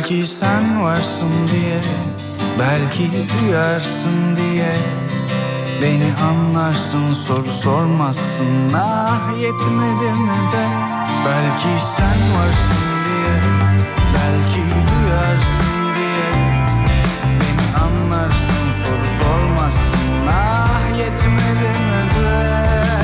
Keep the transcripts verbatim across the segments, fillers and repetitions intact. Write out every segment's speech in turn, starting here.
Belki sen varsın diye, belki duyarsın diye, beni anlarsın, soru sormazsın. Ah yetmedi mi de? Belki sen varsın diye, belki duyarsın diye, beni anlarsın, soru sormazsın. Ah yetmedi mi de?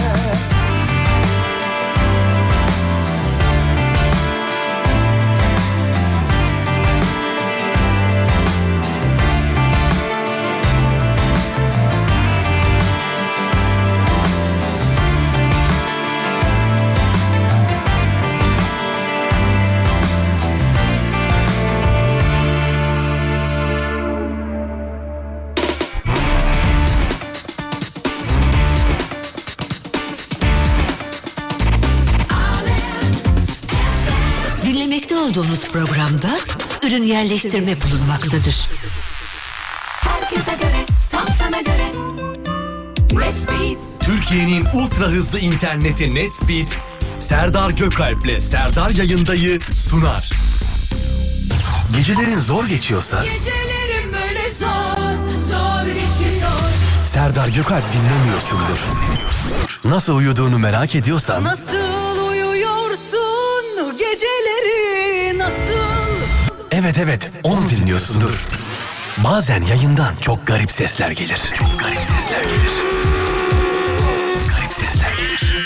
Olduğunuz programda ürün yerleştirme bulunmaktadır. Herkese göre, tam sana göre. NetSpeed. Türkiye'nin ultra hızlı interneti NetSpeed, Serdar Gökalp'le Serdar Yayında'yı sunar. Gecelerin zor geçiyorsa, gecelerim böyle zor, zor geçiyor. Serdar Gökalp dinlemiyorsundur. Nasıl uyuduğunu merak ediyorsan, nasıl uyuyorsun geceleri, nasıl? Evet evet, onu dinliyorsundur. Bazen yayından çok garip sesler gelir. Çok garip sesler gelir. Garip sesler gelir.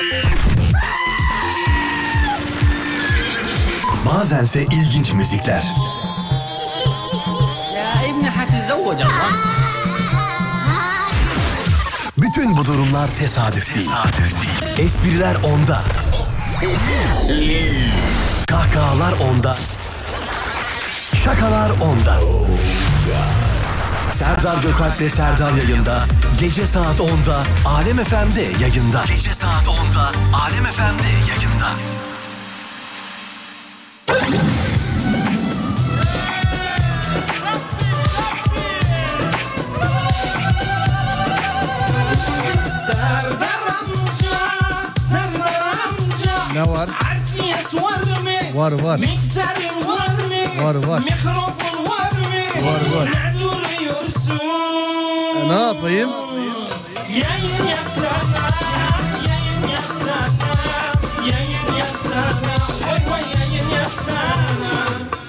Bazense ilginç müzikler. Ya ibni hatizavvac Allah. Bütün bu durumlar tesadüf değil. Tesadüf değil. Espriler onda. Kahkahalar onda. Şakalar onda. Serdar Gökalp'le Serdar Yayında gece saat onda Alem F M'de yayında. Gece saat onda Alem F M'de yayında. Serdar amca, Serdar amca. Ne var? Var var. Mikserin var mı? Var var. Mikrofon var mı? Var var. Ne duruyorsun? E, ne yapayım? Yayın yapsana, yayın yapsana, yayın yapsana, oy oy yayın yapsana.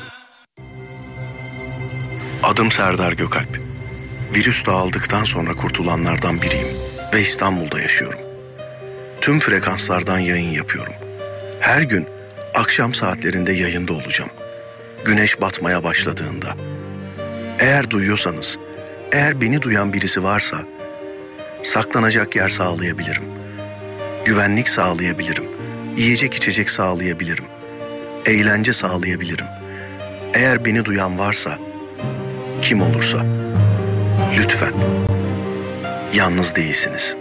Adım Serdar Gökalp. Virüs dağıldıktan sonra kurtulanlardan biriyim ve İstanbul'da yaşıyorum. Tüm frekanslardan yayın yapıyorum. Her gün akşam saatlerinde yayında olacağım. Güneş batmaya başladığında. Eğer duyuyorsanız, eğer beni duyan birisi varsa, saklanacak yer sağlayabilirim. Güvenlik sağlayabilirim. Yiyecek içecek sağlayabilirim. Eğlence sağlayabilirim. Eğer beni duyan varsa, kim olursa, lütfen, yalnız değilsiniz.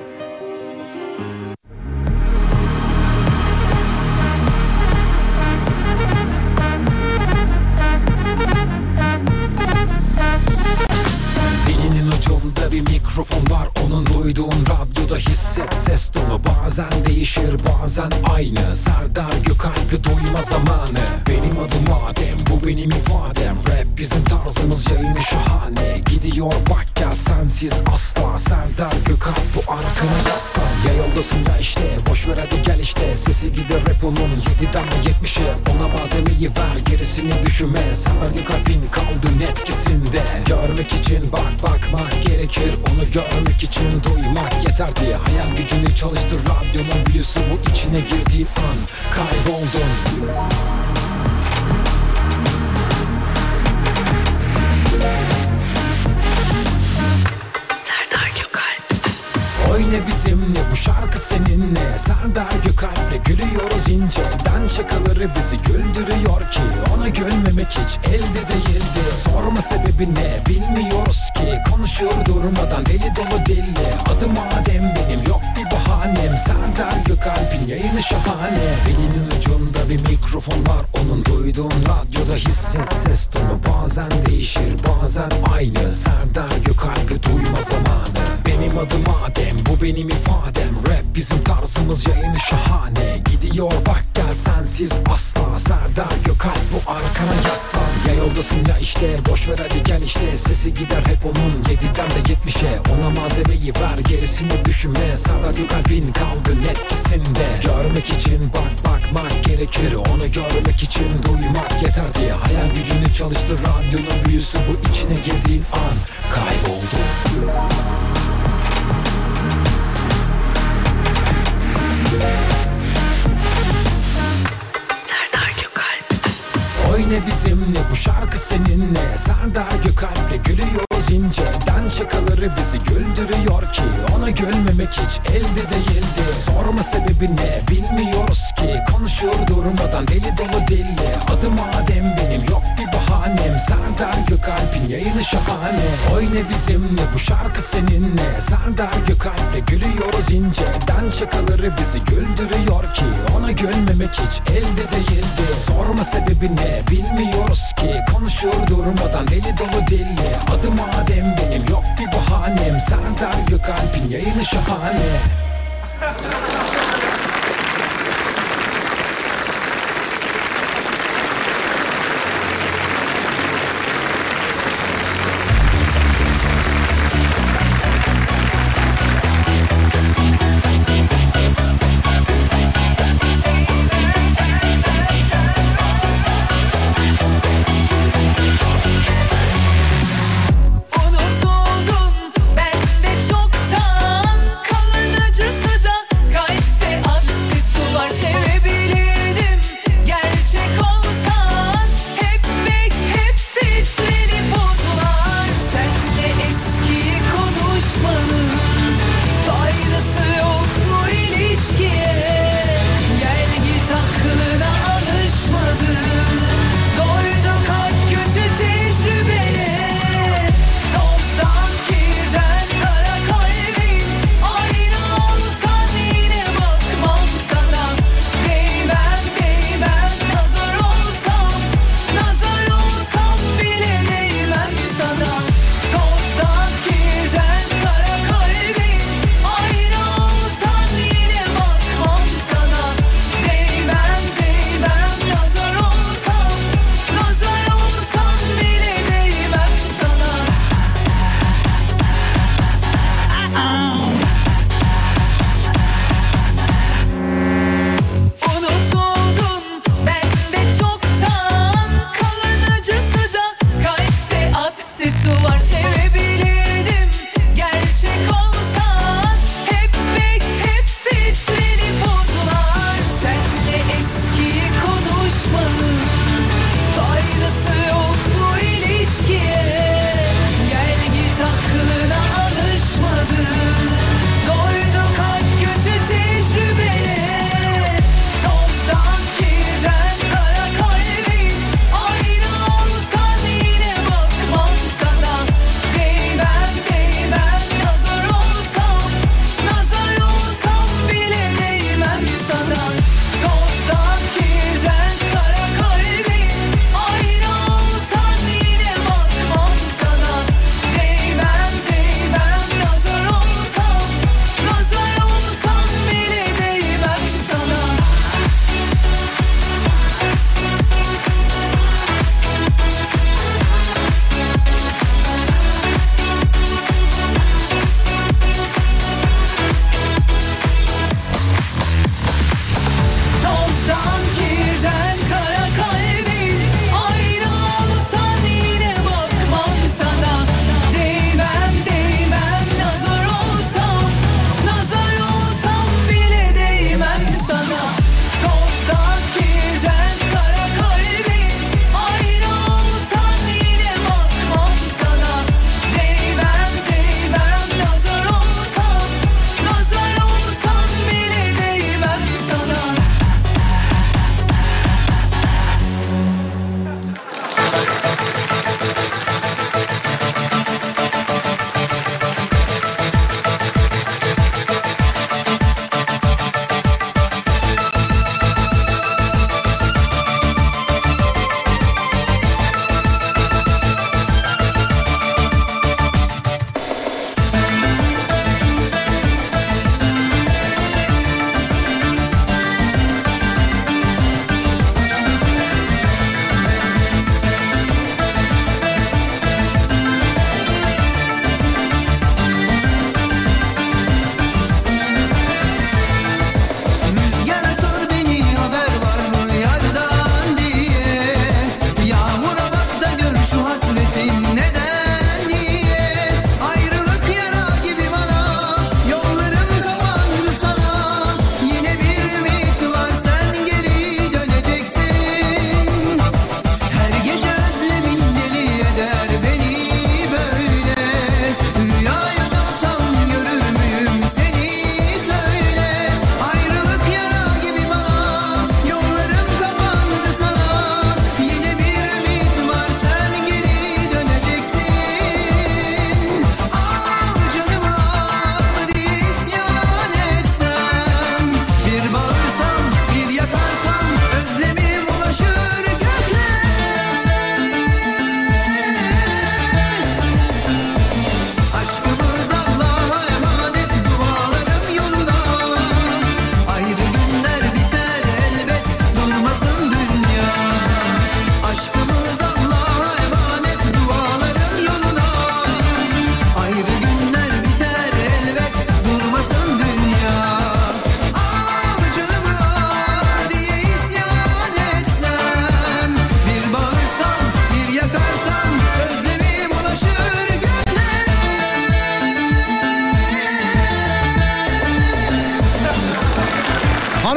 Bir mikrofon var, onun duyduğun radyoda hisset ses tonu. Bazen değişir bazen aynı, Serdar Gökalp'i duyma zamanı. Benim adım Adem, bu benim ifadem. Rap bizim tarzımız, yayını şahane. Gidiyor bak gel sensiz asla, Serdar Gökalp bu arkana yaslan. Ya yoldasın da işte, boşver hadi gel işte. Sesi gider rap onun yediden yetmişe. Ona malzemeyi ver, gerisini düşünme. Serdar Gökalp'in kaldığın etkisinde. Görmek için bak bakmak gerekir, onu görmek için duymak yeter diye. Hayal gücünü çalıştır, radyonun büyüsü bu, içine girdiğin an kayboldun. Serdar Gökalp. Oyna bizimle, bu şarkı seninle. Serdar Gökalp'le gülüyoruz inceden. Şakaları bizi güldürüyor ki ona gülmemek hiç elde değildi. Sorma sebebi ne bilmiyoruz ki, konuşur durmadan deli dolu deli. Adım Adem benim, yok bir bahanem. Serdar Gökalp'in yayını şahane. Belinin ucunda bir mikrofon var, onun duyduğun radyoda hisset ses tonu. Bazen değişir bazen aynı, Serdar Gökalp'i duyma zamanı. Benim adım Adem, bu benim ifadem. Rap bizim tarzımız, yayını şahane. Gidiyor bak gel sensiz asla. Serdar Gökalp bu arkana yaslan. Ya yoldasın ya işte, boş ver hadi gel işte. Sesi gider hep onun yediden de yetmişe. Ona malzemeyi ver, gerisini düşünme. Serdar Gökalp'in kaldın etkisinde. Görmek için bak bakmak gerekir. Onu görmek için duymak yeter diye. Hayal gücünü çalıştır, radyonun büyüsü bu. İçine girdiğin an kayboldu. Serdar Gökalp. Oyna bizimle, bu şarkı seninle. Serdar Gökalp'le gülüyoruz inceden. Şakaları bizi güldürüyor ki ona gülmemek hiç elde değildi. Sorma sebebi ne bilmiyoruz ki. Konuşur durmadan deli dolu deli. Adım Adem benim, yok bir bahanem. Serdar Gökalp'in yayını şahane. Oyna bizimle, bu şarkı seninle. Serdar Gökalp'le gülüyoruz inceden. Şakaları bizi güldürüyor ki ona gülmemek hiç elde değildi. Sorma sebebi ne bilmiyoruz ki. Konuşur durmadan deli dolu deli. Adım Adem benim, yok bir bahanem. Serdar Gökalp'in yayını şahane. Unutuldun ben de çoktan, kalın acısı da kalpte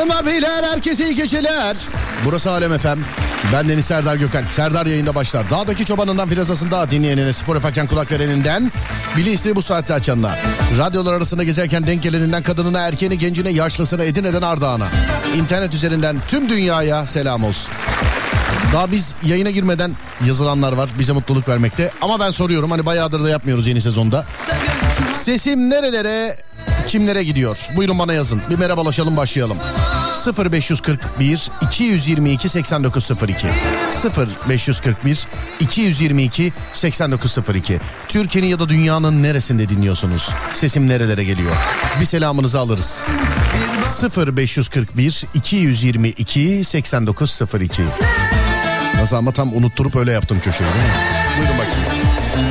Hanımlar beyler herkese iyi geceler. Burası Alem F M. Ben Deniz Serdar Gökalp. Serdar yayında başlar. Dağdaki çobanından filazasında dinleyenine, spor yaparken kulak vereninden, bili isteği bu saatte açanlar. Radyolar arasında gezerken denk geleninden kadınına, erkeğine, gencine, yaşlısına, Edirne'den Ardahan'a. İnternet üzerinden tüm dünyaya selam olsun. Daha biz yayına girmeden yazılanlar var, bize mutluluk vermekte. Ama ben soruyorum, hani bayağıdır da yapmıyoruz yeni sezonda. Sesim nerelere, kimlere gidiyor? Buyurun bana yazın. Bir merhabalaşalım, başlayalım. sıfır beş kırk bir iki yüz yirmi iki seksen dokuz sıfır iki sıfır beş kırk bir iki yüz yirmi iki seksen dokuz sıfır iki. Türkiye'nin ya da dünyanın neresinde dinliyorsunuz? Sesim nerelere geliyor? Bir selamınızı alırız. sıfır beş kırk bir iki yüz yirmi iki seksen dokuz sıfır iki. Nasıl ama tam unutturup öyle yaptım köşeyi, değil mi? Buyurun bakayım.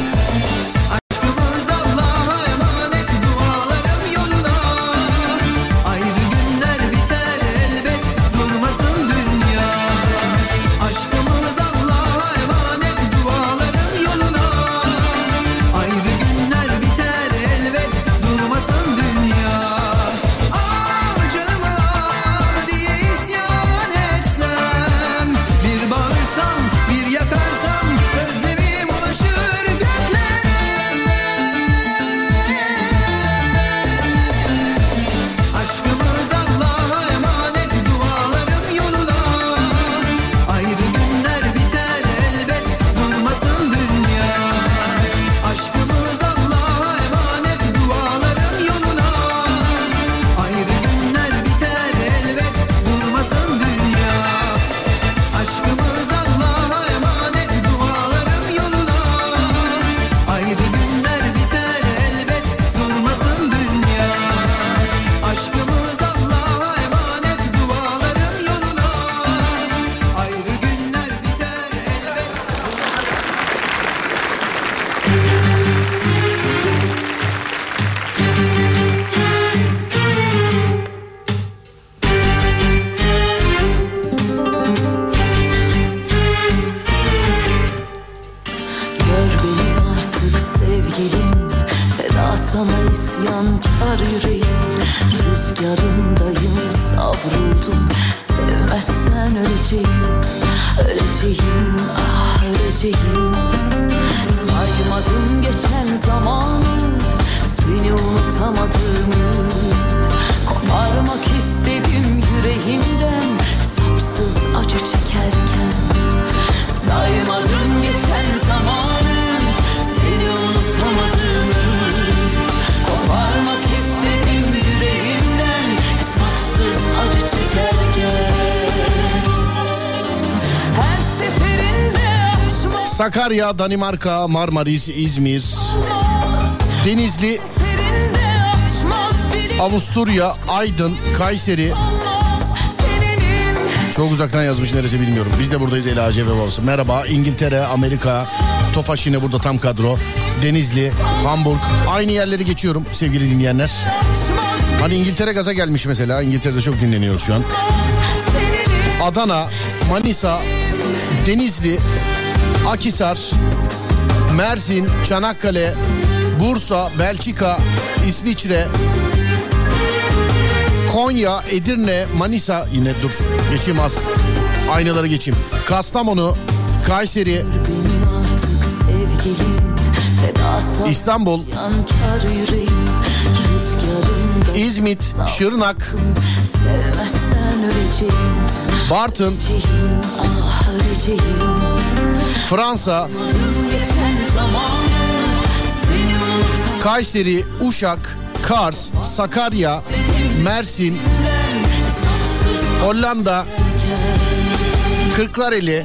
Sakarya, Danimarka, Marmaris, İzmir, Denizli, Avusturya, Aydın, Kayseri. Çok uzaktan yazmış, neresi bilmiyorum. Biz de buradayız, Ela Ace ve babası. Merhaba. İngiltere, Amerika, Tofaş yine burada tam kadro. Denizli, Hamburg. Aynı yerleri geçiyorum sevgili dinleyenler. Hani İngiltere gaza gelmiş mesela. İngiltere'de çok dinleniyor şu an. Adana, Manisa, Denizli, Akhisar, Mersin, Çanakkale, Bursa, Belçika, İsviçre, Konya, Edirne, Manisa, yine dur geçeyim az, aynaları geçeyim. Kastamonu, Kayseri, İstanbul, İzmit, Şırnak, Bartın, Fransa, Kayseri, Uşak, Kars, Sakarya, Mersin, Hollanda, Kırklareli,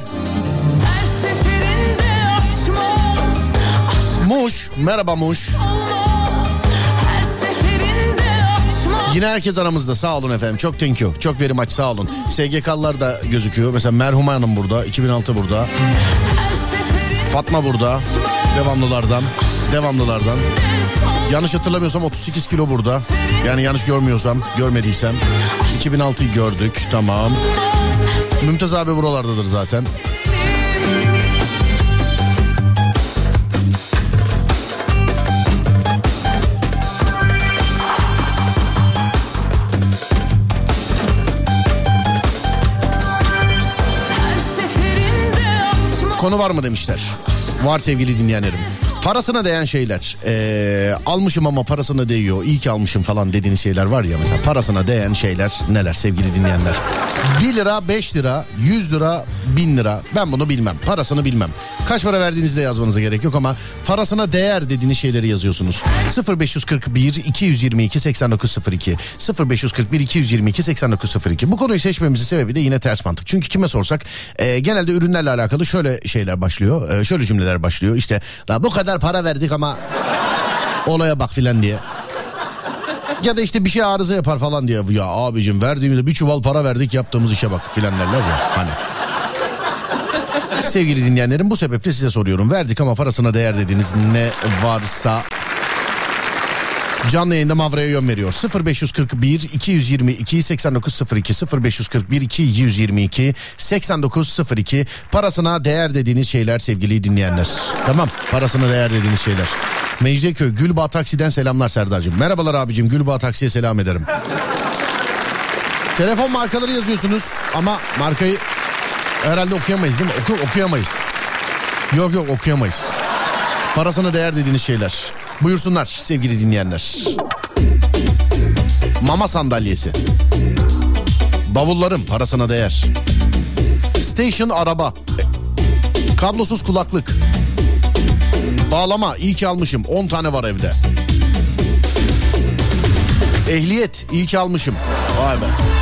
Muş, merhaba Muş. Yine herkes aramızda, sağ olun efendim, çok thank you, çok very much, sağ olun. S G K'lılar da gözüküyor, mesela Merhuma Hanım burada, iki bin altı burada. Fatma burada, devamlılardan, devamlılardan. Yanlış hatırlamıyorsam otuz sekiz kilo burada. Yani yanlış görmüyorsam, görmediysem. iki bin altıyı gördük, tamam. Mümtaz abi buralardadır zaten. konu var mı demişler. Var sevgili dinleyenlerim. Parasına değen şeyler. Ee, almışım ama parasına değiyor. İyi ki almışım falan dediğiniz şeyler var ya. Mesela parasına değen şeyler neler sevgili dinleyenler? bir lira, beş lira, yüz lira, bin lira. Ben bunu bilmem. Parasını bilmem. Kaç para verdiğinizde yazmanıza gerek yok ama parasına değer dediğiniz şeyleri yazıyorsunuz. sıfır beş kırk bir iki yüz yirmi iki seksen dokuz sıfır iki sıfır beş kırk bir iki yüz yirmi iki seksen dokuz sıfır iki. Bu konuyu seçmemizin sebebi de yine ters mantık. Çünkü kime sorsak e, genelde ürünlerle alakalı şöyle şeyler başlıyor. E, şöyle cümleler başlıyor. İşte bu kadar para verdik ama olaya bak filan diye. Ya da işte bir şey arıza yapar falan diye. Ya abicim verdiğimizde bir çuval para verdik yaptığımız işe bak filan derler ya. Hani. Sevgili dinleyenlerim, bu sebeple size soruyorum. Verdik ama parasına değer dediğiniz ne varsa canlı yayında Mavra'ya yön veriyor. sıfır beş kırk bir iki yüz yirmi iki seksen dokuz sıfır iki sıfır beş kırk bir iki yüz yirmi iki seksen dokuz sıfır iki. Parasına değer dediğiniz şeyler sevgili dinleyenler. Tamam, parasına değer dediğiniz şeyler. Mecidiyeköy Gülbağ Taksi'den selamlar Serdar'cığım. Merhabalar abicim, Gülbağ Taksi'ye selam ederim. Telefon markaları yazıyorsunuz ama markayı herhalde okuyamayız değil mi? Oku, okuyamayız. Yok yok okuyamayız. Parasına değer dediğiniz şeyler. Buyursunlar sevgili dinleyenler. Mama sandalyesi. Bavullarım parasına değer. Station araba. Kablosuz kulaklık. Bağlama iyi ki almışım. on tane var evde. Ehliyet iyi ki almışım. Vay be.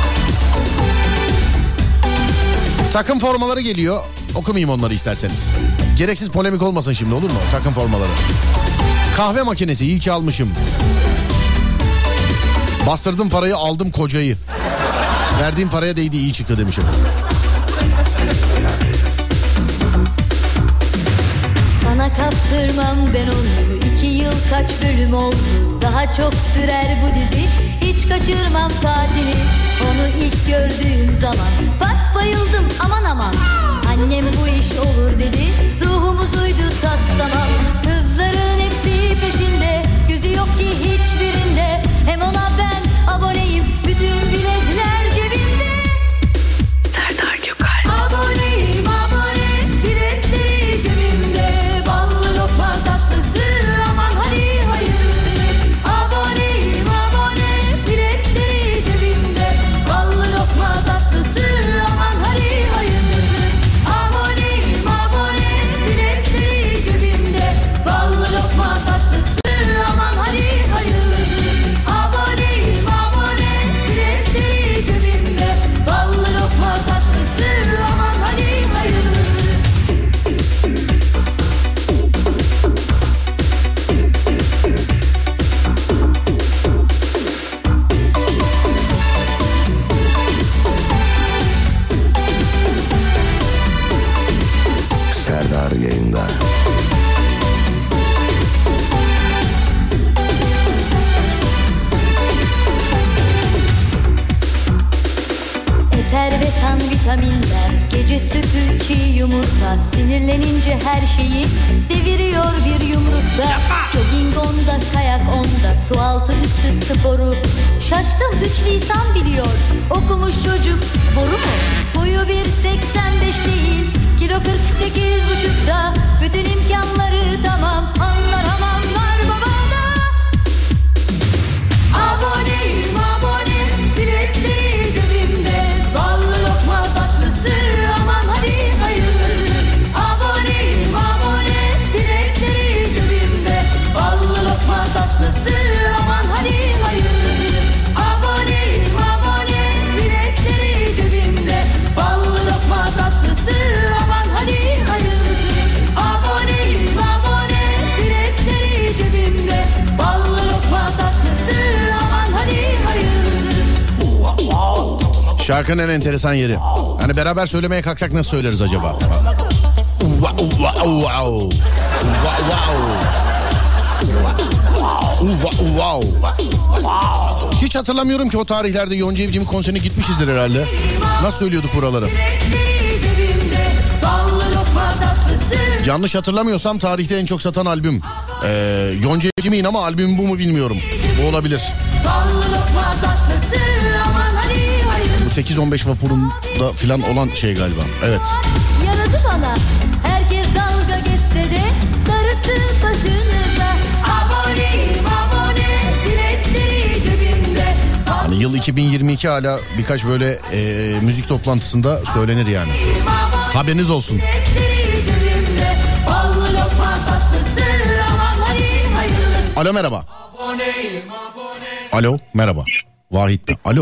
Takım formaları geliyor. Okumayayım onları isterseniz. Gereksiz polemik olmasın şimdi, olur mu? Takım formaları. Kahve makinesi iyi ki almışım. Bastırdım parayı, aldım kocayı. Verdiğim paraya değdi, iyi çıktı demişim. Sana kaptırmam ben onu. İki yıl kaç bölüm oldu. Daha çok sürer bu dizi. Hiç kaçırmam saatini. Onu ilk gördüğüm zaman pat bayıldım aman aman. Annem bu iş olur dedi. Ruhumuz uydu tas tamam. Kızların hepsi peşinde. Gözü yok ki hiçbirinde. Hem ona ben aboneyim. Bütün biletler cebimde. Serdar Gökalp. Aboneyim abone. Biletleri cebimde. Ballı lokma tatlısı. Aman hadi hayırlısı. Aboneyim abone. Biletleri cebimde. Ballı lokma tatlısı. Aman hadi hayırlısı. Aboneyim abone. Biletleri cebimde. Ballı lokma tatlısı. Aman hadi hayırlısı. Aboneyim abone. Biletleri cebimde. Ballı lokma tatlısı. Aman hadi hayırlısı. Serdar yayında. Eter ve kan vitaminler, gece sütü, çiğ yumurta. Sinirlenince her şeyi deviriyor bir yumrukta. Jogging onda, kayak onda, su altı üstü sporu. Şaştım üç lisan biliyor, okumuş çocuk boru mu? Boyu bir seksen beş değil, kilo kırk sekiz buçukta. Bütün imkanları tamam, anlar hamamlar babada. Aboneyim abone, biletleri cebimde. Ballı lokma tatlısı, aman hadi hayırlısı. Aboneyim abone, biletleri cebimde. Ballı lokma tatlısı, aman hadi hayırlısı. Aboneyim abone, biletleri cebimde. Ballı lokma tatlısı, aman hadi hayırlısı. Aboneyim abone, biletleri cebimde. Ballı lokma tatlısı, aman hadi hayırlısı. Şarkının en enteresan yeri. Hani beraber söylemeye kalksak nasıl söyleriz acaba? Hiç hatırlamıyorum ki o tarihlerde Yonca Evcim'in konserine gitmişizdir herhalde. Nasıl söylüyorduk buraları? Yanlış hatırlamıyorsam tarihte en çok satan albüm ee, Yonca Evcim'in, ama albüm bu mu bilmiyorum. Bu olabilir. Bu sekiz on beş vapurunda filan olan şey galiba. Evet. Yaradı bana. Herkes etse de darısı başınıza. Aboneyim abone, biletleri cebimde. Hani yıl iki bin yirmi iki hala birkaç böyle e, müzik toplantısında söylenir yani. Haberiniz olsun. Alo merhaba. Alo merhaba. Vahit. Alo.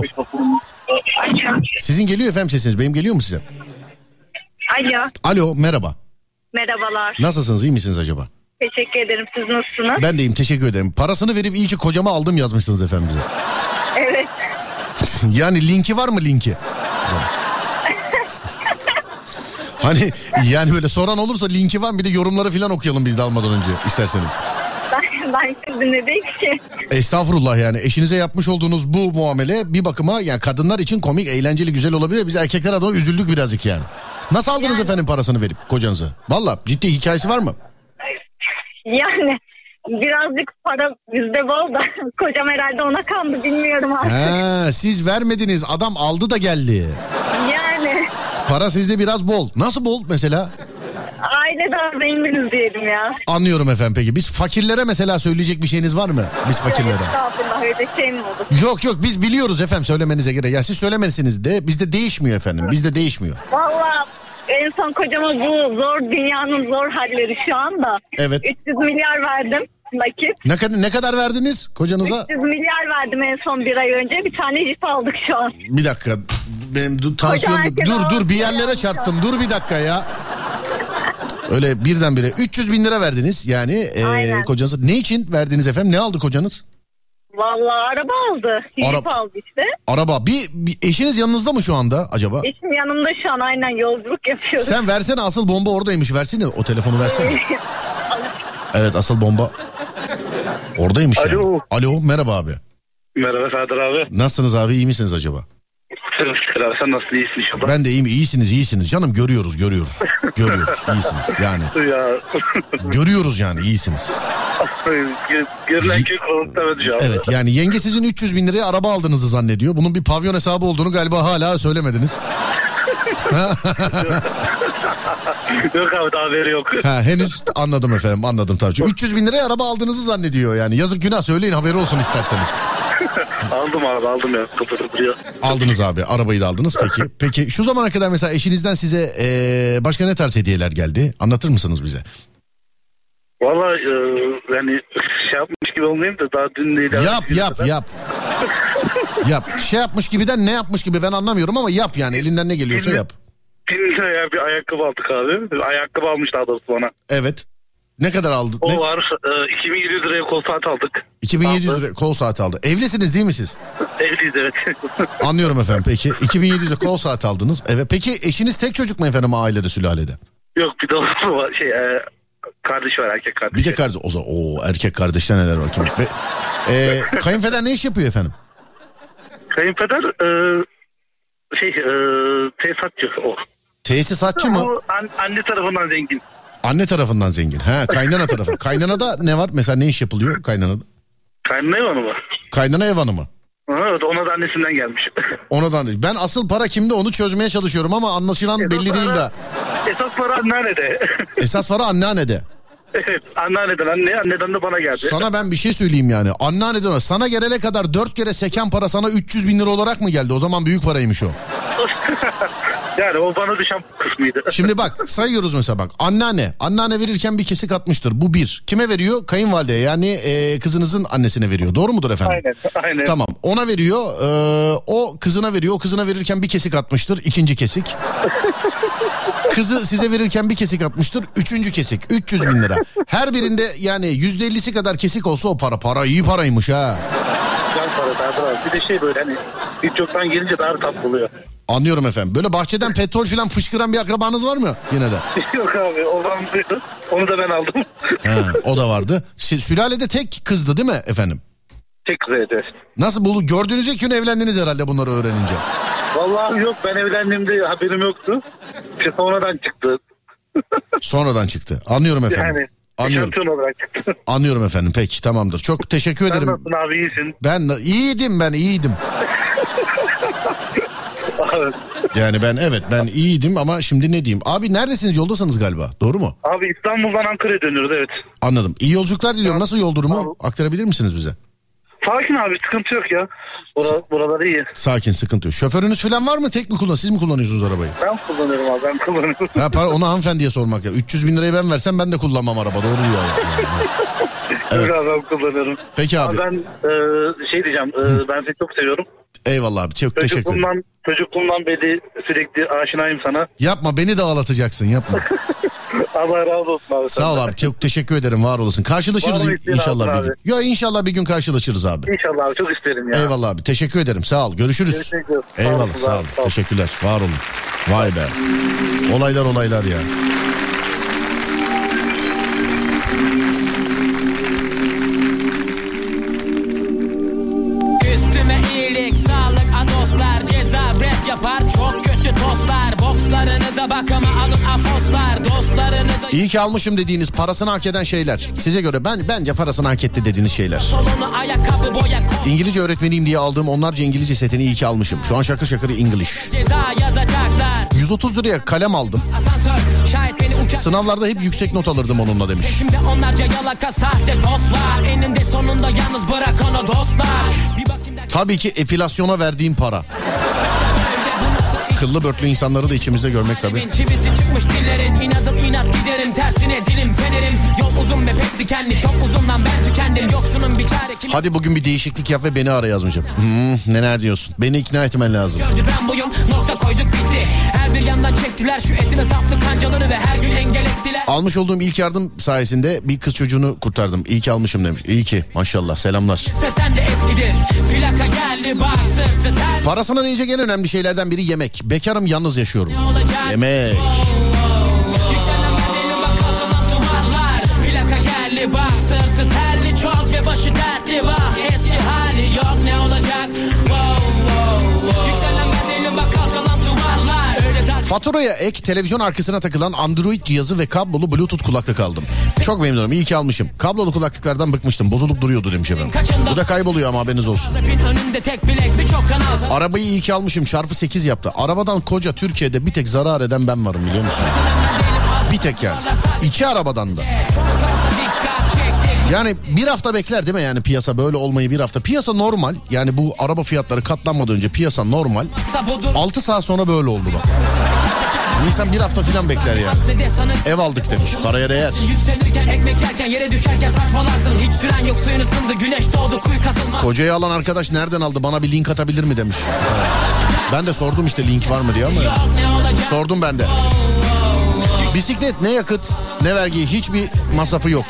Sizin geliyor efendim sesiniz. Benim geliyor mu size? Alo. Alo merhaba. Merhabalar. Nasılsınız, iyi misiniz acaba? Teşekkür ederim. Siz nasılsınız? Ben de iyiyim, teşekkür ederim. Parasını verip iyi ki kocama aldım yazmışsınız efendim bize. Evet. Yani linki var mı linki? Hani yani böyle soran olursa linki var mı? Bir de yorumları falan okuyalım biz de almadan önce isterseniz. Ben, ben sizi dinledim ki. Estağfurullah, yani eşinize yapmış olduğunuz bu muamele bir bakıma yani kadınlar için komik, eğlenceli, güzel olabilir. Biz erkekler adına üzüldük birazcık yani. Nasıl aldınız yani efendim parasını verip kocanızı? Valla ciddi hikayesi var mı? Yani birazcık para bizde bol da kocam herhalde ona kandı, bilmiyorum artık. He, siz vermediniz, adam aldı da geldi. Yani. Para sizde biraz bol. Nasıl bol mesela? Aileden zenginiz diyelim ya. Anlıyorum efendim, peki. Biz fakirlere mesela söyleyecek bir şeyiniz var mı? Biz fakirlere. Estağfurullah, öyle şey mi olur? Yok yok, biz biliyoruz efendim, söylemenize gerek. Ya siz söylemezsiniz de bizde değişmiyor efendim. Bizde değişmiyor. Valla en son kocama bu zor dünyanın zor halleri şu anda. Evet. üç yüz milyar verdim nakit. Ne kadar ne kadar verdiniz kocanıza? üç yüz milyar verdim en son bir ay önce. Bir tane jip aldık şu an. Bir dakika. Benim du- tansiyon dur dur bir yerlere çarptım. Dur bir dakika ya. Öyle birdenbire üç yüz bin lira verdiniz yani e, kocanıza. Ne için verdiniz efendim? Ne aldı kocanız? Vallahi araba aldı. Jip Ara- aldı işte. Araba. Bir, bir eşiniz yanınızda mı şu anda acaba? Eşim yanımda şu an, aynen yolculuk yapıyoruz. Sen versene, asıl bomba oradaymış. Versene o telefonu, versene. Evet, asıl bomba oradaymış. Alo. Yani. Alo merhaba abi. Merhaba Serdar abi. Nasılsınız abi, iyi misiniz acaba? Serdar abi, sen nasılsın, iyisin inşallah? Ben de iyiyim, iyisiniz iyisiniz canım, görüyoruz görüyoruz. Görüyoruz, iyisiniz yani. Ya. Görüyoruz yani, iyisiniz. Görünen köy kılavuz demedi ya. Evet, yani yenge sizin üç yüz bin liraya araba aldığınızı zannediyor. Bunun bir pavyon hesabı olduğunu galiba hala söylemediniz. Yok abi, daha haberi yok. Ha, henüz anladım efendim, anladım tabii. üç yüz bin liraya araba aldığınızı zannediyor yani. Yazık, günah, söyleyin, haberi olsun isterseniz. Aldım abi, aldım ya. Kapatır duruyor. Aldınız abi, arabayı da aldınız peki. Peki şu zamana kadar mesela eşinizden size ee, başka ne tarz hediyeler geldi? Anlatır mısınız bize? Valla e, yani şey yapmış gibi olmayayım da daha dün değil. Yap yap kadar. yap. Yap. Şey yapmış gibiden ne yapmış gibi ben anlamıyorum ama yap yani, elinden ne geliyorsa bin, yap. Bin liraya bir ayakkabı aldık abi. Ayakkabı almış daha doğrusu bana. Evet. Ne kadar aldı? O ne? var. E, iki bin yedi yüz liraya kol saat aldık. iki bin yedi yüz liraya kol saati aldı. Evlisiniz değil mi siz? Evliyiz, evet. Anlıyorum efendim, peki. iki bin yedi yüz liraya kol saati aldınız. Evet. Peki eşiniz tek çocuk mu efendim ailede, sülalede? Yok, bir de o var. Şey, e, kardeş var, erkek kardeş. Bir de kardeş. O zaman o erkek kardeşte neler var ki? Ve, e, kayınpeder ne iş yapıyor efendim? Kayınpeder e, şey e, tesisatçı o. Tesisatçı mı? O an, anne tarafından zengin. Anne tarafından zengin. Ha, kaynana tarafı. Kaynanada ne var? Mesela ne iş yapılıyor kaynanada? Kaynana ev hanımı. Kaynana ev hanımı. Evet, ona da annesinden gelmiş. Ona da değil. Ben asıl para kimde onu çözmeye çalışıyorum ama anlaşılan esas belli para, değil de. Esas para anneannede. Esas para anneannede. Evet, anneanneden anne, anneden de bana geldi. Sana ben bir şey söyleyeyim yani. Anneanneden sana gelene kadar dört kere seken para sana üç yüz bin lira olarak mı geldi? O zaman büyük paraymış o. Yani o bana düşen kısmıydı. Şimdi bak sayıyoruz mesela, bak. Anneanne. Anneanne verirken bir kesik atmıştır. Bu bir. Kime veriyor? Kayınvalideye, yani e, kızınızın annesine veriyor. Doğru mudur efendim? Aynen, aynen. Tamam. Ona veriyor. E, o kızına veriyor. O kızına verirken bir kesik atmıştır. İkinci kesik. Kızı size verirken bir kesik atmıştır. Üçüncü kesik. üç yüz bin lira. Her birinde yani yüzde ellisi kadar kesik olsa o para. Para iyi paraymış ha. Güzel para Serdar. Bir de şey böyle hani birçoktan gelince daha tatlı oluyor. Anlıyorum efendim. Böyle bahçeden petrol falan fışkıran bir akrabanız var mı yine de? Yok abi, o buydu. Onu da ben aldım. Ha, o da vardı. Sülalede tek kızdı değil mi efendim? Tek kız, evet. Nasıl buldu? Gördüğünüz ilk gün evlendiniz herhalde bunları öğrenince. Vallahi yok, ben evlendiğimde haberim yoktu. İşte sonradan çıktı. Sonradan çıktı. Anlıyorum efendim. Yani Anlıyorum. şampiyon olarak çıktı. Anlıyorum efendim. Peki, tamamdır. Çok teşekkür ederim. Sen nasılsın abi, iyisin? Ben de iyiydim ben iyiydim. Yani ben evet ben iyiydim ama şimdi ne diyeyim. Abi neredesiniz, yoldasınız galiba, doğru mu? Abi İstanbul'dan Ankara'ya dönüyoruz, evet. Anladım. İyi yolculuklar diliyorum. Nasıl yol durumu? Aktarabilir misiniz bize? Sakin abi, sıkıntı yok ya. Bura, buralar iyi. Sakin, sıkıntı yok. Şoförünüz falan var mı? Tek mi kullan? Siz mi kullanıyorsunuz arabayı? Ben kullanıyorum abi, ben kullanıyorum. Ha para, onu hanımefendiye sormak ya. üç yüz bin lirayı ben versem ben de kullanmam araba. Doğru diyor yani. Evet. Yok abi, ben kullanıyorum. Peki abi. abi ben e, şey diyeceğim, e, ben seni çok seviyorum. Eyvallah abi, çok teşekkür ederim. Çocukluğumdan beri sürekli aşinayım sana. Yapma, beni de ağlatacaksın, yapma. Allah razı olsun abi. Sağ ol abi, çok teşekkür ederim, var olasın. Karşılaşırız var inşallah bir abi. gün. Ya inşallah bir gün karşılaşırız abi. İnşallah abi, çok isterim ya. Eyvallah abi, teşekkür ederim, sağ ol, görüşürüz. Görüşürüz. Eyvallah, sağ ol, sağ ol. Teşekkürler, var olun. Vay be, olaylar olaylar ya. Üstüme iyilik, sağlık, adoslar, ceza rap yapar, çok kötü tostlar. Bokslarınıza bakıma alın afoslar, dostlarınıza... İyi ki almışım dediğiniz, parasını hak eden şeyler. Size göre ben bence parasını hak etti dediğiniz şeyler. Solunu, ayakkabı, boya, İngilizce öğretmeniyim diye aldığım onlarca İngilizce setini iyi ki almışım. Şu an şakır şakır English. ceza yazacaklar. yüz otuz liraya kalem aldım. Asansör, şayet beni uçak... Sınavlarda hep yüksek not alırdım onunla demiş. Şimdi onlarca yalaka sahte dostlar. Eninde sonunda yalnız bırak onu dostlar. Bir bakayım da... Tabii ki epilasyona verdiğim para. Kıllı börtlü insanları da içimizde görmek tabii. Çivisi çıkmış dillerin, inadım inat giderim, tersine dilim fenerim. Yol uzun ve pek dikenli, çok uzundan ben tükendim. Yoksunun bir çare kim... Hadi bugün bir değişiklik yap ve beni ara yazmayacağım. Hmm, neler diyorsun? Beni ikna etmen lazım. Gördü ben buyum, nokta koyduk bitti. Her bir yandan çektiler şu etime saplı kancaları ve her gün engel ettiler. Almış olduğum ilk yardım sayesinde bir kız çocuğunu kurtardım. İyi ki almışım demiş. İyi ki, maşallah, selamlar. Seten de eskidir, plaka geldi bak sırtı tel. Parasına değecek en önemli şeylerden biri yemek. Bekarım, yalnız yaşıyorum. Yemek. Yükselen bedenim bak kazanan duvarlar. Plaka geldi bak sırtı terli, çok ve başı dertli var. Eski hali yok, ne olacak? Wow, wow, wow. Yükselen bedenim bak kazanan duvarlar. Öyle der... Faturaya ek televizyon arkasına takılan Android cihazı ve kablolu Bluetooth kulaklık aldım. Çok memnunum, iyi ki almışım. Kablolu kulaklıklardan bıkmıştım, bozulup duruyordu demiş efendim. Bu da kayboluyor ama haberiniz olsun. Arabayı iyi ki almışım, çarpı sekiz yaptı. Arabadan koca Türkiye'de bir tek zarar eden ben varım, biliyor musun? Bir tek yani. İki arabadan da. Yani bir hafta bekler değil mi yani piyasa böyle olmayı, bir hafta. Piyasa normal, yani bu araba fiyatları katlanmadan önce piyasa normal. altı saat sonra böyle oldu bak. İnsan bir hafta filan bekler yani. Ev aldık demiş, paraya değer. Yükselirken ekmek yerken yere düşerken saçmalarsın. Hiç süren yok, suyun ısındı, güneş doğdu, kuyu kazılmaz. Kocayı alan arkadaş nereden aldı, bana bir link atabilir mi demiş. Ben de sordum işte link var mı diye ama. Sordum ben de. Bisiklet ne yakıt ne vergi, hiçbir masrafı yok.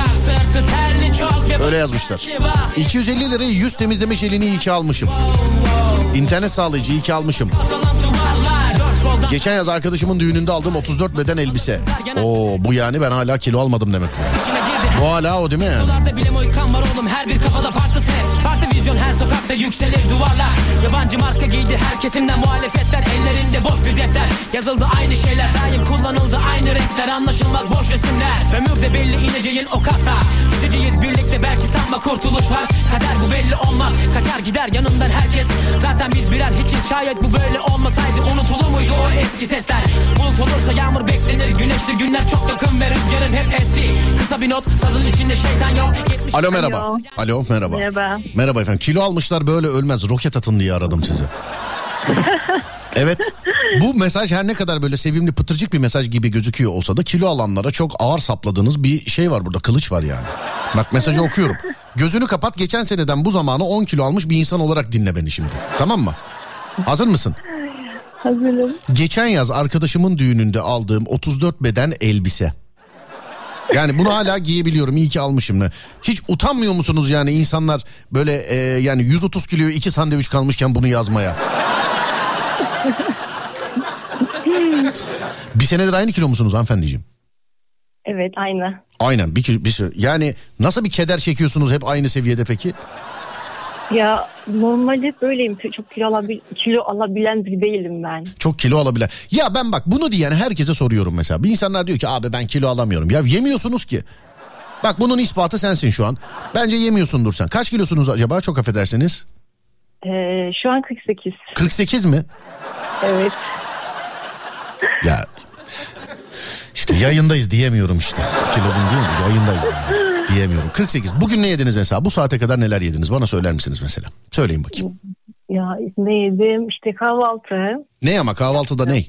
Öyle yazmışlar. iki yüz elli lirayı yüz temizleme jelini iyi ki almışım. İnternet sağlayıcı iyi ki almışım. Geçen yaz arkadaşımın düğününde aldığım otuz dört beden elbise. Oo, bu yani ben hala kilo almadım demek. Bu hala o değil mi? Her bir kafada farklı ses, farklı vizyon, her sokakta yükselir duvarlar. Yabancı marka giydi her kesimden muhalefetler. Ellerinde boş bir defter, yazıldı aynı şeyler. Daim kullanıldı aynı renkler, anlaşılmaz boş resimler. Ömür de belli, ineceğin o kata. Düşeceğiz birlikte, belki sanma kurtuluş var. Kader bu belli olmaz, kaçar gider yanından herkes. Zaten biz birer hiçiz, şayet bu böyle olmasaydı unutulur muydu o eski sesler? Bulut olursa yağmur beklenir, güneştir günler çok yakın ve rüzgarın hep esti. Kısa bir not, sazın içinde şeytan yok. Alo merhaba. Alo. Alo merhaba. Merhaba. Merhaba efendim. Kilo almışlar böyle ölmez, roket atın diye aradım sizi. Evet, bu mesaj her ne kadar böyle sevimli pıtırcık bir mesaj gibi gözüküyor olsa da kilo alanlara çok ağır sapladığınız bir şey var burada, kılıç var yani. Bak mesajı okuyorum. Gözünü kapat, geçen seneden bu zamana on kilo almış bir insan olarak dinle beni şimdi, tamam mı? Hazır mısın? Hazırım. Geçen yaz arkadaşımın düğününde aldığım otuz dört beden elbise. Yani bunu hala giyebiliyorum, iyi ki almışım. Ne? Hiç utanmıyor musunuz yani insanlar böyle e, yani yüz otuz kiloya iki sandviç kalmışken bunu yazmaya? Bir senedir aynı kilo musunuz hanımefendiciğim? Evet, aynı. Aynen bir, bir yani nasıl bir keder çekiyorsunuz hep aynı seviyede peki? Ya normalde böyleyim. Çok kilo, alabil, kilo alabilen biri değilim ben. Çok kilo alabilen. Ya ben bak bunu diyen herkese soruyorum mesela. Bir insanlar diyor ki abi ben kilo alamıyorum. Ya yemiyorsunuz ki. Bak bunun ispatı sensin şu an. Bence yemiyorsundur sen. Kaç kilosunuz acaba, çok affedersiniz? Ee, şu an kırk sekiz. kırk sekiz mi? Evet. Ya işte yayındayız diyemiyorum işte. Kilodun değil mi? Yayındayız yani. Diyemiyorum. kırk sekiz. Bugün ne yediniz mesela? Bu saate kadar neler yediniz? Bana söyler misiniz mesela? Söyleyin bakayım. Ya ne yedim? İşte kahvaltı. Ne ama kahvaltıda ne?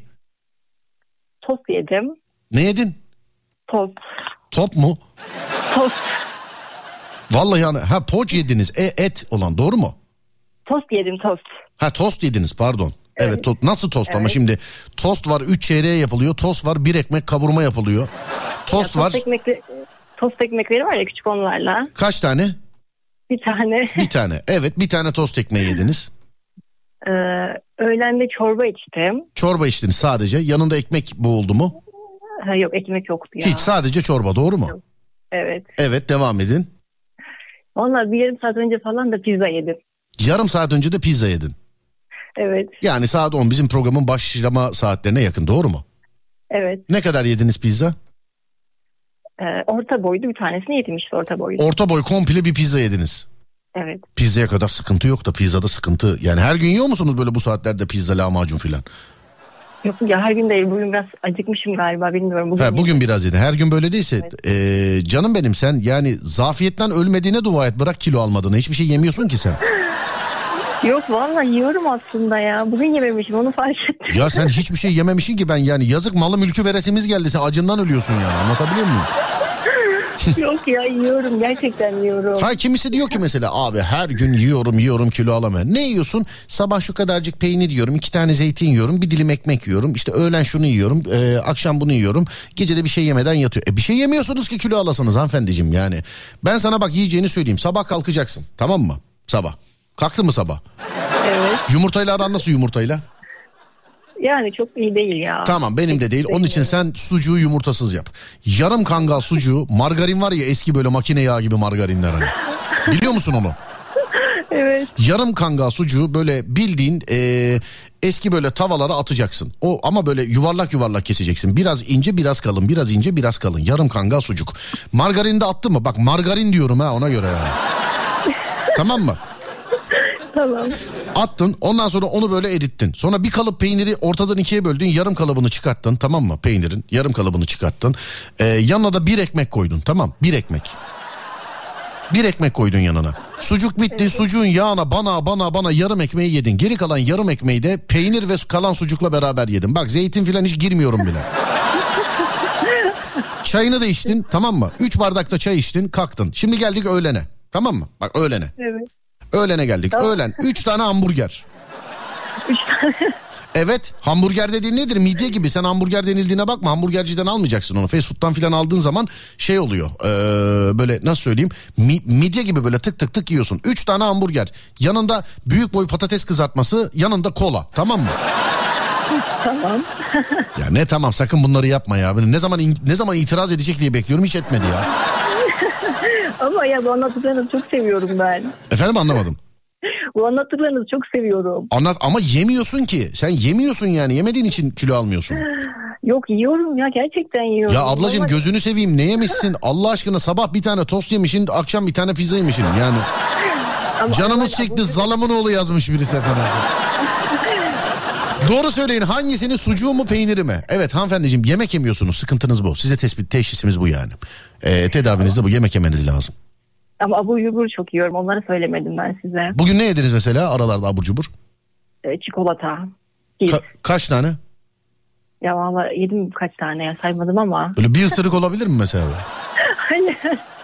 Tost yedim. Ne yedin? Tost. Top mu? Tost. Vallahi yani ha poğaça yediniz. E, et olan doğru mu? Tost yedim tost. Ha tost yediniz pardon. Evet, evet to- nasıl tost evet. Ama şimdi tost var üç çeyreğe yapılıyor. Tost var bir ekmek kavurma yapılıyor. Tost, ya, tost var. Ekmekli, tost ekmekleri var ya küçük onlarla. Kaç tane? Bir tane. Bir tane. Evet bir tane tost ekmeği yediniz. Ee, öğlende çorba içtim. Çorba içtiniz sadece. Yanında ekmek boğuldu mu? Ha, yok ekmek yoktu ya. Hiç sadece çorba doğru mu? Evet. Evet devam edin. Vallahi bir yarım saat önce falan da pizza yedim. Yarım saat önce de pizza yedin. Evet. Yani saat on bizim programın başlama saatlerine yakın doğru mu? Evet. Ne kadar yediniz pizza? Ee, orta boydu bir tanesini yedim işte orta boydu. Orta boy komple bir pizza yediniz. Evet. Pizzaya kadar sıkıntı yok da pizzada sıkıntı. Yani her gün yiyor musunuz böyle bu saatlerde pizza lahmacun filan? Yok ya her gün değil bugün biraz acıkmışım galiba bilmiyorum. Bugün, He, bugün biraz yedin her gün böyle değilse evet. e, canım benim sen yani zafiyetten ölmediğine dua et bırak kilo almadığını hiçbir şey yemiyorsun ki sen. Yok vallahi yiyorum aslında ya. Bugün yememişim onu fark ettim. Ya sen hiçbir şey yememişsin ki ben yani yazık malı mülkü veresimiz geldi. Sen acından ölüyorsun yani anlatabiliyor muyum? Yok ya yiyorum gerçekten yiyorum. Hayır kimisi diyor ki mesela abi her gün yiyorum yiyorum kilo alamıyorum. Ne yiyorsun? Sabah şu kadarcık peynir yiyorum, iki tane zeytin yiyorum, bir dilim ekmek yiyorum. İşte öğlen şunu yiyorum, e, akşam bunu yiyorum. Gece de bir şey yemeden yatıyor. E bir şey yemiyorsunuz ki kilo alasınız hanımefendiciğim yani. Ben sana bak yiyeceğini söyleyeyim. Sabah kalkacaksın tamam mı? Sabah. Kalktın mı sabah? Evet. Yumurtayla aran nasıl yumurtayla? Yani çok iyi değil ya. Tamam benim de değil. Onun için sen sucuğu yumurtasız yap. Yarım kangal sucuğu, margarin var ya eski böyle makine yağı gibi margarinler hani. Biliyor musun onu? Evet. Yarım kangal sucuğu böyle bildiğin e, eski böyle tavalara atacaksın. O ama böyle yuvarlak yuvarlak keseceksin. Biraz ince biraz kalın, biraz ince biraz kalın. Yarım kangal sucuk. Margarini de attın mı? Bak margarin diyorum ha ona göre yani. Tamam mı? Tamam. Attın ondan sonra onu böyle erittin. Sonra bir kalıp peyniri ortadan ikiye böldün yarım kalıbını çıkarttın tamam mı peynirin yarım kalıbını çıkarttın. Ee, yanına da bir ekmek koydun tamam bir ekmek. Bir ekmek koydun yanına. Sucuk bitti evet. Sucuğun yağına bana bana bana yarım ekmeği yedin. Geri kalan yarım ekmeği de peynir ve kalan sucukla beraber yedin. Bak zeytin filan hiç girmiyorum bile. Çayını da içtin tamam mı? Üç bardakta çay içtin kalktın. Şimdi geldik öğlene tamam mı? Bak öğlene. Evet. Öğlene geldik. Tamam. Öğlen. Üç tane hamburger. Üç tane. Evet. Hamburger dediğin nedir? Midye gibi. Sen hamburger denildiğine bakma. Hamburgerciden almayacaksın onu. Fast food'dan filan aldığın zaman şey oluyor. Ee, böyle nasıl söyleyeyim? Mi, midye gibi böyle tık tık tık yiyorsun. Üç tane hamburger. Yanında büyük boy patates kızartması. Yanında kola. Tamam mı? Tamam. Ya ne tamam sakın bunları yapma ya. Ne zaman ne zaman itiraz edecek diye bekliyorum. Hiç etmedi ya. Ama ya bu anlattıklarınızı çok seviyorum ben. Efendim anlamadım. Bu anlattıklarınızı çok seviyorum. Anlat ama yemiyorsun ki. Sen yemiyorsun yani. Yemediğin için kilo almıyorsun. Yok yiyorum ya gerçekten yiyorum. Ya ablacığım Ama... gözünü seveyim ne yemişsin? Allah aşkına sabah bir tane tost yemişsin, akşam bir tane pizza yemişsin yani. Ama canımız çekti bu... Zalamonoğlu yazmış birisi efendim. Doğru söyleyin hangisini sucuğu mu peyniri mi? Evet hanımefendiciğim yemek yemiyorsunuz sıkıntınız bu. Size tespit teşhisimiz bu yani. Ee, tedaviniz de bu yemek yemeniz lazım. Ama abur cubur çok yiyorum onları söylemedim ben size. Bugün ne yediniz mesela aralarda abur cubur? Ee, çikolata. Ka- kaç tane? Ya valla yedim kaç tane ya saymadım ama. Böyle bir ısırık olabilir mi mesela? Hayır.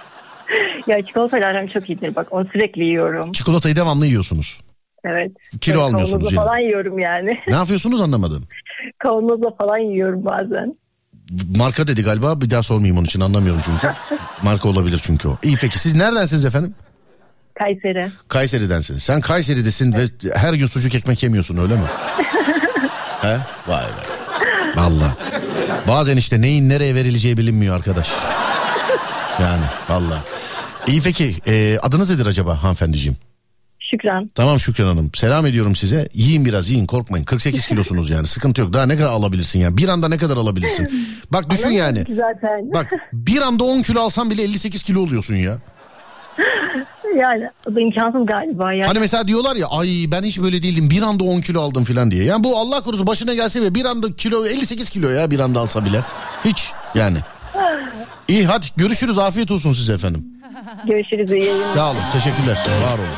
Ya çikolatayla aram çok iyidir bak onu sürekli yiyorum. Çikolatayı devamlı yiyorsunuz. Evet. Kilo evet, almıyorsunuz yani. Kavanozla falan yiyorum yani. Ne yapıyorsunuz anlamadım. Kavanozla falan yiyorum bazen. Marka dedi galiba bir daha sormayayım onun için anlamıyorum çünkü. Marka olabilir çünkü o. İyi peki siz neredensiniz efendim? Kayseri. Kayseri'densiniz. Sen Kayseri'desin evet. Ve her gün sucuk ekmek yemiyorsun öyle mi? He? Vay be. Vallahi. Bazen işte neyin nereye verileceği bilinmiyor arkadaş. Yani vallahi. İyi peki e, adınız nedir acaba hanımefendiciğim? Şükran. Tamam Şükran Hanım. Selam ediyorum size. Yiyin biraz yiyin korkmayın. kırk sekiz kilosunuz yani sıkıntı yok. Daha ne kadar alabilirsin ya? Bir anda ne kadar alabilirsin? Bak düşün yani. Zaten. Bak bir anda on kilo alsan bile elli sekiz kilo oluyorsun ya. Yani o da imkansız galiba yani. Hani mesela diyorlar ya ay ben hiç böyle değildim bir anda on kilo aldım falan diye. Yani bu Allah korusun başına gelse ve bir anda kilo elli sekiz kilo ya bir anda alsa bile. Hiç yani. İyi hadi görüşürüz afiyet olsun size efendim. Görüşürüz iyi yayınlar. Sağ olun teşekkürler var olun.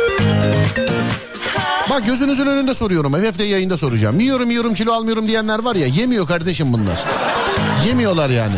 Bak gözünüzün önünde soruyorum. F F'de yayında soracağım. Yiyorum yiyorum kilo almıyorum diyenler var ya yemiyor kardeşim bunlar. Yemiyorlar yani.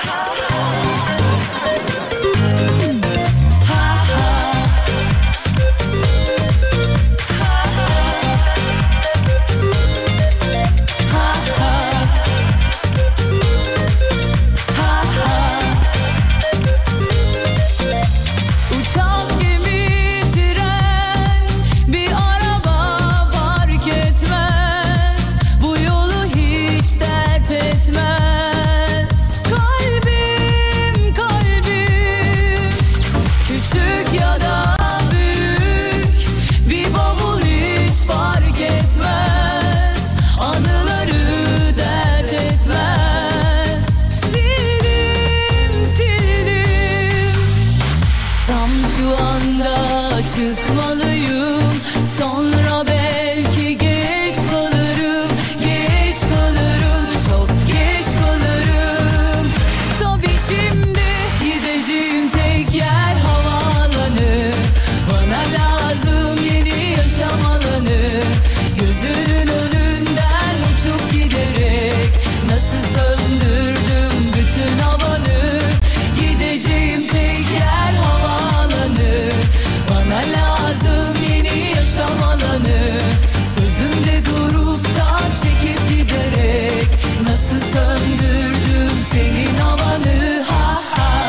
Çıkmalıyım sonra belki geç kalırım, geç kalırım, çok geç kalırım. Tabii şimdi gideceğim tek yer havaalanı. Bana lazım yeni yaşam alanı. Gözünün önünden uçup giderek nasıl söndürdüm bütün havanı. Gideceğim tek yer havaalanı. Bana lazım yeni yaşam alanı. Sözümde durup da çekip giderek nasıl söndürdüm senin havanı. Ha ha.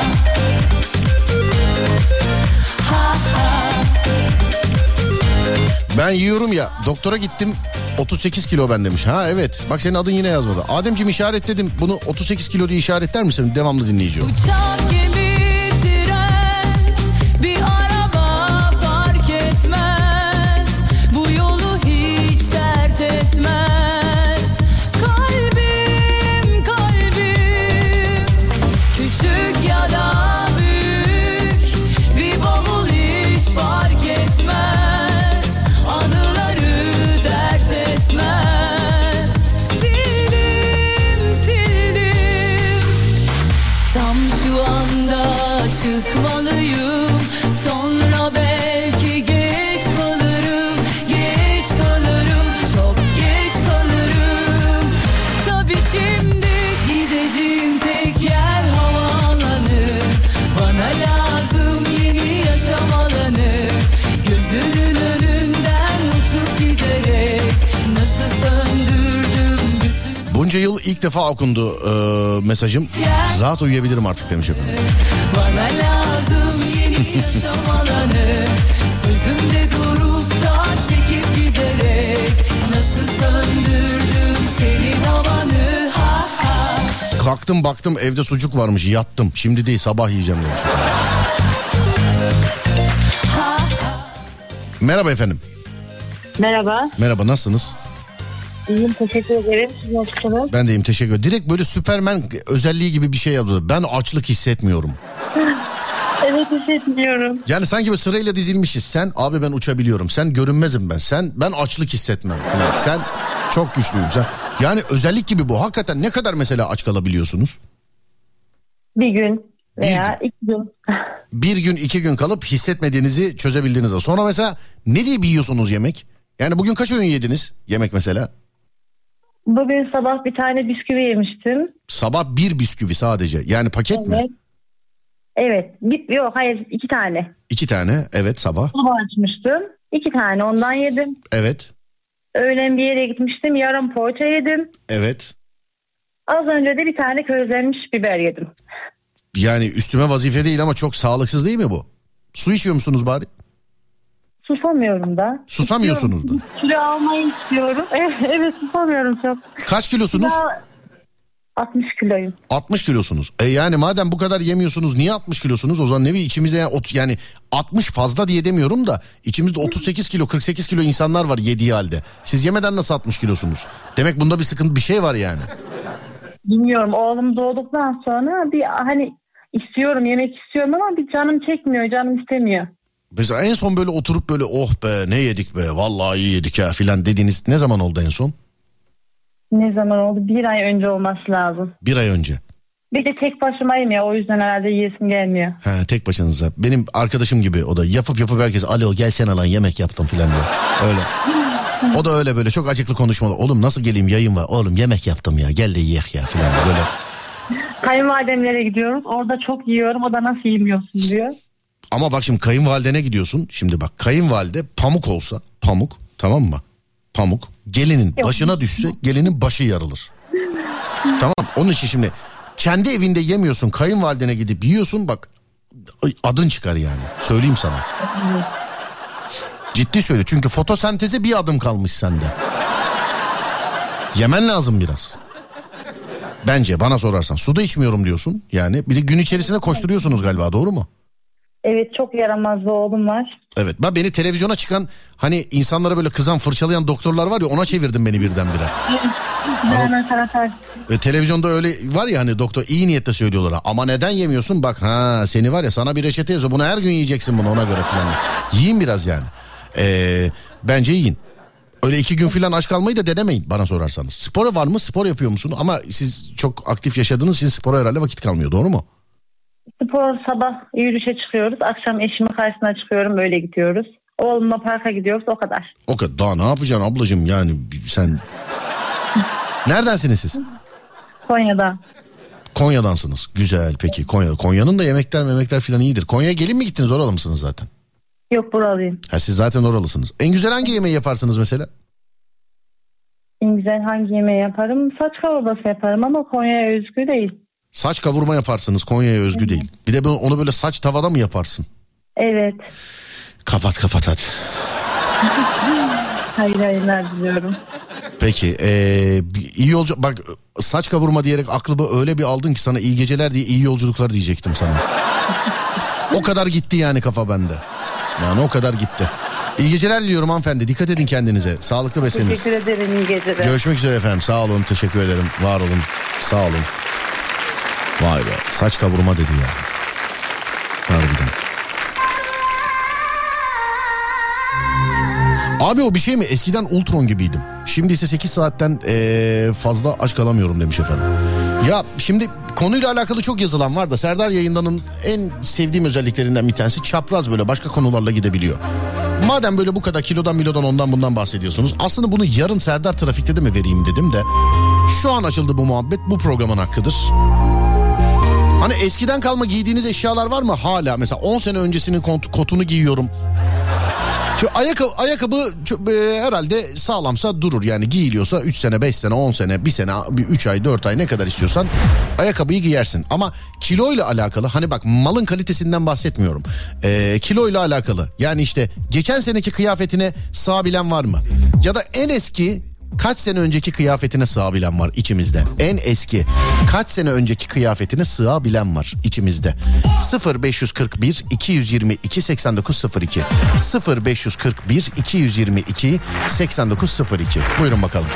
Ha ha. Ben yiyorum ya doktora gittim otuz sekiz kilo ben demiş. Ha evet bak senin adın yine yazmadı. Ademciğim işaretledim bunu otuz sekiz kilo diye işaretler misin devamlı dinleyici ol. Uçak, gemi, tren, bir araba fark etmez. Bu yolu hiç dert etmez. Kalbim, kalbim, küçük ya da büyük, bir bavul hiç fark etmez. Anıları dert etmez. Sildim, sildim. Tam şu anda çıkmalıyım. Sonra belki geç kalırım, geç kalırım, çok geç kalırım. Tabii şimdi gideceğim tek yer havaalanı. Bana lazım yeni yaşam alanı. Gözünün önünden uçup giderek nasıl söndürdüm bütün. Bunca yıl ilk defa okundu e, mesajım. Rahat uyuyabilirim artık demiş efendim. Bana lazım yeni yaşam alanı. Sözümde durup da çekip giderek nasıl söndürdüm senin havanı. Ha ha. Kalktım baktım evde sucuk varmış yattım. Şimdi değil sabah yiyeceğim demiş. Merhaba efendim. Merhaba. Merhaba nasılsınız? İyiyim teşekkür ederim. Siz nasılsınız? Ben de iyiyim teşekkür ederim. Direkt böyle Süpermen özelliği gibi bir şey yaptı. Ben açlık hissetmiyorum. Evet hissetmiyorum. Yani sanki bir sırayla dizilmişiz. Sen abi ben uçabiliyorum. Sen görünmezim ben. Sen ben açlık hissetmem falan. Sen çok güçlüyüm sen. Yani özellik gibi bu. Hakikaten ne kadar mesela aç kalabiliyorsunuz? Bir gün veya Bir- iki gün. Bir gün iki gün kalıp hissetmediğinizi çözebildiğinizde. Sonra mesela ne diye bir yiyorsunuz yemek? Yani bugün kaç öğün yediniz yemek mesela? Bugün sabah bir tane bisküvi yemiştim. Sabah bir bisküvi sadece. Yani paket mi? Evet. Evet. Bir, yok hayır iki tane. İki tane evet sabah. Sabah açmıştım. İki tane ondan yedim. Evet. Öğlen bir yere gitmiştim. Yarım poğaça yedim. Evet. Az önce de bir tane közlenmiş biber yedim. Yani üstüme vazife değil ama çok sağlıksız değil mi bu? Su içiyor musunuz bari? Susamıyorum da. Susamıyorsunuz da. Kilo almayı istiyorum. Evet, evet susamıyorum çok. Kaç kilosunuz? Ya, altmış kiloyum. altmış kilosunuz. E yani madem bu kadar yemiyorsunuz niye altmış kilosunuz? O zaman ne bileyim içimize yani, ot- yani altmış fazla diye demiyorum da içimizde otuz sekiz kilo kırk sekiz kilo insanlar var yediği halde. Siz yemeden nasıl altmış kilosunuz? Demek bunda bir sıkıntı bir şey var yani. Bilmiyorum oğlum doğduktan sonra bir hani istiyorum yemek istiyorum ama bir canım çekmiyor canım istemiyor. Mesela en son böyle oturup böyle oh be ne yedik be vallahi iyi yedik ya filan dediğiniz ne zaman oldu en son? Ne zaman oldu? Bir ay önce olması lazım. Bir ay önce. Bir de tek başımayım ya, o yüzden herhalde yiyesim gelmiyor. He, tek başınıza. Benim arkadaşım gibi o da yapıp yapıp herkes alo gelsene lan yemek yaptım filan diyor. Öyle. O da öyle böyle çok acıklı konuşmalı. Oğlum nasıl geleyim yayın var. Oğlum yemek yaptım ya gel de yiyek ya filan böyle. Kayınvalidemlere gidiyoruz. Orada çok yiyorum. O da nasıl yemiyorsun diyor. Ama bak şimdi kayınvalidene gidiyorsun. Şimdi bak kayınvalide pamuk olsa pamuk tamam mı? Pamuk gelinin Yok. başına düşse gelinin başı yarılır. Tamam onun için şimdi kendi evinde yemiyorsun kayınvalidene gidip yiyorsun bak adın çıkar yani söyleyeyim sana. Ciddi söyle çünkü fotosenteze bir adım kalmış sende. Yemen lazım biraz. Bence bana sorarsan suda içmiyorum diyorsun yani bir de gün içerisinde koşturuyorsunuz galiba doğru mu? Evet çok yaramaz bir oğlum var. Evet ben beni televizyona çıkan hani insanlara böyle kızan fırçalayan doktorlar var ya ona çevirdim beni birdenbire. Ve televizyonda öyle var ya hani doktor iyi niyetle söylüyorlar ama neden yemiyorsun bak ha seni var ya sana bir reçete yazıyor bunu her gün yiyeceksin bunu ona göre falan. Yiyin biraz yani. Ee, bence yiyin. Öyle iki gün falan aç kalmayı da denemeyin bana sorarsanız. Spora var mı spor yapıyor musun ama siz çok aktif yaşadığınız için spora herhalde vakit kalmıyor doğru mu? Spor sabah yürüyüşe çıkıyoruz. Akşam eşimin karşısına çıkıyorum böyle gidiyoruz. Oğlumla parka gidiyoruz o kadar. O kadar daha ne yapacaksın ablacığım yani sen... Neredensiniz siz? Konya'da. Konya'dansınız. Güzel peki Konya. Konya'nın da yemekler memekler falan iyidir. Konya'ya gelin mi gittiniz oralı mısınız zaten? Yok buralıyım. Ha siz zaten oralısınız. En güzel hangi yemeği yaparsınız mesela? En güzel hangi yemeği yaparım? Saç kavurması yaparım ama Konya'ya özgü değil. Saç kavurma yaparsınız Konya'ya özgü Hı-hı. değil. Bir de onu böyle saç tavada mı yaparsın? Evet. Kapat kapat hadi. Hayır hayırlar diliyorum. Peki ee, iyi olacak bak saç kavurma diyerek aklımı öyle bir aldın ki sana iyi geceler diye iyi yolculuklar diyecektim sana. O kadar gitti yani kafa bende. Yani o kadar gitti. İyi geceler diliyorum hanımefendi. Dikkat edin kendinize. Sağlıklı besleniniz. Teşekkür ederim. İyi geceler. Görüşmek üzere efendim. Sağ olun. Teşekkür ederim. Var olun. Sağ olun. Vay be. Saç kavurma dedi ya. Harbiden. Abi o bir şey mi? Eskiden Ultron gibiydim. Şimdi ise sekiz saatten ee, fazla aç kalamıyorum demiş efendim. Ya şimdi konuyla alakalı çok yazılan var da Serdar Yayından'ın en sevdiğim özelliklerinden bir tanesi çapraz böyle başka konularla gidebiliyor. Madem böyle bu kadar kilodan milodan ondan bundan bahsediyorsunuz aslında bunu yarın Serdar Trafik'te de mi vereyim dedim de şu an açıldı bu muhabbet bu programın hakkıdır. Hani eskiden kalma giydiğiniz eşyalar var mı hala mesela on sene öncesinin kot, kotunu giyiyorum. Şimdi ayakkabı, ayakkabı e, herhalde sağlamsa durur yani giyiliyorsa üç sene beş sene on sene bir sene üç ay dört ay ne kadar istiyorsan ayakkabıyı giyersin. Ama kiloyla alakalı hani bak malın kalitesinden bahsetmiyorum e, kiloyla alakalı yani işte geçen seneki kıyafetine sığabilen var mı? Ya da en eski kaç sene önceki kıyafetine sığabilen var içimizde. En eski kaç sene önceki kıyafetine sığabilen var içimizde. sıfır beş kırk bir iki yüz yirmi iki seksen dokuz sıfır iki sıfır beş kırk bir iki yüz yirmi iki seksen dokuz sıfır iki buyurun bakalım.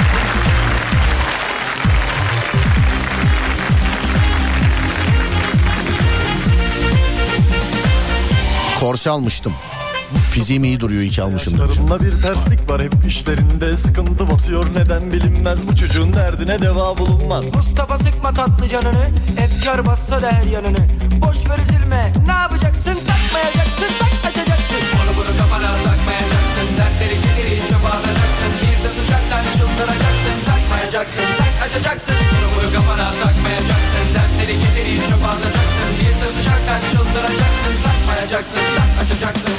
Korse almıştım. Fiziğim iyi duruyor iki almışım. Yaşlarımla bir terslik var hep işlerinde sıkıntı basıyor neden bilinmez bu çocuğun derdine deva bulunmaz. Mustafa sıkma tatlı canını efkar bassa da her yanını. Boş ver üzülme ne yapacaksın takmayacaksın tak açacaksın. Onu bunu kafana takmayacaksın dertleri kederi çöpe atacaksın. Bir de sıcaktan çıldıracaksın takmayacaksın tak açacaksın. Onu bunu kafana takmayacaksın dertleri kederi çöpe atacaksın. Bir de sıcaktan çıldıracaksın takmayacaksın tak açacaksın.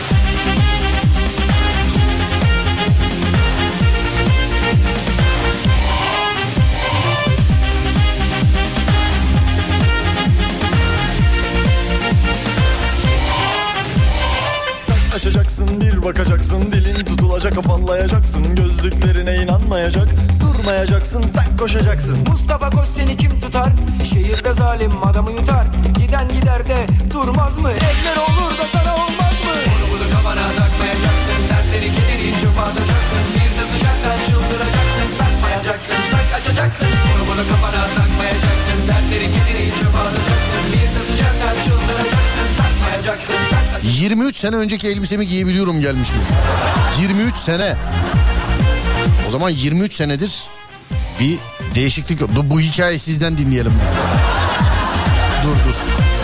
Açacaksın bir bakacaksın dilin tutulacak afallayacaksın gözlüklerine inanmayacak durmayacaksın tak koşacaksın. Mustafa koş seni kim tutar şehirde zalim adamı yutar giden gider de durmaz mı eller olur da sana olmaz mı? Onu bunu kafana takmayacaksın dertleri kederi çöpe atacaksın bir de sıcaktan çıldıracaksın takmayacaksın tak açacaksın. Onu bunu kafana takmayacaksın dertleri kederi çöpe atacaksın bir de sıcaktan çıldıracaksın takmayacaksın tak açacaksın. yirmi üç sene önceki elbisemi giyebiliyorum gelmiş biz. yirmi üç sene. O zaman yirmi üç senedir bir değişiklik yok. Dur, bu hikayeyi sizden dinleyelim. Dur dur.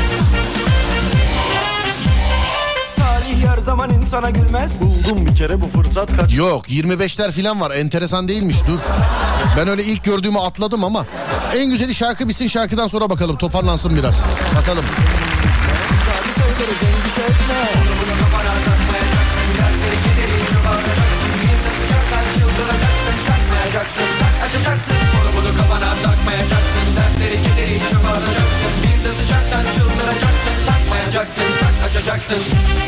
Talih her zaman insana gülmez. Buldum bir kere bu fırsat kaç. Yok yirmi beşler falan var, enteresan değilmiş, dur. Ben öyle ilk gördüğümü atladım ama en güzeli şarkı bitsin, şarkıdan sonra bakalım, toparlansın biraz. Bakalım. Açacaksın, onu bunu kafana takmayacaksın. Dertleri kederi çöpe atacaksın. Bir de sıcaktan çıldıracaksın. Takmayacaksın, tak açacaksın.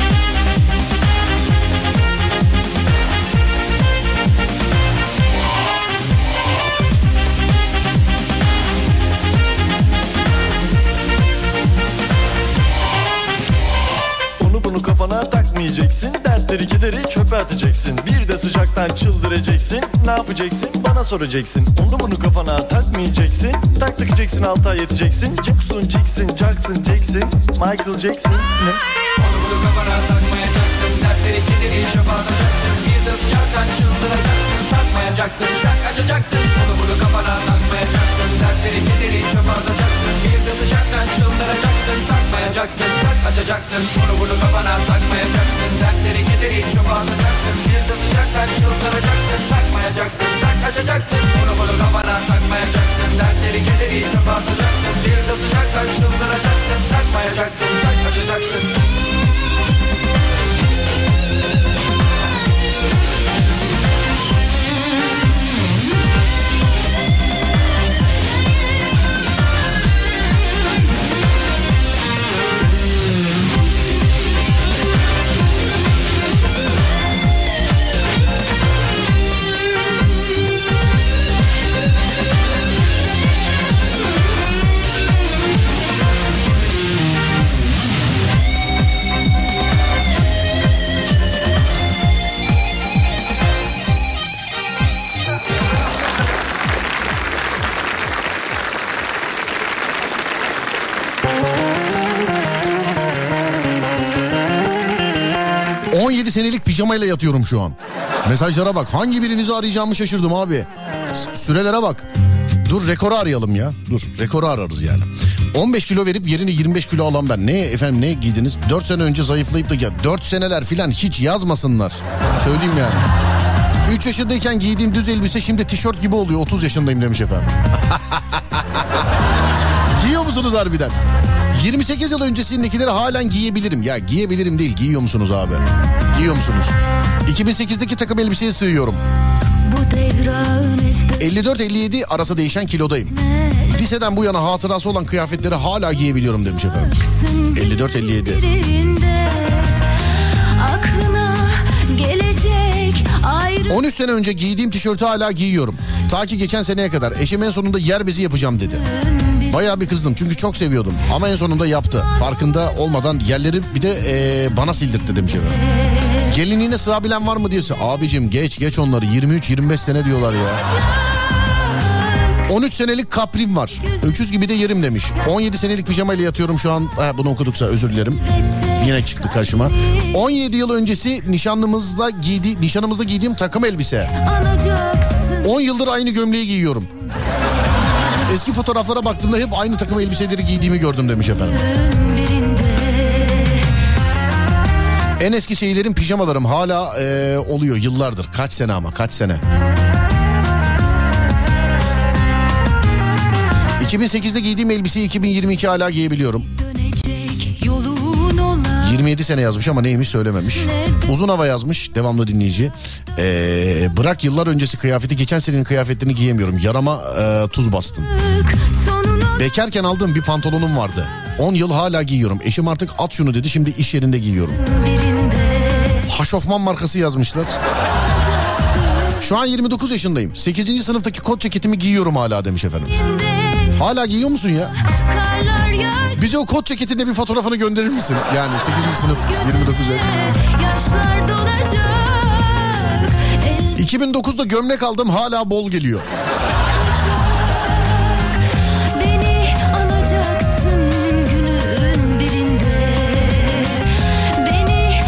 Onu bunu kafana takmayacaksın. Dertleri kederi çöpe atacaksın. Bir de sıcaktan çıldıracaksın. Ne yapacaksın bana soracaksın. Onu bunu kafana takmayacaksın. Tak takacaksın, altı ay yeteceksin. Jackson, Jackson, Jackson, Jackson, Michael Jackson. Ne? Onu bunu kafana takmayacaksın. Dertleri kederi çöpe atacaksın. Bir de sıcaktan çıldıracaksın. Takmayacaksın, tak açacaksın. Onu bunu kafana takmayacaksın. Dertleri kederi çöpe atacaksın. Bir de sıcaktan çıldıracaksın. Takmayacaksın, tak açacaksın. Onu bunu kafana takmayacaksın. Dertleri kederi çöpe atacaksın. Bir de sıcaktan çıldıracaksın. Takmayacaksın, tak açacaksın. Onu bunu kafana takmayacaksın. Dertleri kederi çöpe atacaksın. Bir de sıcaktan çıldıracaksın. Takmayacaksın, tak açacaksın. on yedi senelik pijamayla yatıyorum şu an. Mesajlara bak. Hangi birinizi arayacağımı şaşırdım abi. Sürelere bak. Dur rekoru arayalım ya. Dur rekoru ararız yani. on beş kilo verip yerine yirmi beş kilo alan ben. Ne efendim, ne giydiniz? dört sene önce zayıflayıp da ya dört seneler filan hiç yazmasınlar. Söyleyeyim yani. üç yaşındayken giydiğim düz elbise şimdi tişört gibi oluyor. otuz yaşındayım demiş efendim. Giyiyor musunuz harbiden? yirmi sekiz yıl öncesindekileri halen giyebilirim. Ya giyebilirim değil, giyiyor musunuz abi? Giyiyor musunuz? iki bin sekizdeki takım elbiseye sığıyorum. elli dört elli yedi arası değişen kilodayım. Liseden bu yana hatırası olan kıyafetleri hala giyebiliyorum demiş efendim. elli dört elli yedi. on üç sene önce giydiğim tişörtü hala giyiyorum. Ta ki geçen seneye kadar eşim en sonunda yer bezi yapacağım dedi. Bayağı bir kızdım çünkü çok seviyordum. Ama en sonunda yaptı. Farkında olmadan yerleri bir de ee, bana sildirtti demiş efendim. Gelinliğine sığabilen var mı diyese. Abicim geç geç onları, yirmi üç yirmi beş sene diyorlar ya. on üç senelik kaprim var. Öküz gibi de yerim demiş. on yedi senelik pijamayla yatıyorum şu an. Ha, bunu okuduksa özür dilerim. Yine çıktı karşıma. on yedi yıl öncesi nişanlımızla giydi, nişanımızda giydiğim takım elbise. on yıldır aynı gömleği giyiyorum. Eski fotoğraflara baktığımda hep aynı takım elbiseleri giydiğimi gördüm demiş efendim. En eski şeylerin pijamalarım hala e, oluyor yıllardır. Kaç sene ama kaç sene. iki bin sekizde giydiğim elbiseyi iki bin yirmi iki hala giyebiliyorum. yirmi yedi sene yazmış ama neymiş söylememiş. Uzun hava yazmış devamlı dinleyici. Ee, bırak yıllar öncesi kıyafeti, geçen senenin kıyafetlerini giyemiyorum. Yarama e, tuz bastım. Bekarken aldığım bir pantolonum vardı. on yıl hala giyiyorum. Eşim artık at şunu dedi, şimdi iş yerinde giyiyorum. Haşofman markası yazmışlar. Şu an yirmi dokuz yaşındayım. sekizinci sınıftaki kot ceketimi giyiyorum hala demiş efendim. Hala giyiyor musun ya? Bize o kot ceketinde bir fotoğrafını gönderir misin? Yani sekizinci sınıf yirmi dokuz yaş. iki bin dokuzda gömlek aldım, hala bol geliyor. Beni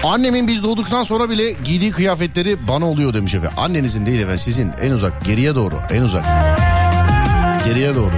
Annemin biz doğduktan sonra bile giydiği kıyafetleri bana oluyor demiş efendim. Annenizin değil efendim, sizin, en uzak, geriye doğru, en uzak. Geriye doğru.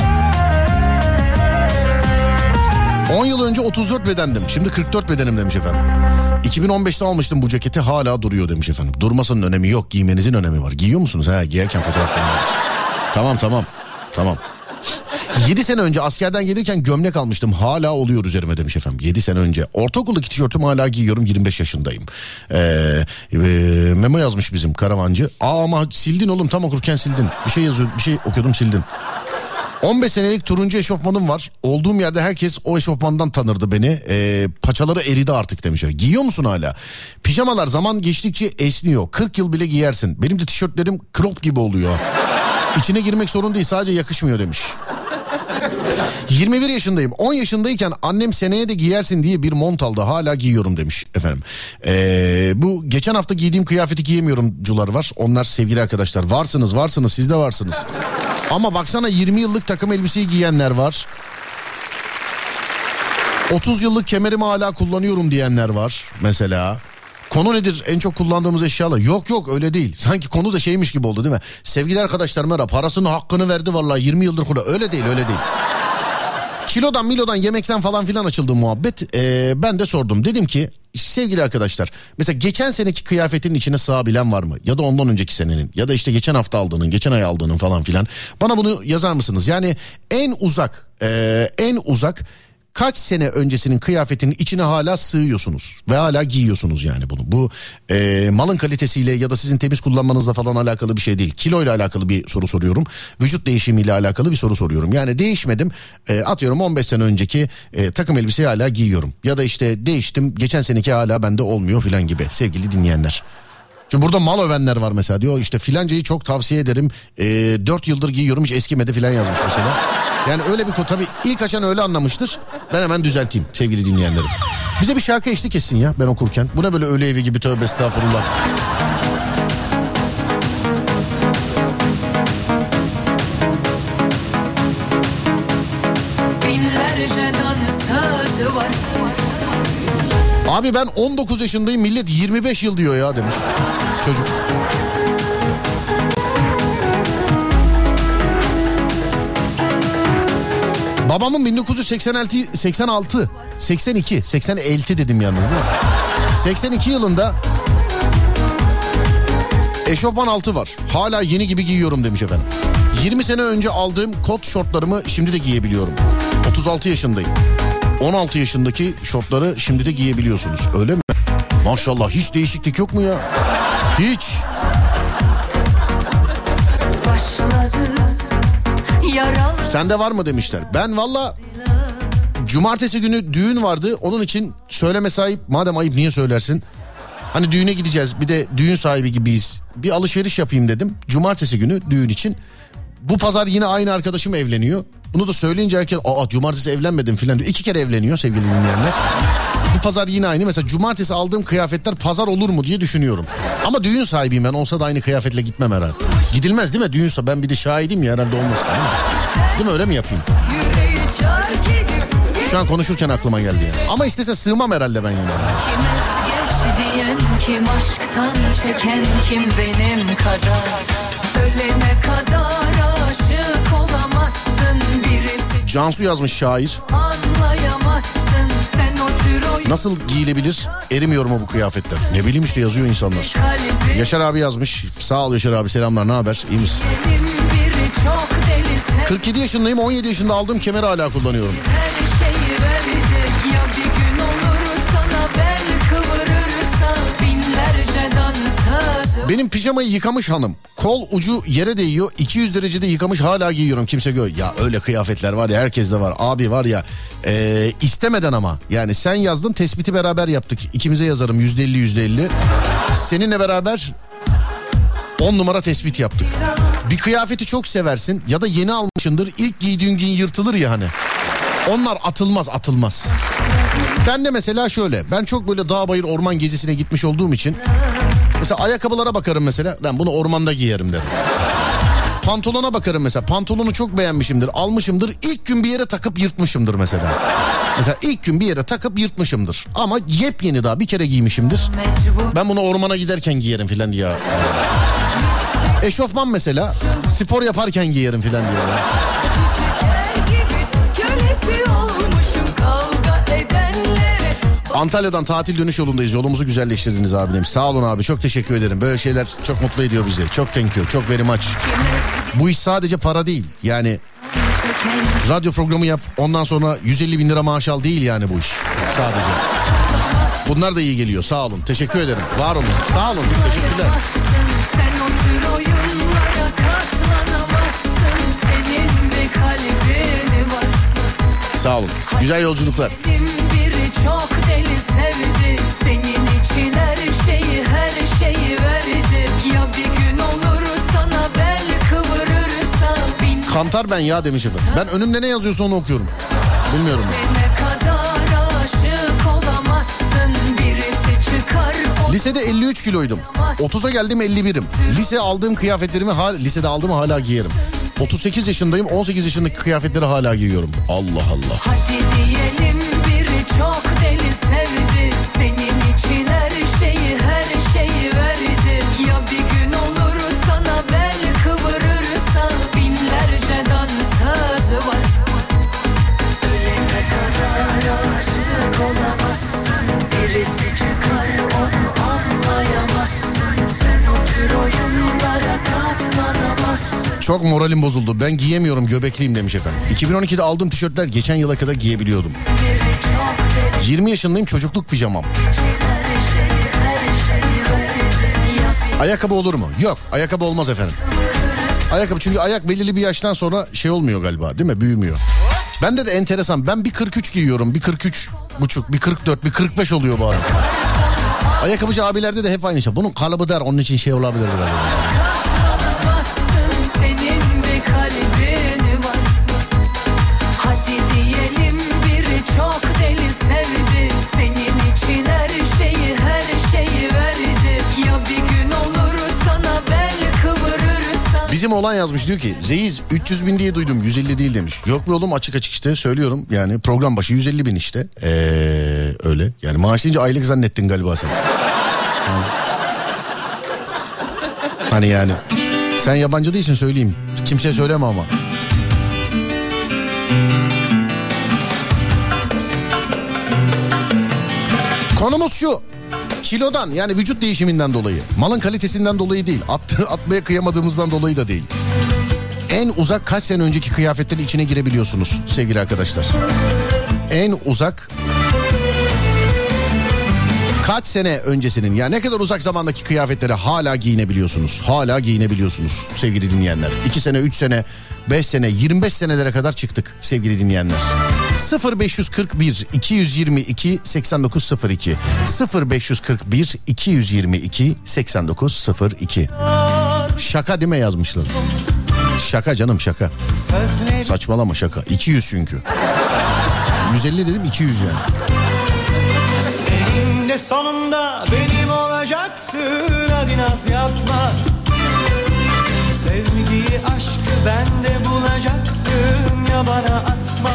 on yıl önce otuz dört bedendim. Şimdi kırk dört bedenim demiş efendim. iki bin on beşte almıştım bu ceketi, hala duruyor demiş efendim. Durmasının önemi yok, giymenizin önemi var. Giyiyor musunuz? Ha, giyerken fotoğraf koyuyoruz. Tamam tamam tamam. yedi sene önce askerden gelirken gömlek almıştım, hala oluyor üzerime demiş efendim. yedi sene önce. Ortaokuldaki tişörtümü hala giyiyorum, yirmi beş yaşındayım. Ee, e, memo yazmış bizim karavancı. Aa ama sildin oğlum, tam okurken sildin. Bir şey yazıyor, bir şey okuyordum, sildin. on beş senelik turuncu eşofmanım var. Olduğum yerde herkes o eşofmandan tanırdı beni. Ee, paçaları eridi artık demiş. Giyiyor musun hala? Pijamalar zaman geçtikçe esniyor. kırk yıl bile giyersin. Benim de tişörtlerim crop gibi oluyor. İçine girmek sorun değil, sadece yakışmıyor demiş. yirmi bir yaşındayım. on yaşındayken annem seneye de giyersin diye bir mont aldı. Hala giyiyorum demiş efendim. Ee, bu geçen hafta giydiğim kıyafeti giyemiyorumcular var. Onlar sevgili arkadaşlar. Varsınız varsınız siz de varsınız. Ama baksana yirmi yıllık takım elbiseyi giyenler var. otuz yıllık kemerimi hala kullanıyorum diyenler var mesela. Konu nedir? En çok kullandığımız eşyalar. Yok yok öyle değil. Sanki konu da şeymiş gibi oldu değil mi? Sevgili arkadaşlar merhaba, parasının hakkını verdi vallahi, yirmi yıldır kullanıyor. Öyle değil öyle değil. Kilodan milodan yemekten falan filan açıldı muhabbet. Ee, ben de sordum. Dedim ki sevgili arkadaşlar, mesela geçen seneki kıyafetin içine sığabilen var mı? Ya da ondan önceki senenin, ya da işte geçen hafta aldığının, geçen ay aldığının falan filan. Bana bunu yazar mısınız? Yani en uzak e, en uzak kaç sene öncesinin kıyafetinin içine hala sığıyorsunuz ve hala giyiyorsunuz yani bunu. Bu e, malın kalitesiyle ya da sizin temiz kullanmanızla falan alakalı bir şey değil. Kiloyla alakalı bir soru soruyorum. Vücut değişimiyle alakalı bir soru soruyorum. Yani değişmedim. E, atıyorum on beş sene önceki e, takım elbiseyi hala giyiyorum. Ya da işte değiştim, geçen seneki hala bende olmuyor filan gibi sevgili dinleyenler. Çünkü burada mal övenler var mesela, diyor işte filancayı çok tavsiye ederim. E, dört yıldır giyiyorum hiç eskimedi filan yazmış mesela. Yani öyle bir konu, tabii ilk açan öyle anlamıştır. Ben hemen düzelteyim sevgili dinleyenlerim. Bize bir şarkı eşlik etsin ya ben okurken. Bu ne böyle öğle evi gibi, tövbe estağfurullah. Binlerce dansözü var. Abi ben on dokuz yaşındayım, millet yirmi beş yıl diyor ya demiş çocuk. Babamın bin dokuz yüz seksen altı, seksen altı, seksen iki, seksen altı dedim yalnız değil mi? seksen iki yılında eşofman altı var. Hala yeni gibi giyiyorum demiş efendim. yirmi sene önce aldığım kot şortlarımı şimdi de giyebiliyorum. otuz altı yaşındayım. on altı yaşındaki şortları şimdi de giyebiliyorsunuz. Öyle mi? Maşallah, hiç değişiklik yok mu ya? Hiç. Sende var mı demişler. Ben valla cumartesi günü düğün vardı. Onun için söyleme sahip, madem ayıp niye söylersin? Hani düğüne gideceğiz, bir de düğün sahibi gibiyiz. Bir alışveriş yapayım dedim. Cumartesi günü düğün için. Bu pazar yine aynı arkadaşım evleniyor. Bunu da söyleyince herkes aa cumartesi evlenmedim filan diyor. İki kere evleniyor sevgili dinleyenler. Bu pazar yine aynı. Mesela cumartesi aldığım kıyafetler pazar olur mu diye düşünüyorum. Ama düğün sahibiyim ben, olsa da aynı kıyafetle gitmem herhalde. Gidilmez değil mi düğün sahibi? Ben bir de şahidim ya, herhalde olmasın değil mi? Değil mi, öyle mi yapayım? Şu an konuşurken aklıma geldi yani. Ama istese sığmam herhalde ben yine. Diyen kim, aşktan çeken kim benim kadar? Ölene kadar aşık olamazsın birisi. Cansu yazmış şair. Anlayamazsın sen o tür o... Nasıl giyilebilir? Erimiyor mu bu kıyafetler? Ne bileyim işte, yazıyor insanlar. Yaşar abi yazmış. Sağ ol Yaşar abi, selamlar, ne haber? İyi misin? kırk yedi yaşındayım, on yedi yaşında aldığım kemeri hala kullanıyorum. Her şeyi verdi ya, bir gün olur sana bel kıvırırsa binlerce dansöz. Benim pijamayı yıkamış hanım. Kol ucu yere değiyor. iki yüz derecede yıkamış, hala giyiyorum. Kimse gör. Ya öyle kıyafetler var ya, herkes de var. Abi var ya e, istemeden ama. Yani sen yazdın, tespiti beraber yaptık. İkimize yazarım yüzde elli yüzde elli. Seninle beraber on numara tespit yaptık. Bir kıyafeti çok seversin ya da yeni almışındır. İlk giydiğin gün yırtılır ya hani. Onlar atılmaz atılmaz. Ben de mesela şöyle. Ben çok böyle dağ bayır orman gezisine gitmiş olduğum için... Mesela ayakkabılara bakarım mesela. Ben bunu ormanda giyerim derim. Pantolona bakarım mesela. Pantolonu çok beğenmişimdir, almışımdır. İlk gün bir yere takıp yırtmışımdır mesela. Mesela ilk gün bir yere takıp yırtmışımdır. Ama yepyeni daha bir kere giymişimdir. Ben bunu ormana giderken giyerim filan diye. Eşofman mesela spor yaparken giyerim filan diye. Antalya'dan tatil dönüş yolundayız. Yolumuzu güzelleştirdiniz abi demiş. Sağ olun abi, çok teşekkür ederim. Böyle şeyler çok mutlu ediyor bizi. Çok thank you, çok very much. Bu iş sadece para değil. Yani radyo programı yap, ondan sonra yüz elli bin lira maaş al değil yani bu iş. Sadece. Bunlar da iyi geliyor. Sağ olun. Teşekkür ederim. Var olun. Sağ olun. Teşekkürler. Sen o tür oyunlara katlanamazsın. Senin bir kalbin var. Sağ olun. Güzel yolculuklar. Biri çok deli sevdi. Senin için her şeyi her şeyi verdi. Ya bir gün olur sana bel kıvırırsa. Bin... Kantar ben ya demiş efendim. Ben önümde ne yazıyorsa onu okuyorum. Bilmiyorum. Ne kadar aşık olamazsın. Birisi çıkar. Lisede elli üç kiloydum. otuza geldim elli birim. Lise aldığım kıyafetlerimi hala, lisede aldığımı hala giyerim. otuz sekiz yaşındayım, on sekiz yaşındaki kıyafetleri hala giyiyorum. Allah Allah. Hadi diyelim biri çok deli sevdi. Senin için her şeyi her şeyi verdi. Ya bir gün olur sana bel kıvırırsa. Binlerce dansöz var. Ölene kadar aşık olamazsın. Birisi çıkar onu anlayamazsın. Sen o tür oyunlara katlanamazsın. Çok moralim bozuldu. Ben giyemiyorum, göbekliyim demiş efendim. iki bin on ikide aldığım tişörtler geçen yıla kadar giyebiliyordum. yirmi yaşındayım, çocukluk pijamam. Ayakkabı olur mu? Yok, ayakkabı olmaz efendim. Ayakkabı, çünkü ayak belirli bir yaştan sonra şey olmuyor galiba, değil mi? Büyümüyor. Bende de enteresan. Ben bir kırk üç giyiyorum, bir kırk üç buçuk, bir kırk dört, bir kırk beş oluyor bu arada. Ayakkabıcı abilerde de hep aynı şey. Bunun kalıbı der, onun için şey olabilir biraz. Senin bir kalbin var. Hadi diyelim biri çok deli sevdi. Senin için her şeyi her şeyi verdi. Ya bir gün olur sana bel kıvırırsa. Bizim oğlan yazmış, diyor ki Zeyiz üç yüz bin diye duydum, yüz elli değil demiş. Yok be oğlum, açık açık işte söylüyorum. Yani program başı yüz elli bin işte. Ee, öyle. Yani maaş deyince aylık zannettin galiba sen. Yani. Hani yani. Sen yabancı değilsin, söyleyeyim. Kimseye söyleme ama. Konumuz şu. Kilodan, yani vücut değişiminden dolayı. Malın kalitesinden dolayı değil. At, atmaya kıyamadığımızdan dolayı da değil. En uzak kaç sene önceki kıyafetlerin içine girebiliyorsunuz sevgili arkadaşlar? En uzak kaç sene öncesinin, yani ne kadar uzak zamandaki kıyafetleri hala giyinebiliyorsunuz? Hala giyinebiliyorsunuz sevgili dinleyenler. iki sene, üç sene, beş sene, yirmi beş senelere kadar çıktık sevgili dinleyenler. sıfır beş kırk bir iki yüz yirmi iki seksen dokuz sıfır iki sıfır beş kırk bir iki yüz yirmi iki seksen dokuz sıfır iki. Şaka değil mi yazmışlar? Şaka canım, şaka. Saçmalama, şaka. iki yüz çünkü. yüz elli dedim, iki yüz yani. Eninde sonunda benim olacaksın, hadi naz yapma. Sevgiyi, aşkı bende bulacaksın, ya bana atma.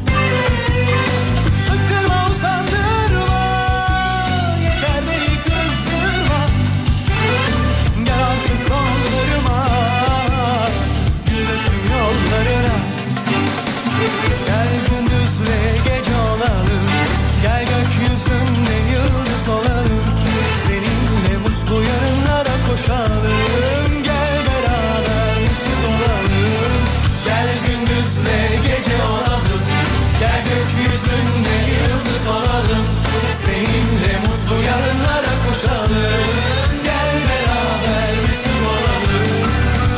Sıkırma, usandırma, yeter beni kızdırma. Gel artık kollarıma, gül döküm yollarına. Gel gündüz ve gece olalım, gel gökyüzünde yıldız olalım. Seninle mutlu yarınlara koşalım, gel beraber mesut olalım. Gel gündüz ve gece olalım, gel gökyüzünde yıldız olalım. Seninle mutlu yarınlara koşalım, gel beraber mesut olalım.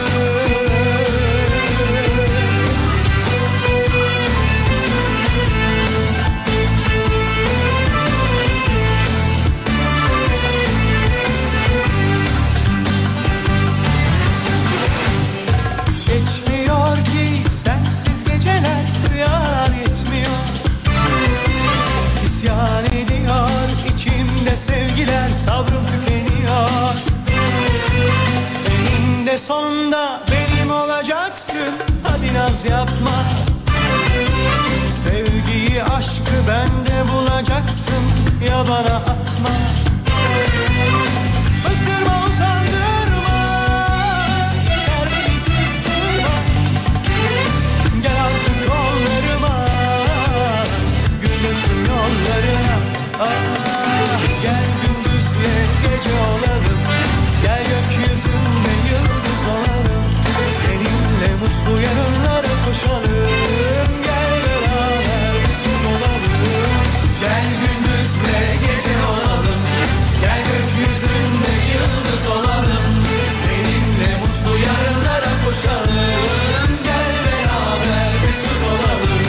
Geçmiyor ki sensiz geceler, rüyalar yetmiyor. İsyan ediyor içimde sevgiler, sabrım tükeniyor. Eninde sonunda benim olacak. naz yapma. Sevgiyi, aşkı bende bulacaksın, ya bana atma. Bıktırma, usandırma, yeter beni kızdırma. Gel artık kollarıma, güldür yollarına. Ah, gel gündüzle gece olalım, gel gökyüzünde yıldız olalım. Seninle mutlu yarınlara koşalım, gel beraber mesut olalım. Gel gündüzle gece olalım, gel gökyüzünde yıldız olalım. Seninle mutlu yarınlara koşalım, gel beraber mesut olalım.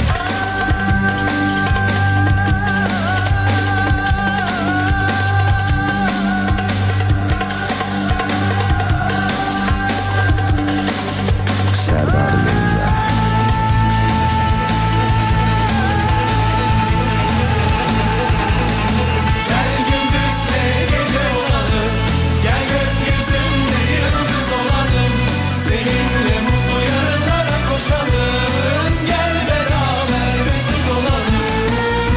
Serdar Yayında. Gel gündüzle gece olalım, gel gökyüzünde yıldız olalım. Seninle mutlu yarınlara koşalım, gel beraber mesut olalım.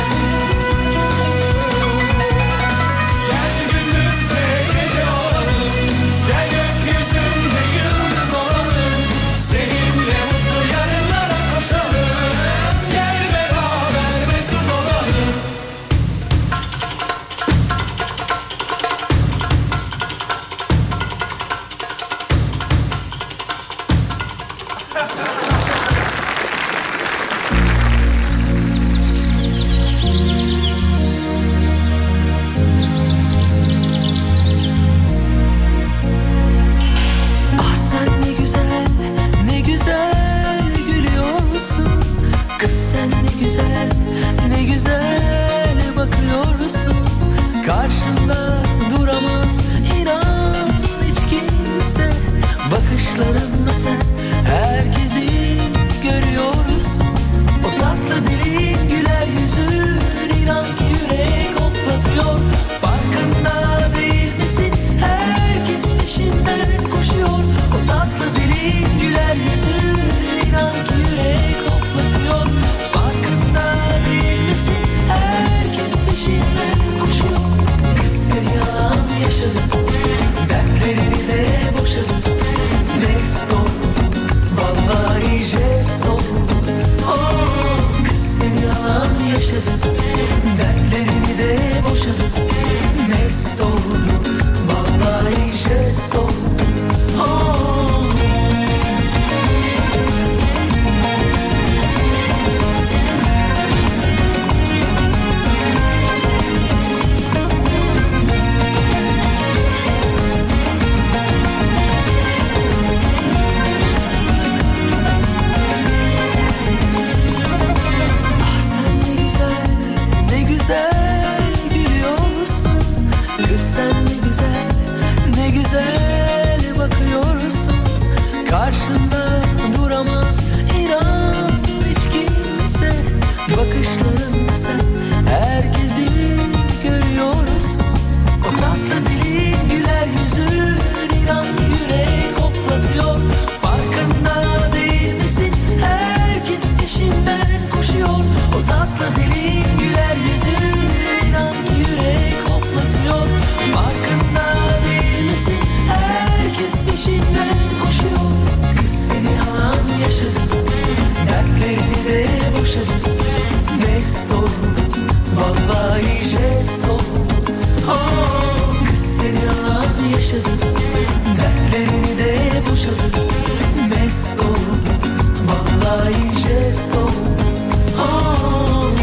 Gel gündüzle gece olalım, gel gökyüzünde yıldız olalım. Seninle mutlu yarınlara koşalım, gel beraber mesut olalım. Ah sen ne güzel, ne güzel gülüyorsun. Kız sen ne güzel, ne güzel bakıyorsun. Karşında duramaz inan hiç kimse. Bakışlarınla sen herkesi görüyorsun. O tatlı dilin, güler yüzün, inan ki yürek hoplatıyor. Farkında değil misin? Herkes peşinden koşuyor. O tatlı dilin, güler yüzün, inan ki yürek hoplatıyor. Farkında değil misin? Herkes peşinden koşuyor. Kız sen yalan yaşadın, dertlerini de boşadın. Mest oldun, vallahi jest oldun. Oh, kız sen yalan yaşadın, dertlerini de boşadın. Mest oldun, vallahi jest oldun. Oh. Ah sen ne güzel, ne güzel gülüyorsun. Kız sen ne güzel, ne güzel bakıyorsun. Karşında duramaz inan hiç kimse. Bakışlarınla sen herkesi görüyorsun. O tatlı dilin, güler yüzün, inan ki yürek hoplatıyor. Farkında değil misin? Herkes peşinden koşuyor. O tatlı dilin, güler yüzün, inan ki yürek hoplatıyor. Farkında değil misin? Herkes peşinden koşuyor. Kız seni yalan yaşadın, dertlerini de boşadın. Mest oldun, vallahi jest oldun. Oh, kız seni yalan yaşadın, dertlerini de boşadın. Mest oldun, vallahi jest oldun. Oh.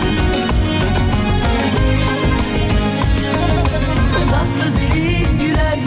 Tatlı dilin, güler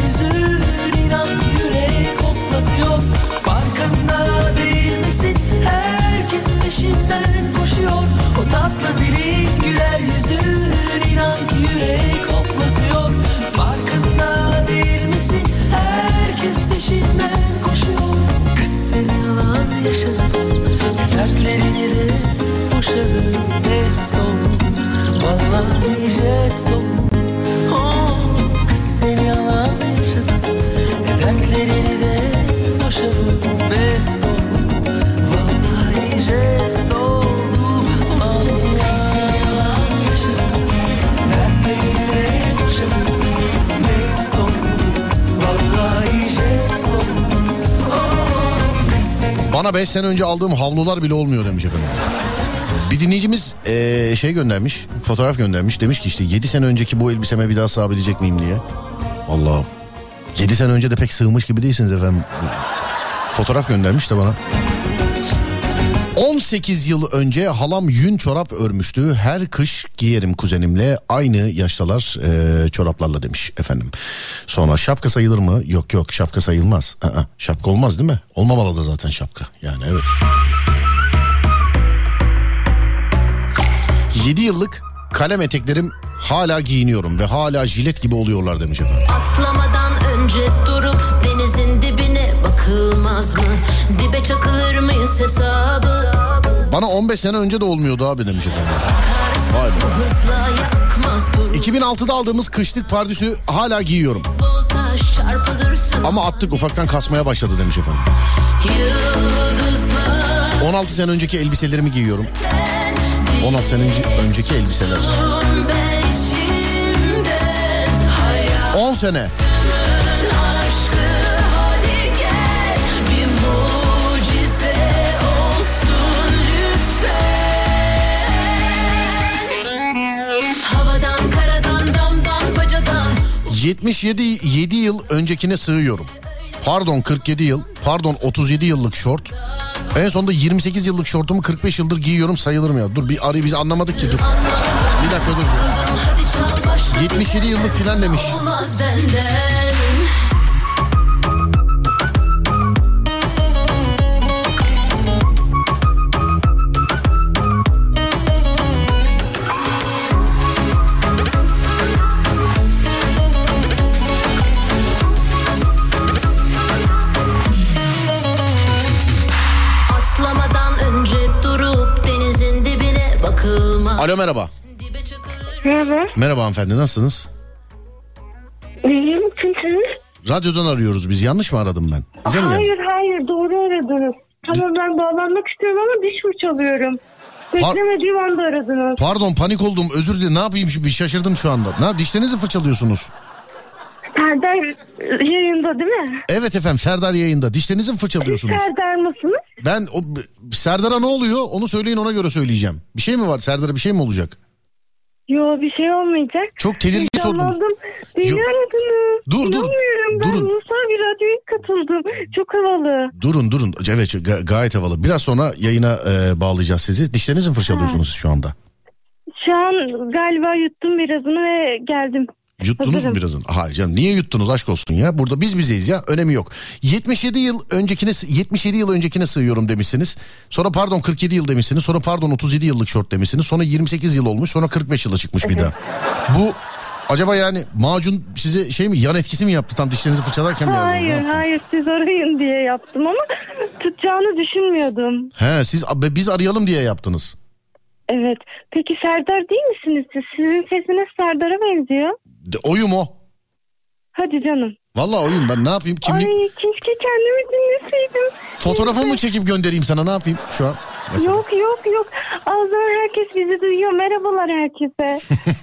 mest oldum. Oh, kız seni yalan yaşadım. Dertlerini de boşadım. Mest oldum. Vallahi jest oldum. Vallahi kız seni yalan yaşadım. Dertlerini de boşadım. Mest oldum. Vallahi jest oldum. Oh, kız seni... Bana beş sene önce aldığım havlular bile olmuyor demiş efendim. Bir dinleyicimiz ee, şey göndermiş, fotoğraf göndermiş. Demiş ki işte yedi sene önceki bu elbiseme bir daha sığabilecek miyim diye. Vallahi yedi sene önce de pek sığmış gibi değilsiniz efendim. Fotoğraf göndermiş de bana. on sekiz yıl önce halam yün çorap örmüştü. Her kış giyerim kuzenimle. Aynı yaştalar e, çoraplarla demiş efendim. Sonra şapka sayılır mı? Yok yok, şapka sayılmaz. Aa, şapka olmaz değil mi? Olmamalı da zaten şapka. Yani evet. yedi yıllık kalem eteklerim hala giyiniyorum ve hala jilet gibi oluyorlar demiş efendim. Atlamadan önce durup denizin dibine bakılmaz mı? Dibe çakılır mıyız hesabı? Bana on beş sene önce de olmuyordu abi demiş efendim. Vay be. iki bin altıda aldığımız kışlık pardüsü hala giyiyorum. Ama attık, ufaktan kasmaya başladı demiş efendim. on altı sene önceki elbiselerimi giyiyorum. on altı sene önceki elbiseler. on sene. yetmiş yedi yıl öncekine sığıyorum. Pardon kırk yedi yıl, pardon otuz yedi yıllık şort. En sonunda yirmi sekiz yıllık şortumu kırk beş yıldır giyiyorum, sayılır mı ya? Dur bir arayı biz anlamadık ki, dur. Bir dakika dur. yetmiş yedi yıllık filan demiş. Alo merhaba. Merhaba. Merhaba hanımefendi, nasılsınız? İyiyim, kimsiniz? Radyodan arıyoruz biz, yanlış mı aradım ben? Bize mi hayır geldin? hayır doğru aradınız. Tamam ben bağlanmak istiyorum ama diş fırçalıyorum. Beklemediğim anda aradınız. Pardon, panik oldum, özür dilerim, ne yapayım şimdi, şaşırdım şu anda. Ne, dişlerinizi fırçalıyorsunuz? Serdar yayında değil mi? Evet efendim, Serdar yayında. Dişlerinizi mi fırçalıyorsunuz? Serdar mısınız? Ben o, Serdar'a ne oluyor onu söyleyin, ona göre söyleyeceğim. Bir şey mi var Serdar'a, bir şey mi olacak? Yok bir şey olmayacak. Çok tedirgin sordunuz. Beni aradınız. Dur dur. Ben durun. Musa bir radyoya katıldım. Çok havalı. Durun durun. Evet ga- gayet havalı. Biraz sonra yayına e, bağlayacağız sizi. Dişlerinizi mi fırçalıyorsunuz ha. şu anda? Şu an galiba yuttum birazını ve geldim. Yuttunuz Hazırım. mu birazını? Hayır canım, niye yuttunuz, aşk olsun ya. Burada biz bizeyiz ya, önemi yok. yetmiş yedi yıl öncekine yetmiş yedi yıl öncekine sığıyorum demişsiniz. Sonra pardon kırk yedi yıl demişsiniz. Sonra pardon otuz yedi yıllık şort demişsiniz. Sonra yirmi sekiz yıl olmuş. Sonra kırk beş yıla çıkmış bir daha. Bu acaba yani macun size şey mi, yan etkisi mi yaptı, tam dişlerinizi fırçalarken mi yazdınız? Hayır hayır, siz arayın diye yaptım ama tutacağını düşünmüyordum. He, siz biz arayalım diye yaptınız. Evet. Peki Serdar değil misiniz siz? Sizin sesiniz Serdar'a benziyor. De, oyum o. Hadi canım. Vallahi oyum, ben ne yapayım? Kimlik... Ay keşke kendimi dinleseydim. Fotoğrafımı mı çekip göndereyim sana, ne yapayım şu an? Mesela. Yok yok yok. O zaman herkes bizi duyuyor. Merhabalar herkese.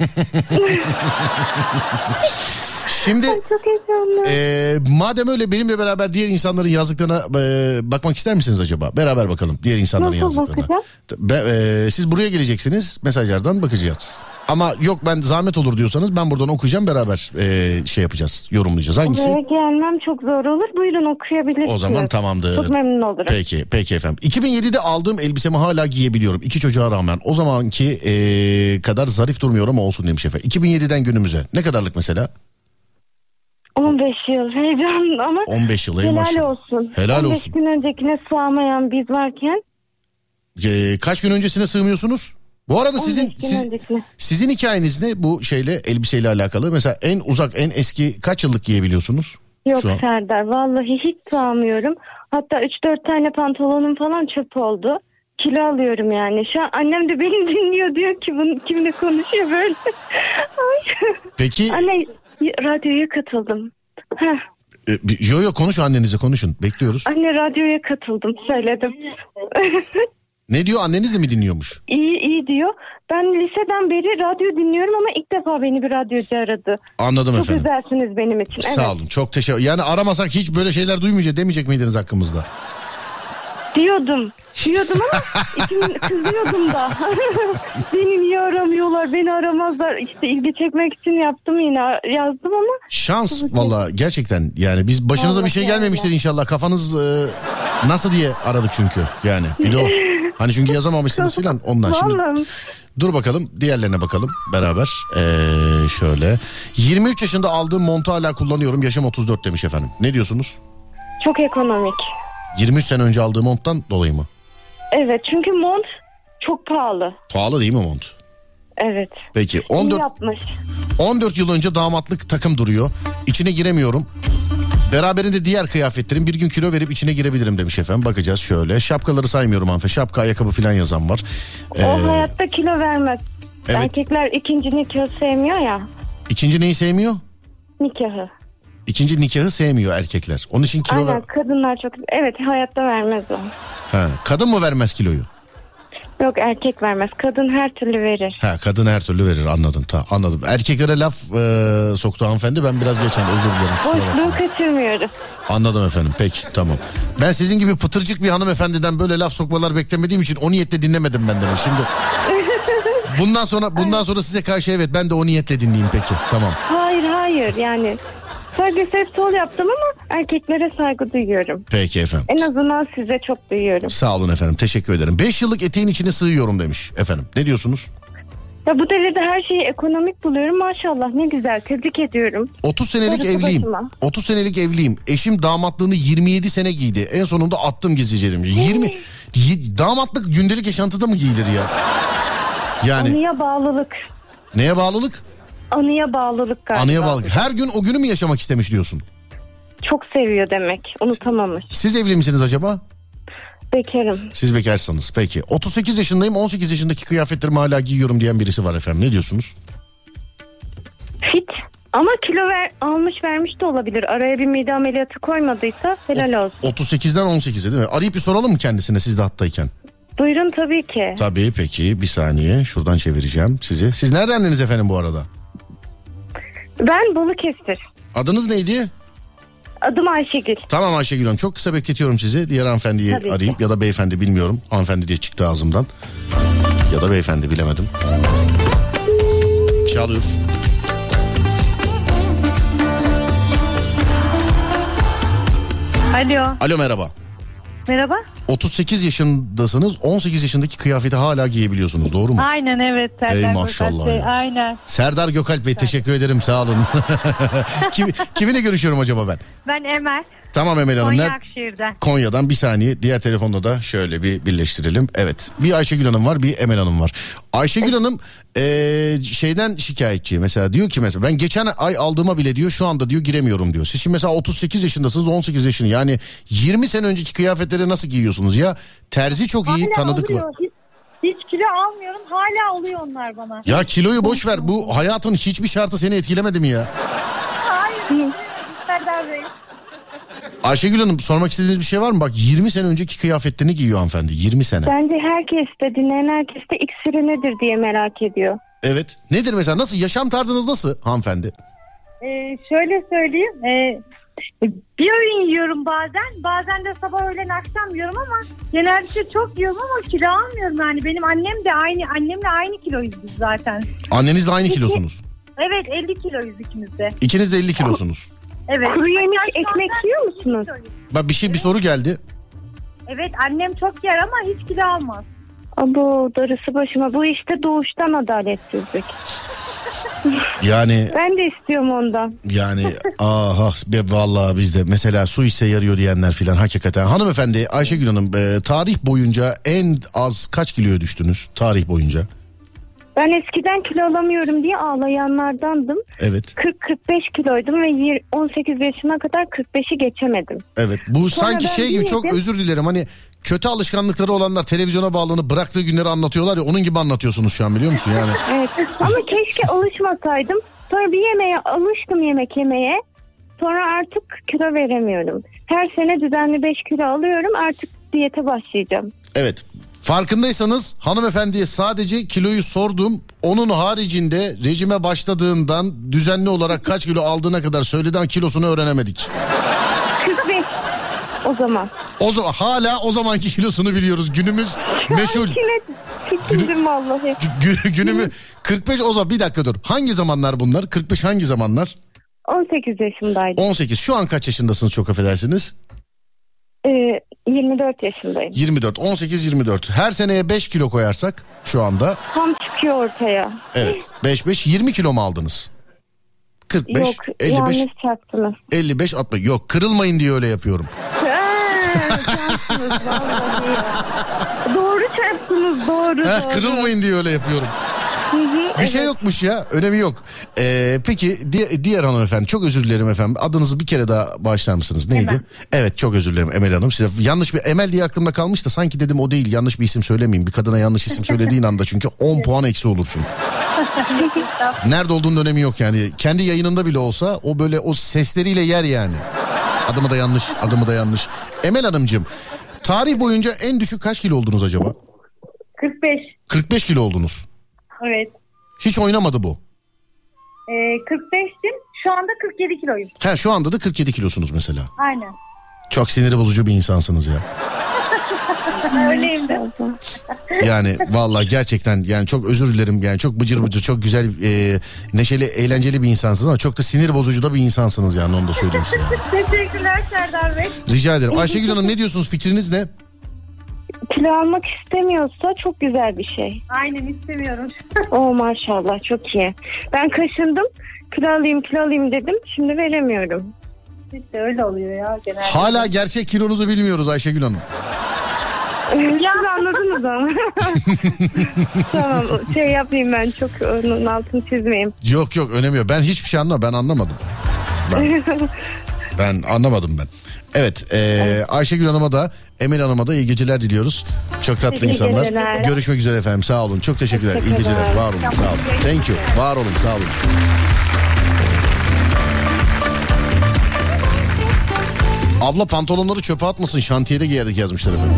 Şimdi e, madem öyle, benimle beraber diğer insanların yazdıklarına e, bakmak ister misiniz acaba? Beraber bakalım diğer insanların Nasıl yazdıklarına. Be, e, siz buraya geleceksiniz, mesajlardan bakacağız. Ama yok ben zahmet olur diyorsanız ben buradan okuyacağım, beraber e, şey yapacağız, yorumlayacağız. Hangisi? Buraya gelmem çok zor olur. Buyurun okuyabilirsiniz. O zaman tamamdır. Çok memnun olurum. Peki peki efendim. iki bin yedide aldığım elbisemi hala giyebiliyorum. İki çocuğa rağmen. O zamanki e, kadar zarif durmuyor ama olsun demiş efendim. iki bin yediden günümüze ne kadarlık mesela? on beş yıl heyecan ama on beş yıl helal maşallah. olsun. Helal on beş olsun. gün öncekine sığamayan biz varken. Ee, kaç gün öncesine sığmıyorsunuz? Bu arada sizin siz, sizin hikayeniz ne bu şeyle, elbiseyle alakalı? Mesela en uzak, en eski kaç yıllık giyebiliyorsunuz? Yok Serdar, vallahi hiç sığamıyorum. Hatta üç dört tane pantolonum falan çöp oldu. Kilo alıyorum yani. Şu an annem de beni dinliyor, diyor ki bunu kimle konuşuyor böyle. Ay. Peki. Anne radyoya katıldım. Heh. E, yo yo konuş annenize konuşun. Bekliyoruz. Anne radyoya katıldım söyledim. Ne diyor, anneniz de mi dinliyormuş? İyi iyi diyor. Ben liseden beri radyo dinliyorum ama ilk defa beni bir radyocu aradı. Anladım çok efendim. Çok güzelsiniz benim için. Sağ evet. olun, çok teşekkür. Yani aramasak hiç böyle şeyler duymayacak demeyecek miydiniz hakkımızda? Diyordum. Diyordum ama içim kızıyordum da. Beni niye aramıyorlar, beni aramazlar. İşte ilgi çekmek için yaptım yine yazdım ama. Şans valla gerçekten yani biz başınıza vallahi bir şey gelmemiştir ya. İnşallah. Kafanız e, nasıl diye aradık çünkü yani. Bir de o. Hani çünkü yazamamışsınız filan ondan. Şimdi dur bakalım diğerlerine bakalım beraber. Ee, şöyle yirmi üç yaşında aldığım montu hala kullanıyorum, yaşım otuz dört demiş efendim. Ne diyorsunuz? Çok ekonomik. yirmi üç sene önce aldığım monttan dolayı mı? Evet, çünkü mont çok pahalı. Pahalı değil mi mont? Evet. Peki on dört, on dört yıl önce damatlık takım duruyor. İçine giremiyorum. Beraberinde diğer kıyafetlerin, bir gün kilo verip içine girebilirim demiş efendim. Bakacağız şöyle. Şapkaları saymıyorum hanımefendi. Şapka, ayakkabı falan yazan var. Ee, o hayatta kilo vermez. Evet. Erkekler ikinci nikahı sevmiyor ya. İkinci neyi sevmiyor? Nikahı. İkinci nikahı sevmiyor erkekler. Onun için kilo aynen, ver... kadınlar çok... Evet, hayatta vermez o. Ha, kadın mı vermez kiloyu? Yok, erkek vermez. Kadın her türlü verir. Ha, kadın her türlü verir, anladım. Ta, anladım. Erkeklere laf e, soktu hanımefendi. Ben biraz geçen özür dilerim. Boşluğu kaçırmıyoruz. Anladım efendim. Peki, tamam. Ben sizin gibi pıtırcık bir hanımefendiden böyle laf sokmalar beklemediğim için o niyetle dinlemedim ben demek. Şimdi bundan sonra bundan sonra size karşı evet ben de o niyetle dinleyeyim peki. Tamam. Hayır hayır yani sadece hep sol yaptım ama erkeklere saygı duyuyorum. Peki efendim. En azından size çok duyuyorum. Sağ olun efendim, teşekkür ederim. beş yıllık eteğin içine sığıyorum demiş efendim. Ne diyorsunuz? Ya bu devirde her şeyi ekonomik buluyorum, maşallah ne güzel, tebrik ediyorum. otuz senelik Darısı evliyim. başıma. otuz senelik evliyim. Eşim damatlığını yirmi yedi sene giydi. En sonunda attım gizlice demiş. yirmi y- damatlık gündelik yaşantıda mı giyilir ya? Yani anıya bağlılık. Neye bağlılık? Anıya bağlılık galiba. Anıya bağlılık. Her gün o günü mü yaşamak istemiş diyorsun? Çok seviyor demek. Unutamamış. Siz evli misiniz acaba? Bekarım. Siz bekarsınız. Peki. otuz sekiz yaşındayım. on sekiz yaşındaki kıyafetlerimi hala giyiyorum diyen birisi var efendim. Ne diyorsunuz? Fit. Ama kilo ver, almış vermiş de olabilir. Araya bir mide ameliyatı koymadıysa helal olsun. otuz sekizden on sekize değil mi? Arayıp bir soralım mı kendisine siz de hattayken? Buyurun tabii ki. Tabii, peki bir saniye şuradan çevireceğim sizi. Siz neredendiniz efendim bu arada? Ben Balıkesir. Adınız neydi? Adım Ayşegül. Tamam Ayşegül Hanım, çok kısa bekletiyorum sizi. Diğer hanımefendiyi tabii arayayım ki. ya da beyefendi, bilmiyorum. Hanımefendi diye çıktı ağzımdan. Ya da beyefendi, bilemedim. Çalıyor. Alo. Alo, merhaba. Merhaba. otuz sekiz yaşındasınız. on sekiz yaşındaki kıyafeti hala giyebiliyorsunuz, doğru mu? Aynen, evet. Serdar Ey maşallah Bey, ya. aynen. Serdar Gökalp Bey, teşekkür ederim, sağ olun. Kim, kiminle görüşüyorum acaba ben? Ben Emel. Tamam Emel Hanım. Konya Ner- Akşehir'den. Konya'dan, bir saniye. Diğer telefonda da şöyle bir birleştirelim. Evet. Bir Ayşegül Hanım var, bir Emel Hanım var. Ayşegül Hanım ee, şeyden şikayetçi. Mesela diyor ki mesela ben geçen ay aldığıma bile diyor şu anda diyor giremiyorum diyor. Siz şimdi mesela otuz sekiz yaşındasınız, on sekiz yaşını, yani yirmi sene önceki kıyafetleri nasıl giyiyorsunuz ya? Terzi çok iyi, hala tanıdık oluyor. var. Hiç, hiç kilo almıyorum. Hala oluyor onlar bana. Ya kiloyu boş ver. Bu hayatın hiçbir şartı seni etkilemedi mi ya? Hayır. Serdar Bey. Ayşegül Hanım, sormak istediğiniz bir şey var mı? Bak yirmi sene önceki kıyafetlerini giyiyor hanımefendi. yirmi sene. Bence herkes de, dinleyen herkes de iksiri nedir diye merak ediyor. Evet. Nedir mesela? Nasıl? Yaşam tarzınız nasıl hanımefendi? Ee, şöyle söyleyeyim. Ee, bir öğün yiyorum bazen. Bazen de sabah öğlen akşam yiyorum ama genellikle çok yiyorum ama kilo almıyorum yani. Benim annem de aynı, annemle aynı kiloyuz biz zaten. Annenizle aynı kilosunuz. Evet, elli kiloyuz ikimiz de. İkiniz de elli kilosunuz. Evet. Kuru yemiş, ekmek yiyor musunuz? Bak bir şey bir soru geldi. Evet, annem çok yer ama hiç kilo almaz. Abo, darısı başıma. Bu işte doğuştan adaletsizlik. Yani Ben de istiyorum ondan. yani aha be, vallahi bizde mesela su ise yarıyor diyenler filan hakikaten. Hanımefendi Ayşegül Hanım, e, tarih boyunca en az kaç kiloya düştünüz tarih boyunca? Ben eskiden kilo alamıyorum diye ağlayanlardandım. Evet. kırk kırk beş kiloydum ve on sekiz yaşına kadar kırk beşi geçemedim. Evet. Bu Sonra sanki ben şey gibi, çok büyüdüm. özür dilerim, hani kötü alışkanlıkları olanlar televizyona bağlanıp bıraktığı günleri anlatıyorlar ya, onun gibi anlatıyorsunuz şu an, biliyor musun yani? Evet ama keşke alışmasaydım. Sonra bir yemeğe alıştım, yemek yemeye. Sonra artık kilo veremiyorum. Her sene düzenli beş kilo alıyorum, artık diyete başlayacağım. Evet. Farkındaysanız hanımefendiye sadece kiloyu sordum. Onun haricinde rejime başladığından düzenli olarak kaç kilo aldığına kadar söylediğin kilosunu öğrenemedik. kırk beş o zaman. O zaman hala o zamanki kilosunu biliyoruz. Günümüz meşhur. Fikirdim vallahi. Gün, günümü kırk beş o zaman, bir dakika dur. Hangi zamanlar bunlar? kırk beş hangi zamanlar? on sekiz yaşındaydım. on sekiz. Şu an kaç yaşındasınız, çok affedersiniz? Ee, yirmi dört yaşındayım. yirmi dört. on sekiz yirmi dört. Her seneye beş kilo koyarsak şu anda. Tam çıkıyor ortaya. Evet. beş beş yirmi kilo mu aldınız? kırk beş, Yok, elli beş, yanlış çarptınız. elli beş, altmış. Yok, kırılmayın diye öyle yapıyorum. Çarptınız vallahi. Doğru çarptınız, doğru. Heh, doğru. kırılmayın diye öyle yapıyorum. Hı hı, Bir şey yokmuş ya, önemi yok. Ee, peki di- diğer hanımefendi, çok özür dilerim efendim. Adınızı bir kere daha bağışlar mısınız? Neydi? Emel. Evet, çok özür dilerim Emel Hanım. Size yanlış bir Emel diye aklımda kalmış da sanki dedim o değil, yanlış bir isim söylemeyeyim. Bir kadına yanlış isim söylediğin anda çünkü on puan eksi olursun. Nerede olduğunun önemi yok yani. Kendi yayınında bile olsa o böyle o sesleriyle yer yani. Adımı da yanlış, adımı da yanlış. Emel Hanımcığım, tarih boyunca en düşük kaç kilo oldunuz acaba? kırk beş. kırk beş kilo oldunuz. Evet. Hiç oynamadı bu. Ee, kırk beştim. Şu anda kırk yedi kiloyum. He, şu anda da kırk yedi kilosunuz mesela. Aynen. Çok siniri bozucu bir insansınız ya. Öyleyim de. Yani vallahi gerçekten yani çok özür dilerim. Yani çok bıcır bıcır, çok güzel, e, neşeli, eğlenceli bir insansınız ama çok da sinir bozucu da bir insansınız yani, onu da söyleyeyim size. Yani. Teşekkürler Serdar Bey. Rica ederim. Ayşegül Hanım, ne diyorsunuz? Fikriniz ne? Kilo almak istemiyorsa çok güzel bir şey. Aynen, istemiyorum. Oo maşallah, çok iyi. Ben kaşındım, kilo alayım kilo alayım dedim, şimdi veremiyorum. İşte öyle oluyor ya genelde. Hala gerçek kilonuzu bilmiyoruz Ayşegül Hanım. Ya anladınız ama. Tamam, şey yapayım ben, çok onun altını çizmeyeyim. Yok yok, önemi yok. Ben hiçbir şey anlamadım. Ben anlamadım. Ben, ben anlamadım ben. Evet, e, Ayşegül Hanım'a da Emel Hanım'a da iyi geceler diliyoruz. Çok tatlı iyi insanlar. geceler. Görüşmek üzere efendim. Sağ olun. Çok teşekkürler. İyi geceler. Var olun. Sağ olun. Thank you. Var olun. Sağ olun. Abla pantolonları çöpe atmasın, şantiyede giyerdik yazmışlar efendim.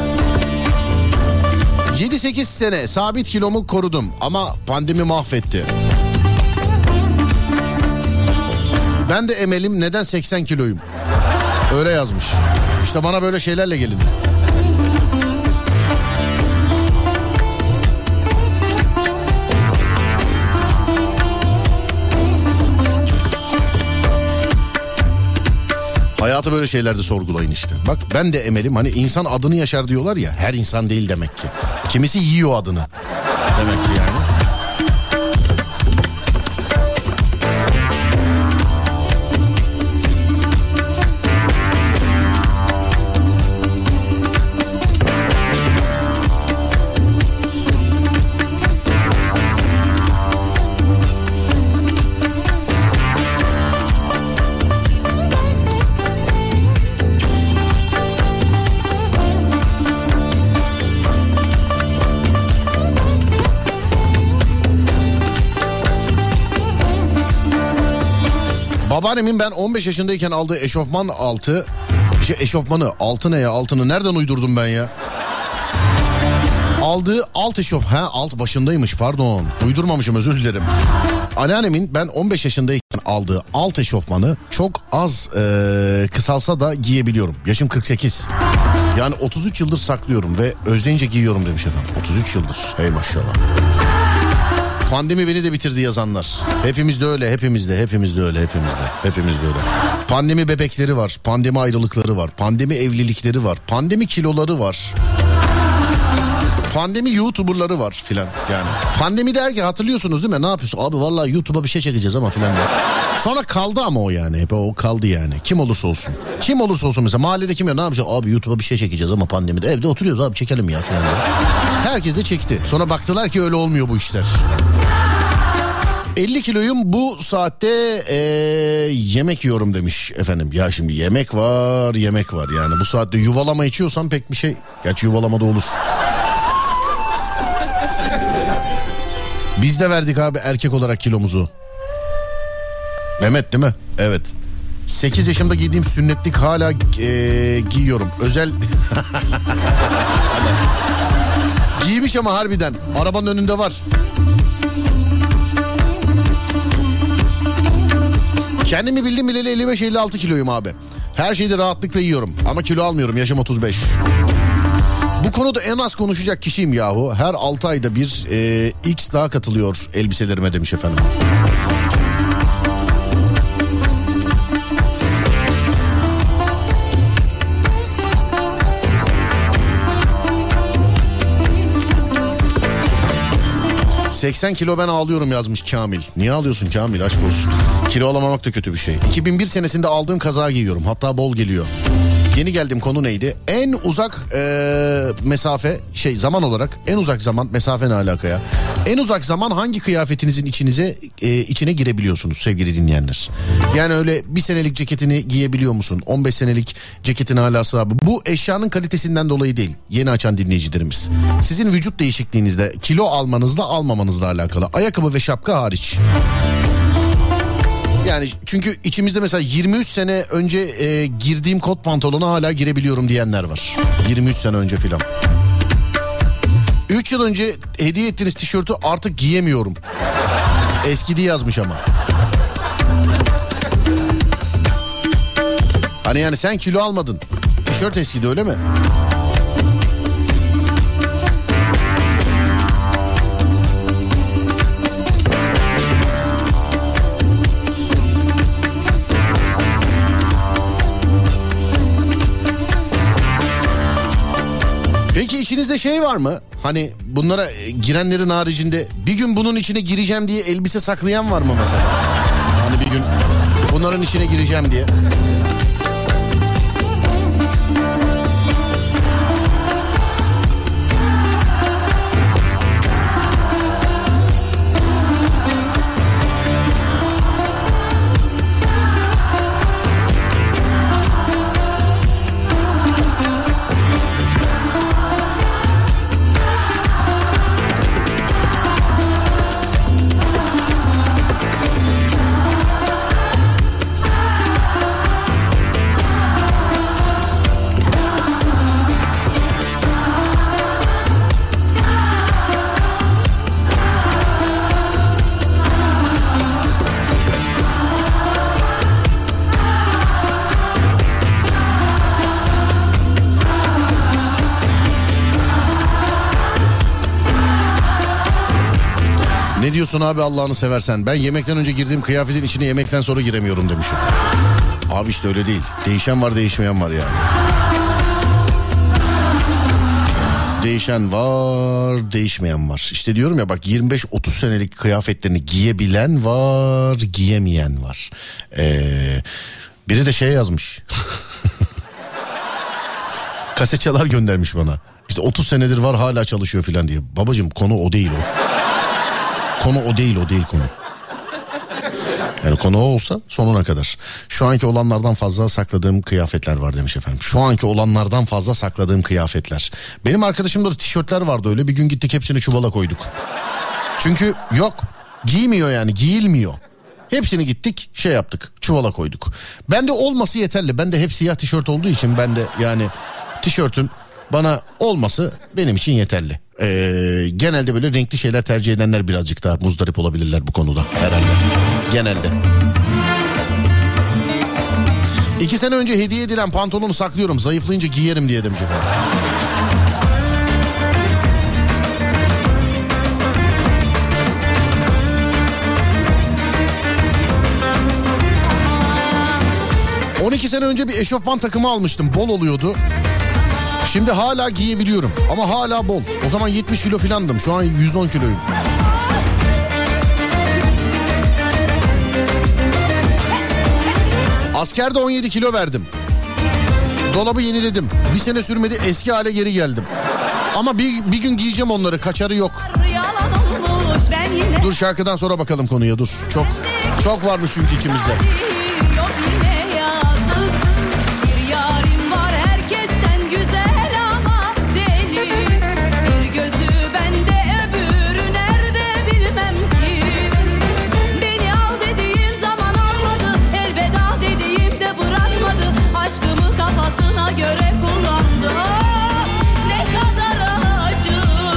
yedi sekiz sene sabit kilomu korudum ama pandemi mahvetti. Ben de Emel'im, neden seksen kiloyum? Öyle yazmış. İşte bana böyle şeylerle gelin. Hayatı böyle şeylerde sorgulayın işte. Bak ben de Emel'im, hani insan adını yaşar diyorlar ya, her insan değil demek ki. Kimisi yiyor adını demek ki yani. Babaannemin ben on beş yaşındayken aldığı eşofman altı, şey eşofmanı, altı ne ya, altını nereden uydurdum ben ya? Aldığı alt eşof, ha alt başındaymış, pardon, uydurmamışım, özür dilerim. Anneannemin ben on beş yaşındayken aldığı alt eşofmanı çok az e, kısalsa da giyebiliyorum. Yaşım kırk sekiz. Yani otuz üç yıldır saklıyorum ve özleyince giyiyorum demiş efendim. otuz üç yıldır, hey maşallah. Pandemi beni de bitirdi yazanlar. Hepimizde öyle, hepimizde, hepimizde öyle, hepimizde, hepimizde öyle. Pandemi bebekleri var, pandemi ayrılıkları var, pandemi evlilikleri var, pandemi kiloları var. Pandemi YouTuber'ları var filan yani. Pandemi der ki, hatırlıyorsunuz değil mi? Ne yapıyorsun? Abi vallahi YouTube'a bir şey çekeceğiz ama filan diye. Sonra kaldı ama o yani. Hep o kaldı yani. Kim olursa olsun. Kim olursa olsun mesela mahallede kim ya, ne yapacak? Abi YouTube'a bir şey çekeceğiz ama pandemide. Evde oturuyoruz abi, çekelim ya filan diye. Herkes de çekti. Sonra baktılar ki öyle olmuyor bu işler. elli kiloyum, bu saatte ee, yemek yiyorum demiş efendim. Ya şimdi yemek var yemek var yani bu saatte yuvalama içiyorsan pek bir şey. Gerçi yuvalama da olur. Biz de verdik abi erkek olarak kilomuzu. Mehmet değil mi? Evet. sekiz yaşımda giydiğim sünnetlik hala ee, giyiyorum. Özel... Giymiş ama harbiden. Arabanın önünde var. Kendimi bildim bileli elli beş elli altı kiloyum abi. Her şeyi de rahatlıkla yiyorum. Ama kilo almıyorum. Yaşım otuz beş. Bu konuda en az konuşacak kişiyim yahu. Her altı ayda bir e, X daha katılıyor elbiselerime demiş efendim. seksen kilo ben ağlıyorum yazmış Kamil. Niye ağlıyorsun Kamil, aşk olsun. Kilo alamamak da kötü bir şey. iki bin bir senesinde aldığım kazağı giyiyorum. Hatta bol geliyor. Yeni geldim, konu neydi? En uzak e, mesafe şey zaman olarak en uzak zaman mesafe ne alaka ya? En uzak zaman hangi kıyafetinizin içinize e, içine girebiliyorsunuz sevgili dinleyenler? Yani öyle bir senelik ceketini giyebiliyor musun? on beş senelik ceketin hala sığabı. Bu eşyanın kalitesinden dolayı değil. Yeni açan dinleyicilerimiz. Sizin vücut değişikliğinizde, kilo almanızla almamanızla alakalı. Ayakkabı ve şapka hariç. Yani çünkü içimizde mesela yirmi üç sene önce e, girdiğim kot pantolona hala girebiliyorum diyenler var. yirmi üç sene önce filan. üç yıl önce hediye ettiğiniz tişörtü artık giyemiyorum. Eskidi yazmış ama. Hani yani sen kilo almadın. Tişört eskidi, öyle mi? Peki içinizde şey var mı? Hani bunlara girenlerin haricinde bir gün bunun içine gireceğim diye elbise saklayan var mı mesela? Hani bir gün bunların içine gireceğim diye. Ne diyorsun abi Allah'ını seversen? Ben yemekten önce girdiğim kıyafetin içine yemekten sonra giremiyorum demişim. Abi işte öyle değil. Değişen var, değişmeyen var yani. Değişen var, değişmeyen var. İşte diyorum ya bak, yirmi beş otuz senelik kıyafetlerini giyebilen var, giyemeyen var. Ee, biri de şey yazmış. Kaset çalar göndermiş bana. İşte otuz senedir var, hala çalışıyor filan diye. Babacığım konu o değil o. Konu o değil, o değil konu. Yani konu o olsa sonuna kadar. Şu anki olanlardan fazla sakladığım kıyafetler var demiş efendim. Şu anki olanlardan fazla sakladığım kıyafetler. Benim arkadaşımda da tişörtler vardı öyle. Bir gün gittik hepsini çuvala koyduk. Çünkü yok, giymiyor yani, giyilmiyor. Hepsini gittik şey yaptık, çuvala koyduk. Bende olması yeterli. Bende hep siyah tişört olduğu için ben de yani tişörtün bana olması benim için yeterli. Ee, genelde böyle renkli şeyler tercih edenler birazcık daha muzdarip olabilirler bu konuda herhalde. Genelde. İki sene önce hediye edilen pantolonu saklıyorum, zayıflayınca giyerim diye demiş efendim. on iki sene önce bir eşofman takımı almıştım, bol oluyordu. Şimdi hala giyebiliyorum ama hala bol. O zaman yetmiş kilo filandım, şu an yüz on kiloyum. Askerde on yedi kilo verdim. Dolabı yeniledim. Bir sene sürmedi, eski hale geri geldim. Ama bir, bir gün giyeceğim onları, kaçarı yok. Yalan olmuş ben yine Dur şarkıdan sonra bakalım konuya dur. Çok çok varmış çünkü içimizde. yok yine yazık. Bir yarim var herkesten güzel ama deli. Bir gözü bende öbürü nerede bilmem ki. Beni al dediğim zaman almadı, elveda dediğimde bırakmadı. Aşkımı kafasına göre kullandı. Ah, ne kadar acı.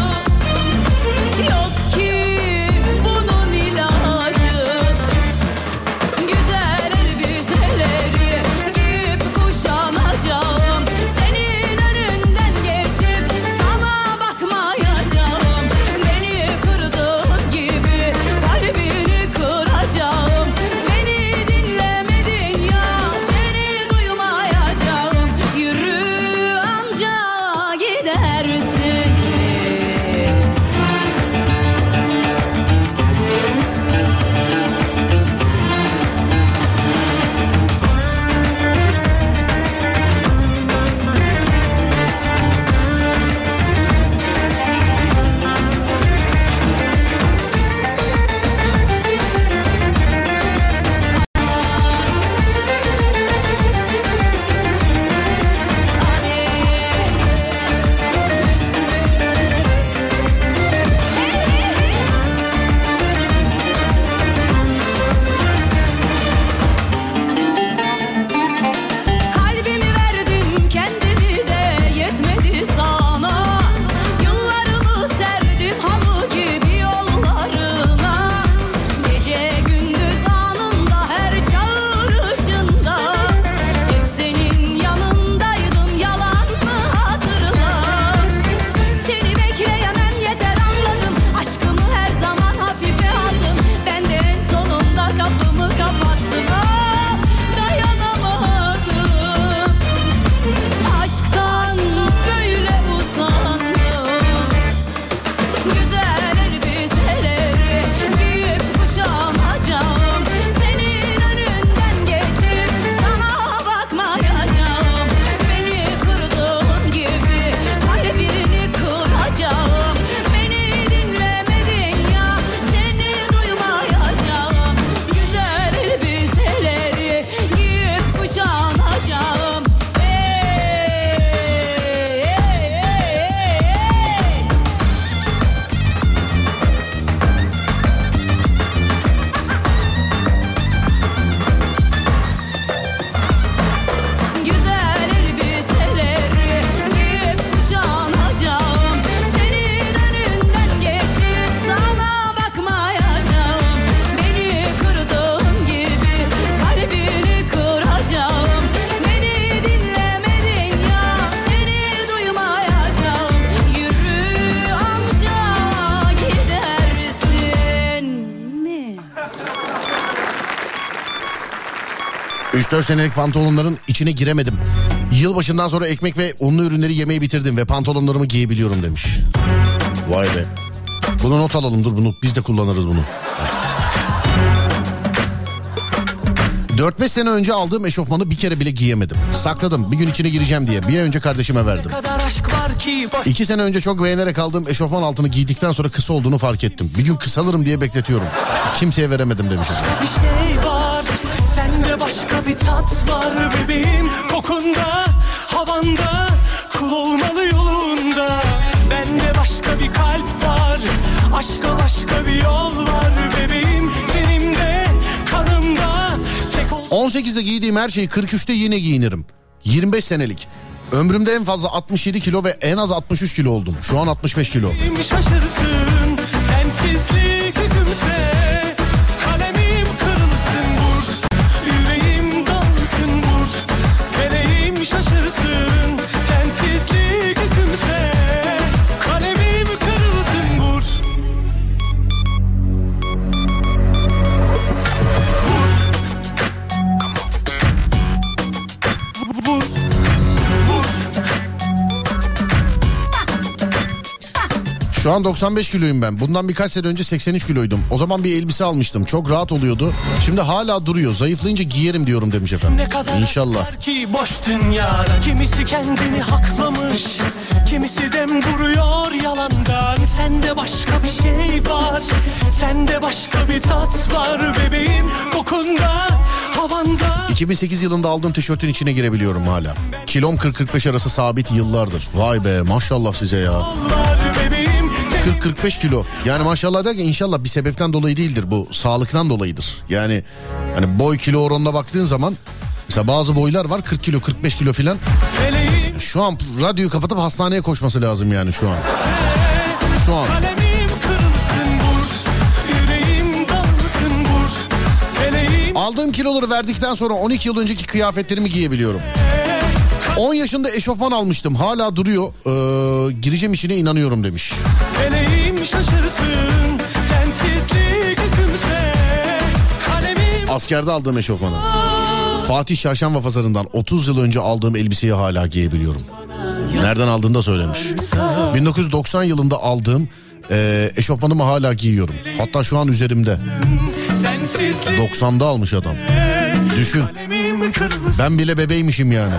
Yok ki bunun ilacı. Güzel elbiseleri giyip kuşanacağım. Senin önünden geçip sana bakmayacağım. Beni kırdığın gibi kalbini kıracağım. Beni dinlemedin ya, seni duymayacağım. Yürü anca gidersin. Kalbimi verdim, kendimi de yetmedi sana. Yıllarımı serdim halı gibi yollarına. Gece gündüz anında, her çağrışında. Hep senin yanındaydım, yalan mı hatırla. Seni bekleyemem yeter anladım. Aşkımı her zaman hafife aldım. Ben de en sonunda kapımı kapattım. Ah, dayanamadım. Aşktan böyle usandım. Güzel elbiseleri giyip kuşanacağım. Senin önünden geçip sana bakmayacağım. Beni kırdığın gibi kalbini kıracağım. Beni dinlemedin ya, seni duymayacağım. Güzel elbiseleri giyip kuşanacağım. Hey, hey, hey, hey. Güzel elbiseleri giyip kuşanacağım. Senin önünden geçip sana bakmayacağım. Beni kırdığın gibi kalbini kıracağım. Beni dinlemedin ya, seni duymayacağım. Yürü anca gidersin mi? üç dört senelik pantolonların içine giremedim. Yılbaşından sonra ekmek ve unlu ürünleri yemeyi bitirdim ve pantolonlarımı giyebiliyorum demiş. Vay be. Bunu not alalım, dur bunu biz de kullanırız bunu. dört beş sene önce aldığım eşofmanı bir kere bile giyemedim. Sakladım bir gün içine gireceğim diye. Bir ay önce kardeşime verdim. İki sene önce çok beğenerek aldığım eşofman altını giydikten sonra kısa olduğunu fark ettim. Bir gün kısalırım diye bekletiyorum. Kimseye veremedim demiş. Bir şey var, sende başka bir tat var bebeğim. Kokunda, havanda, kul olmalı yolunda. Bende başka bir kalp var, aşka başka bir yol var bebeğim. Tenimde, kanımda tek ol... on sekizde giydiğim her şeyi kırk üçte yine giyinirim. yirmi beş senelik. Ömrümde en fazla altmış yedi kilo ve en az altmış üç kilo oldum. Şu an altmış beş kilo. Şaşırsın, sensizlik hükümse. Kalemim kırılsın vur, yüreğim dalsın vur. Feleğim şaşırsın, sensizlik hükümse. Kalemim kırılsın vur. Vur. Vur. Şu an doksan beş kiloyum ben. Bundan birkaç sene önce seksen üç kiloydum. O zaman bir elbise almıştım. Çok rahat oluyordu. Şimdi hala duruyor. Zayıflayınca giyerim diyorum demiş efendim. Ne kadar İnşallah. Ki boş dünyada kimisi kendini haklamış, kimisi dem vuruyor yalandan. Sende başka bir şey var, sende başka bir tat var bebeğim, kokunda, havanda. iki bin sekiz yılında aldığım tişörtün içine girebiliyorum hala. Kilom kırk kırk beş arası sabit yıllardır. Vay be, maşallah size ya. kırk kırk beş kilo. Yani maşallah derken inşallah bir sebepten dolayı değildir bu. Sağlıktan dolayıdır. Yani hani boy kilo oranına baktığın zaman mesela bazı boylar var kırk kilo kırk beş kilo filan. Şu an radyoyu kapatıp hastaneye koşması lazım yani şu an. Şu an. Aldığım kiloları verdikten sonra on iki yıl önceki kıyafetlerimi giyebiliyorum. on yaşında eşofman almıştım. Hala duruyor. Ee, gireceğim içine inanıyorum demiş. Feleğim şaşırsın, sensizlik hükümse, kalemim... Askerde aldığım eşofmanı. Fatih Çarşamba Pazarı'ndan otuz yıl önce aldığım elbiseyi hala giyebiliyorum. Nereden aldığını da söylemiş. bin dokuz yüz doksan yılında aldığım e, eşofmanımı hala giyiyorum. Hatta şu an üzerimde. doksanda almış adam. Düşün. Ben bile bebeğmişim yani.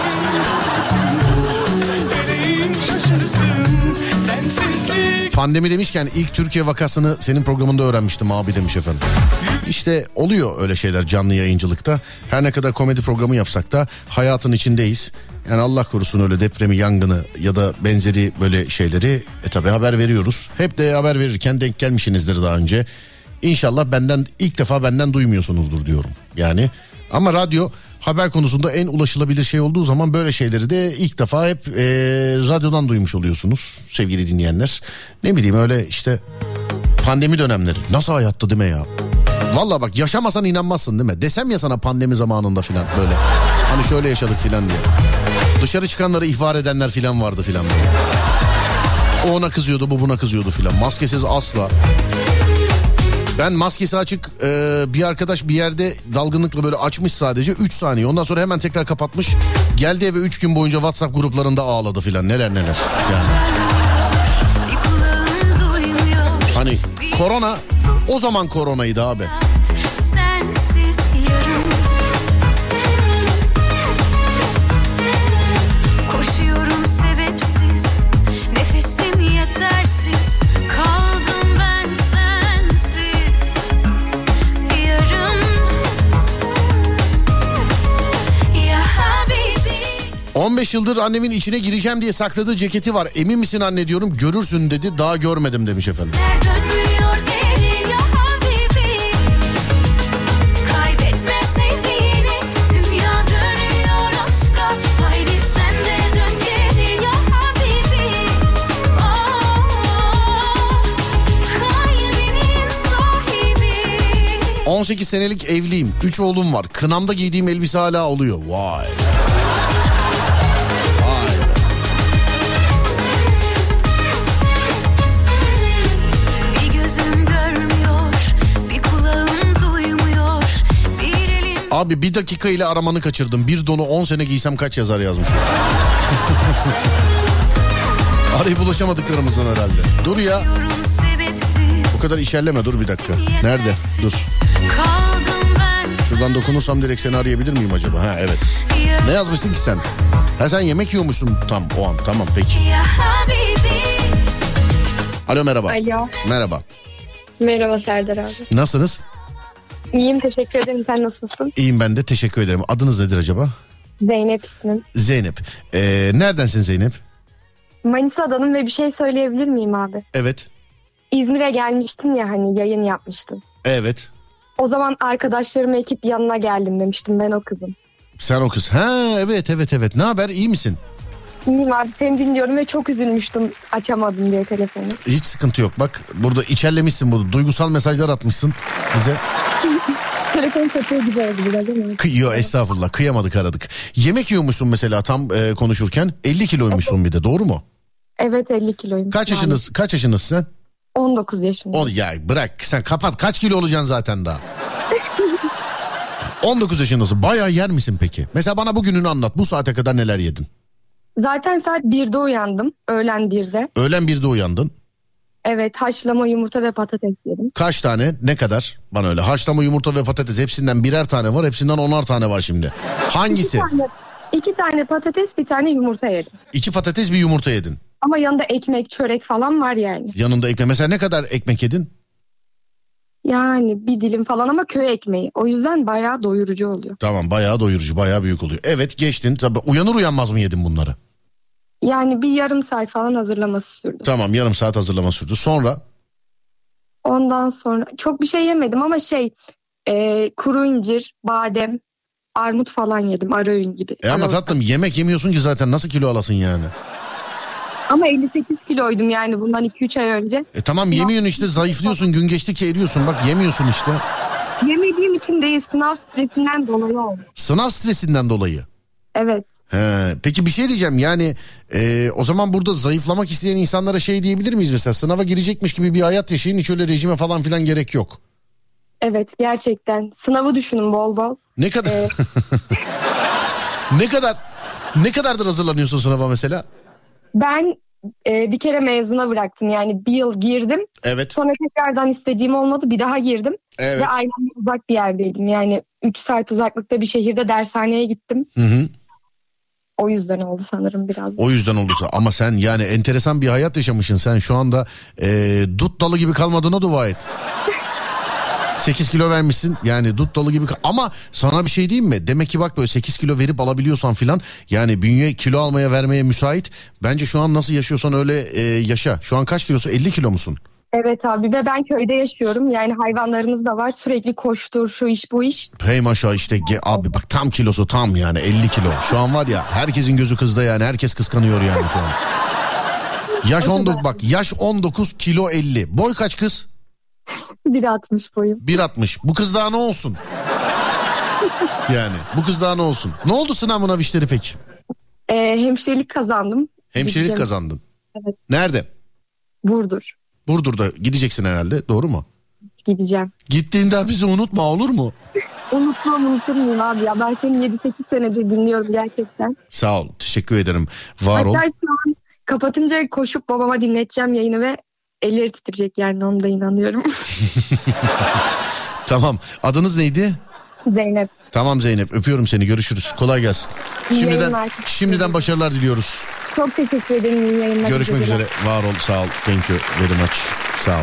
Pandemi demişken ilk Türkiye vakasını senin programında öğrenmiştim abi demiş efendim. İşte oluyor öyle şeyler canlı yayıncılıkta. Her ne kadar komedi programı yapsak da hayatın içindeyiz. Yani Allah korusun öyle depremi, yangını ya da benzeri böyle şeyleri e tabi haber veriyoruz. Hep de haber verirken denk gelmişsinizdir daha önce. İnşallah benden ilk defa benden duymuyorsunuzdur diyorum. Yani ama radyo haber konusunda en ulaşılabilir şey olduğu zaman böyle şeyleri de ilk defa hep e, radyodan duymuş oluyorsunuz sevgili dinleyenler. Ne bileyim öyle işte pandemi dönemleri nasıl hayattı değil mi ya? Vallahi bak yaşamasan inanmazsın değil mi? Desem ya sana pandemi zamanında filan böyle. Hani şöyle yaşadık filan diye. Dışarı çıkanları ihbar edenler filan vardı filan böyle. O ona kızıyordu, bu buna kızıyordu filan. Maskesiz asla. Ben maskesi açık e, bir arkadaş bir yerde dalgınlıkla böyle açmış sadece üç saniye. Ondan sonra hemen tekrar kapatmış. Geldi eve üç gün boyunca WhatsApp gruplarında ağladı filan. Neler neler yani. Hani korona o zaman koronaydı abi. Sensiz yarım. Koşuyorum sebepsiz, nefesim yetersiz. Kaldım ben sensiz yarım. Ya Habibi. on beş yıldır annemin içine gireceğim diye sakladığı ceketi var. Emin misin anne diyorum, görürsün dedi. Daha görmedim demiş efendim. Dönmüyor geri ya Habibi. Kaybetme sevdiğini, dünya dönüyor aşka. Haydi sen de dön geri ya Habibi. Oh, kalbinin sahibi. on sekiz senelik evliyim. üç oğlum var. Kınamda giydiğim elbise hala oluyor. Vay. Bir gözüm görmüyor, bir kulağım duymuyor. Bir elim Abi bir dakika ile aramanı kaçırdım. Bir donu on sene giysem kaç yazar yazmış. Arayıp ulaşamadıklarımızdan herhalde. Dur ya. sebepsiz. O kadar içerleme, dur bir dakika. Nerede? Dur. Kaldım ben Şuradan dokunursam direkt seni arayabilir miyim acaba? Ha evet. Ne yazmışsın ki sen? Ha sen yemek yiyormuşsun tam o an. Tamam peki. ya Habibi. Alo merhaba. Alo. Merhaba. Merhaba Serdar abi. Nasılsınız? İyiyim, teşekkür ederim. Sen nasılsın? İyiyim ben de, teşekkür ederim. Adınız nedir acaba? Zeynep ismim. Zeynep. Ee, neredensin Zeynep? Manisa'danım ve bir şey söyleyebilir miyim abi? Evet. İzmir'e gelmiştin ya, hani yayın yapmıştın. Evet. O zaman arkadaşlarımı ekip yanına geldim demiştim, ben o kızım. Sen o kız. Ha evet evet evet. Ne haber, iyi misin? İyiyim abi, seni dinliyorum ve çok üzülmüştüm açamadım diye telefonu. Hiç sıkıntı yok. Bak burada içerlemişsin bunu. Duygusal mesajlar atmışsın bize. Telefon kötü gibi oldu biraz değil mi? Kıyıyor estağfurullah. Kıyamadık aradık. Yemek yiyormuşsun mesela tam e, konuşurken. elli kiloymuşsun bir de, doğru mu? Evet, elli kiloyum. Kaç yaşındasın? Kaç yaşındasın sen? on dokuz yaşındayım. On, ya bırak sen kapat. Kaç kilo olacaksın zaten daha? on dokuz yaşındasın. Bayağı yer misin peki? Mesela bana bugününü anlat. Bu saate kadar neler yedin? Zaten saat birde uyandım. Öğlen birde. Öğlen birde uyandın. Evet, haşlama yumurta ve patates yedim. Kaç tane? Ne kadar? Bana öyle. Haşlama yumurta ve patates hepsinden birer tane var. Hepsinden onar tane var şimdi. Hangisi? İki tane, iki tane patates, bir tane yumurta yedim. İki patates, bir yumurta yedin. Ama yanında ekmek, çörek falan var yani. Yanında ekmek. Mesela ne kadar ekmek yedin? Yani bir dilim falan ama köy ekmeği. O yüzden bayağı doyurucu oluyor. Tamam, bayağı doyurucu, bayağı büyük oluyor. Evet, geçtin. Tabii uyanır uyanmaz mı yedin bunları? Yani bir yarım saat falan hazırlaması sürdü. Tamam, yarım saat hazırlama sürdü. Sonra? Ondan sonra çok bir şey yemedim ama şey e, kuru incir, badem, armut falan yedim, ara öğün gibi. E ama tatlım, yemek yemiyorsun ki zaten, nasıl kilo alasın yani? Ama elli sekiz kiloydum yani bundan iki üç ay önce. E tamam, yemiyorsun işte, zayıflıyorsun, gün geçtikçe eriyorsun, bak yemiyorsun işte. Yemediğim için değil, sınav stresinden dolayı oldu. Sınav stresinden dolayı? Evet. He, peki bir şey diyeceğim yani e, o zaman burada zayıflamak isteyen insanlara şey diyebilir miyiz mesela, sınava girecekmiş gibi bir hayat yaşayın, hiç öyle rejime falan filan gerek yok. Evet, gerçekten sınavı düşünün bol bol. Ne kadar ee... ne kadar ne kadardır hazırlanıyorsun sınava mesela? Ben e, bir kere mezuna bıraktım yani bir yıl girdim. Evet. Sonra tekrardan istediğim olmadı, bir daha girdim. Evet. Ve ailemden uzak bir yerdeydim yani üç saat uzaklıkta bir şehirde dershaneye gittim. Hı hı. O yüzden oldu sanırım biraz. O yüzden olursa ama sen yani enteresan bir hayat yaşamışsın. Sen şu anda e, dut dalı gibi kalmadığına dua et. sekiz kilo vermişsin yani, dut dalı gibi. Ama sana bir şey diyeyim mi? Demek ki bak, böyle sekiz kilo verip alabiliyorsan filan, yani bünye kilo almaya vermeye müsait. Bence şu an nasıl yaşıyorsan öyle e, yaşa. Şu an kaç kilosun? elli kilo musun? Evet abi, ve ben köyde yaşıyorum. Yani hayvanlarımız da var. Sürekli koştur, şu iş bu iş. Hey maşallah işte abi, bak tam kilosu tam yani elli kilo. Şu an var ya, herkesin gözü kızda yani, herkes kıskanıyor yani şu an. Yaş on dokuz, bak yaş on dokuz, kilo elli. Boy kaç kız? bir altmış boyum. bir altmış. Bu kız daha ne olsun? Yani bu kız daha ne olsun? Ne oldu sınav mınav işleri peki? Ee, hemşirelik kazandım. Hemşirelik Gideceğim. kazandın. Evet. Nerede? Burdur. Burdur'da gideceksin herhalde, doğru mu? Gideceğim. Gittiğinde bizi unutma, olur mu? Unutmam, unutur muyum abi ya? Ben seni yedi sekiz senedir dinliyorum gerçekten. Sağ ol, teşekkür ederim. Var Hatta ol. Hatta şu an kapatınca koşup babama dinleteceğim yayını ve elleri titreyecek yani, ona da inanıyorum. Tamam, adınız neydi? Zeynep. Tamam Zeynep, öpüyorum seni, görüşürüz. Kolay gelsin. İyi Şimdiden yayınlar. şimdiden başarılar diliyoruz. Çok teşekkür ederim. İyi yayınlar. Görüşmek üzere. üzere. Var ol, sağ ol. Thank you very much. Sağ ol.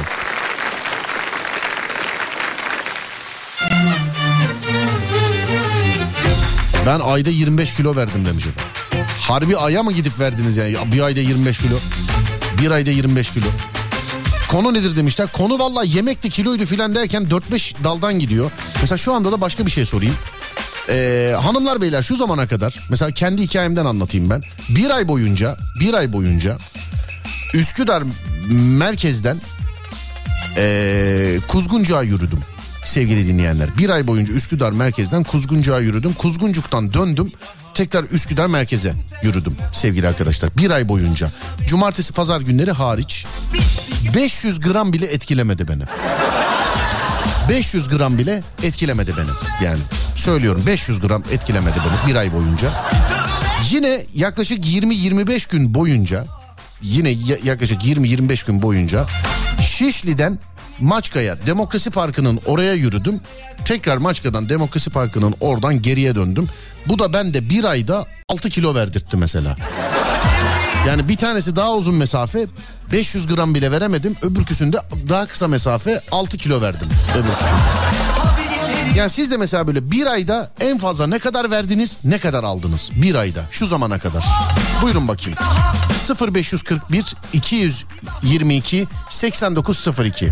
Ben ayda yirmi beş kilo verdim demiş efendim. Harbi aya mı gidip verdiniz yani? Bir ayda yirmi beş kilo. Bir ayda yirmi beş kilo. Konu nedir demişler. Konu valla yemekti, kiloydu filan derken dört beş daldan gidiyor. Mesela şu anda da başka bir şey sorayım. Ee, hanımlar beyler, şu zamana kadar mesela kendi hikayemden anlatayım ben. Bir ay boyunca bir ay boyunca Üsküdar merkezden ee, Kuzguncuk'a yürüdüm sevgili dinleyenler. Bir ay boyunca Üsküdar merkezden Kuzguncuk'a yürüdüm. Kuzguncuk'tan döndüm, tekrar Üsküdar merkeze yürüdüm sevgili arkadaşlar. Bir ay boyunca, cumartesi pazar günleri hariç, beş yüz gram bile etkilemedi beni. beş yüz gram bile etkilemedi beni. Yani söylüyorum, beş yüz gram etkilemedi beni bir ay boyunca. Yine yaklaşık yirmi yirmi beş gün boyunca, yine yaklaşık yirmi yirmi beş gün boyunca Şişli'den Maçka'ya, Demokrasi Parkı'nın oraya yürüdüm. Tekrar Maçka'dan Demokrasi Parkı'nın oradan geriye döndüm. Bu da bende bir ayda altı kilo verdirtti mesela. Yani bir tanesi daha uzun mesafe, beş yüz gram bile veremedim. Öbürküsünde daha kısa mesafe, altı kilo verdim öbürküsünde. Yani siz de mesela böyle bir ayda en fazla ne kadar verdiniz, ne kadar aldınız bir ayda şu zamana kadar? Buyurun bakayım. sıfır beş kırk bir iki yüz yirmi iki seksen dokuz sıfır iki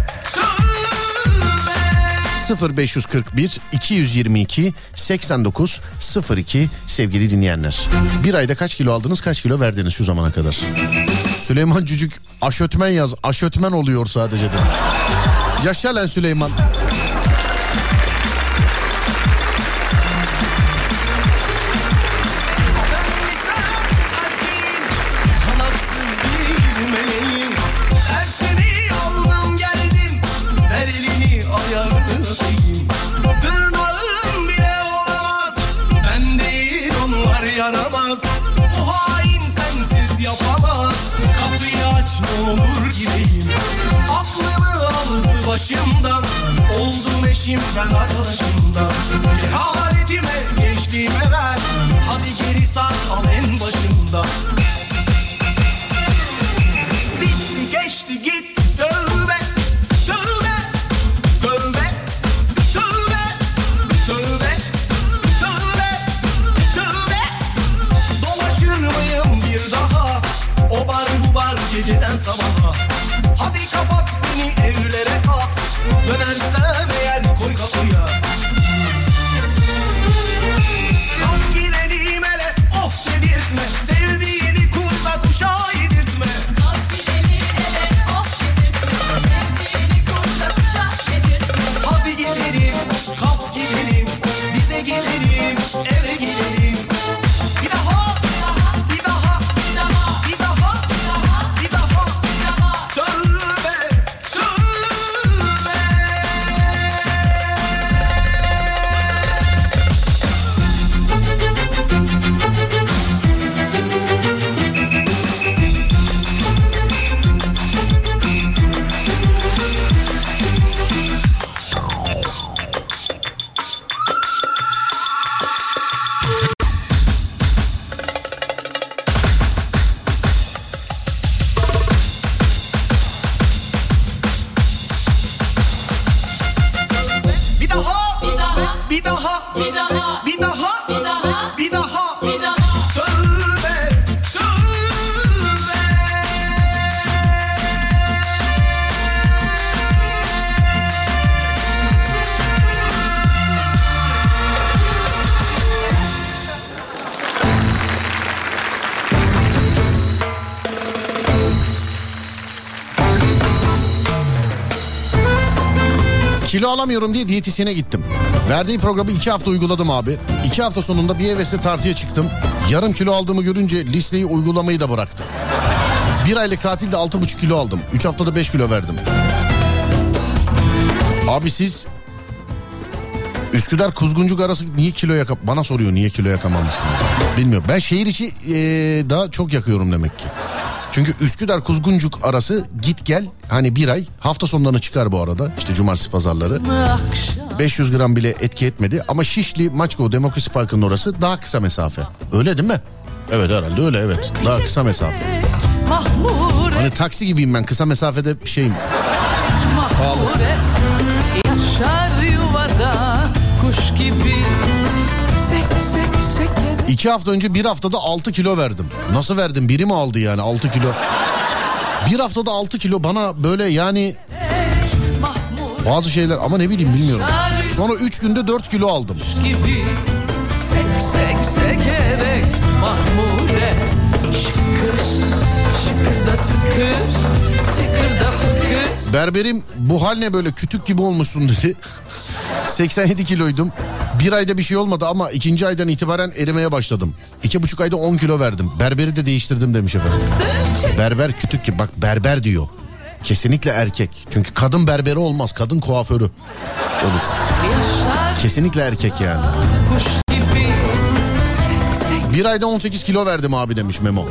sıfır beş kırk bir iki yüz yirmi iki seksen dokuz sıfır iki sevgili dinleyenler. Bir ayda kaç kilo aldınız, kaç kilo verdiniz şu zamana kadar? Süleyman Cücük aşötmen yaz, aşötmen oluyor sadece de. Yaşa lan Süleyman. Olur gideyim, başımdan. Oldum eşimden arkadaşımdan. Cehaletime geçtiğime ver. Hadi geri sar al en başımdan. Bitti geçti gitti tövbe. Tövbe. Tövbe. Tövbe. Tövbe. Tövbe. Tövbe. Dolaşır mıyım bir daha? O bar bu bar geceden sabaha. Hadi kapat beni evlere at. Dönersem eğer koy kapıya. Kalk gidelim hele oh dedirtme. Sevdiğini kurla kuşa yedirtme. Kalk gidelim hele oh dedirtme. Sevdiğini kurla kuşa yedirtme. Hadi gidelim kalk gidelim. Bize gidelim eve gidelim. Bir daha bir daha bir daha bir daha bir daha tövbe tövbe. Bir daha bir daha bir daha bir daha bir daha bir daha bir daha bir daha tövbe tövbe. Kilo alamıyorum diye diyetisyene gittim. Verdiği programı iki hafta uyguladım abi. İki hafta sonunda bir hevesle tartıya çıktım. Yarım kilo aldığımı görünce listeyi uygulamayı da bıraktım. Bir aylık tatilde altı buçuk kilo aldım. Üç haftada beş kilo verdim. Abi siz Üsküdar Kuzguncuk arası niye kilo yakam... Bana soruyor niye kilo yakamamışsın. Bilmiyorum. Ben şehir içi ee, daha çok yakıyorum demek ki. Çünkü Üsküdar Kuzguncuk arası git gel hani bir ay, hafta sonlarına çıkar bu arada işte cumartesi pazarları. beş yüz gram bile etki etmedi ama Şişli Maçko Demokrasi Parkı'nın orası daha kısa mesafe. Öyle değil mi? Evet herhalde öyle, evet, daha kısa mesafe. Hani taksi gibiyim ben, kısa mesafede şeyim. Pahalı. Yaşar yuvada kuş gibi. Sek sek seker. İki hafta önce bir haftada altı kilo verdim. Nasıl verdim? Biri mi aldı yani altı kilo? Bir haftada altı kilo bana böyle yani bazı şeyler ama ne bileyim bilmiyorum. Sonra üç günde dört kilo aldım. Sek sek sekerek Mahmure. Şıkır şıkırda tıkır tıkırda fıkır. Berberim bu hal ne böyle kütük gibi olmuşsun dedi. seksen yedi kiloydum. Bir ayda bir şey olmadı ama ikinci aydan itibaren erimeye başladım. İki buçuk ayda on kilo verdim. Berberi de değiştirdim demiş efendim. Berber kütük gibi, bak berber diyor. Kesinlikle erkek. Çünkü kadın berberi olmaz. Kadın kuaförü olur. Kesinlikle erkek yani. Bir ayda on sekiz kilo verdim abi demiş Memo.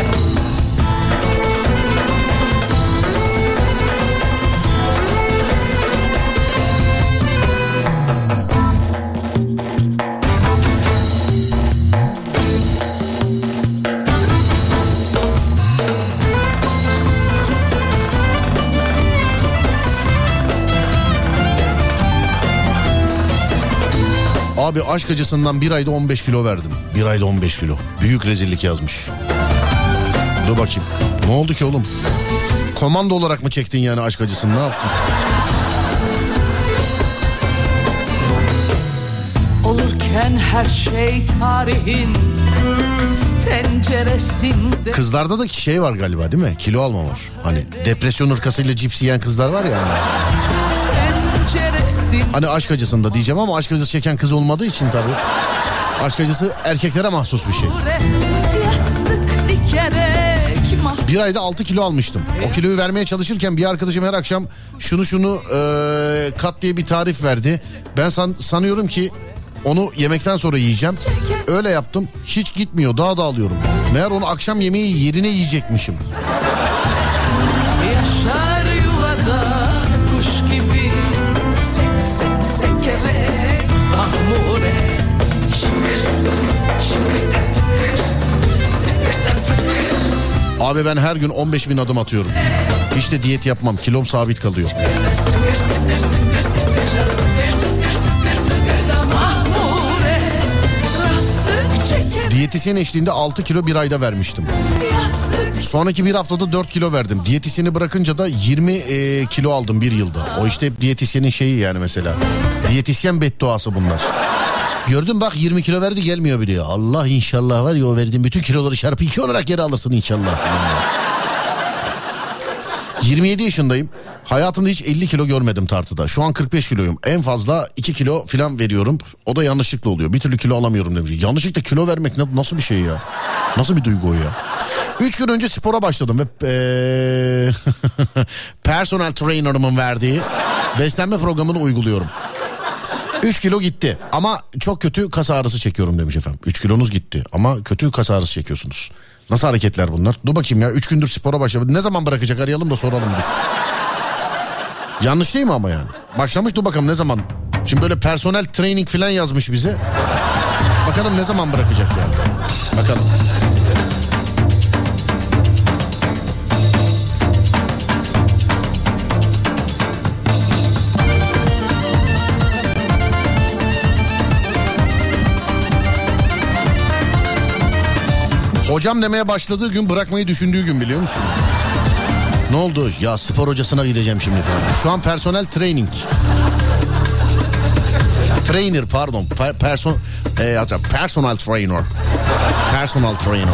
Abi aşk acısından bir ayda on beş kilo verdim. Bir ayda on beş kilo. Büyük rezillik yazmış. Dur bakayım. Ne oldu ki oğlum? Komando olarak mı çektin yani aşk acısını, ne yaptın? Olurken her şey tarihin tenceresinde. Kızlarda da şey var galiba değil mi? Kilo alma var. Hani depresyon hırkasıyla cips yiyen kızlar var ya. Yani. Hani aşk acısında diyeceğim ama aşk acısı çeken kız olmadığı için tabii. Aşk acısı erkeklere mahsus bir şey. Bir ayda altı kilo almıştım. O kiloyu vermeye çalışırken bir arkadaşım her akşam şunu şunu ee, kat diye bir tarif verdi. Ben san, sanıyorum ki onu yemekten sonra yiyeceğim. Öyle yaptım. Hiç gitmiyor. Daha da alıyorum. Meğer onu akşam yemeği yerine yiyecekmişim. Yaşar yuvada kuş gibi. Abi ben her gün on beş bin adım atıyorum. Hiç de diyet yapmam. Kilom sabit kalıyor. Diyetisyen eşliğinde altı kilo bir ayda vermiştim. Sonraki bir haftada dört kilo verdim. Diyetisyeni bırakınca da yirmi e, kilo aldım bir yılda. O işte hep diyetisyenin şeyi yani mesela. Diyetisyen bedduası bunlar. Gördün bak yirmi kilo verdi gelmiyor bile. Allah inşallah var ya o verdiğin bütün kiloları çarpı iki olarak geri alırsın inşallah. yirmi yedi yaşındayım. Hayatımda hiç elli kilo görmedim tartıda. Şu an kırk beş kiloyum. En fazla iki kilo falan veriyorum. O da yanlışlıkla oluyor. Bir türlü kilo alamıyorum demiş. Yanlışlıkla kilo vermek nasıl bir şey ya? Nasıl bir duygu o ya? Üç gün önce spora başladım ve ee, personal trainer'ımın verdiği beslenme programını uyguluyorum. üç kilo gitti ama çok kötü kas ağrısı çekiyorum demiş efendim. üç kilonuz gitti ama kötü kas ağrısı çekiyorsunuz. Nasıl hareketler bunlar? Dur bakayım ya, üç gündür spora başladı. Ne zaman bırakacak, arayalım da soralım. Dur. Yanlış değil mi ama yani? Başlamış, dur bakalım ne zaman. Şimdi böyle personel training falan yazmış bize. Bakalım ne zaman bırakacak yani. Bakalım. Hocam demeye başladığı gün, bırakmayı düşündüğü gün, biliyor musun? Ne oldu? Ya spor hocasına gideceğim şimdi falan. Şu an personel training. Trainer pardon. Per, person, e, personal trainer. Personal trainer.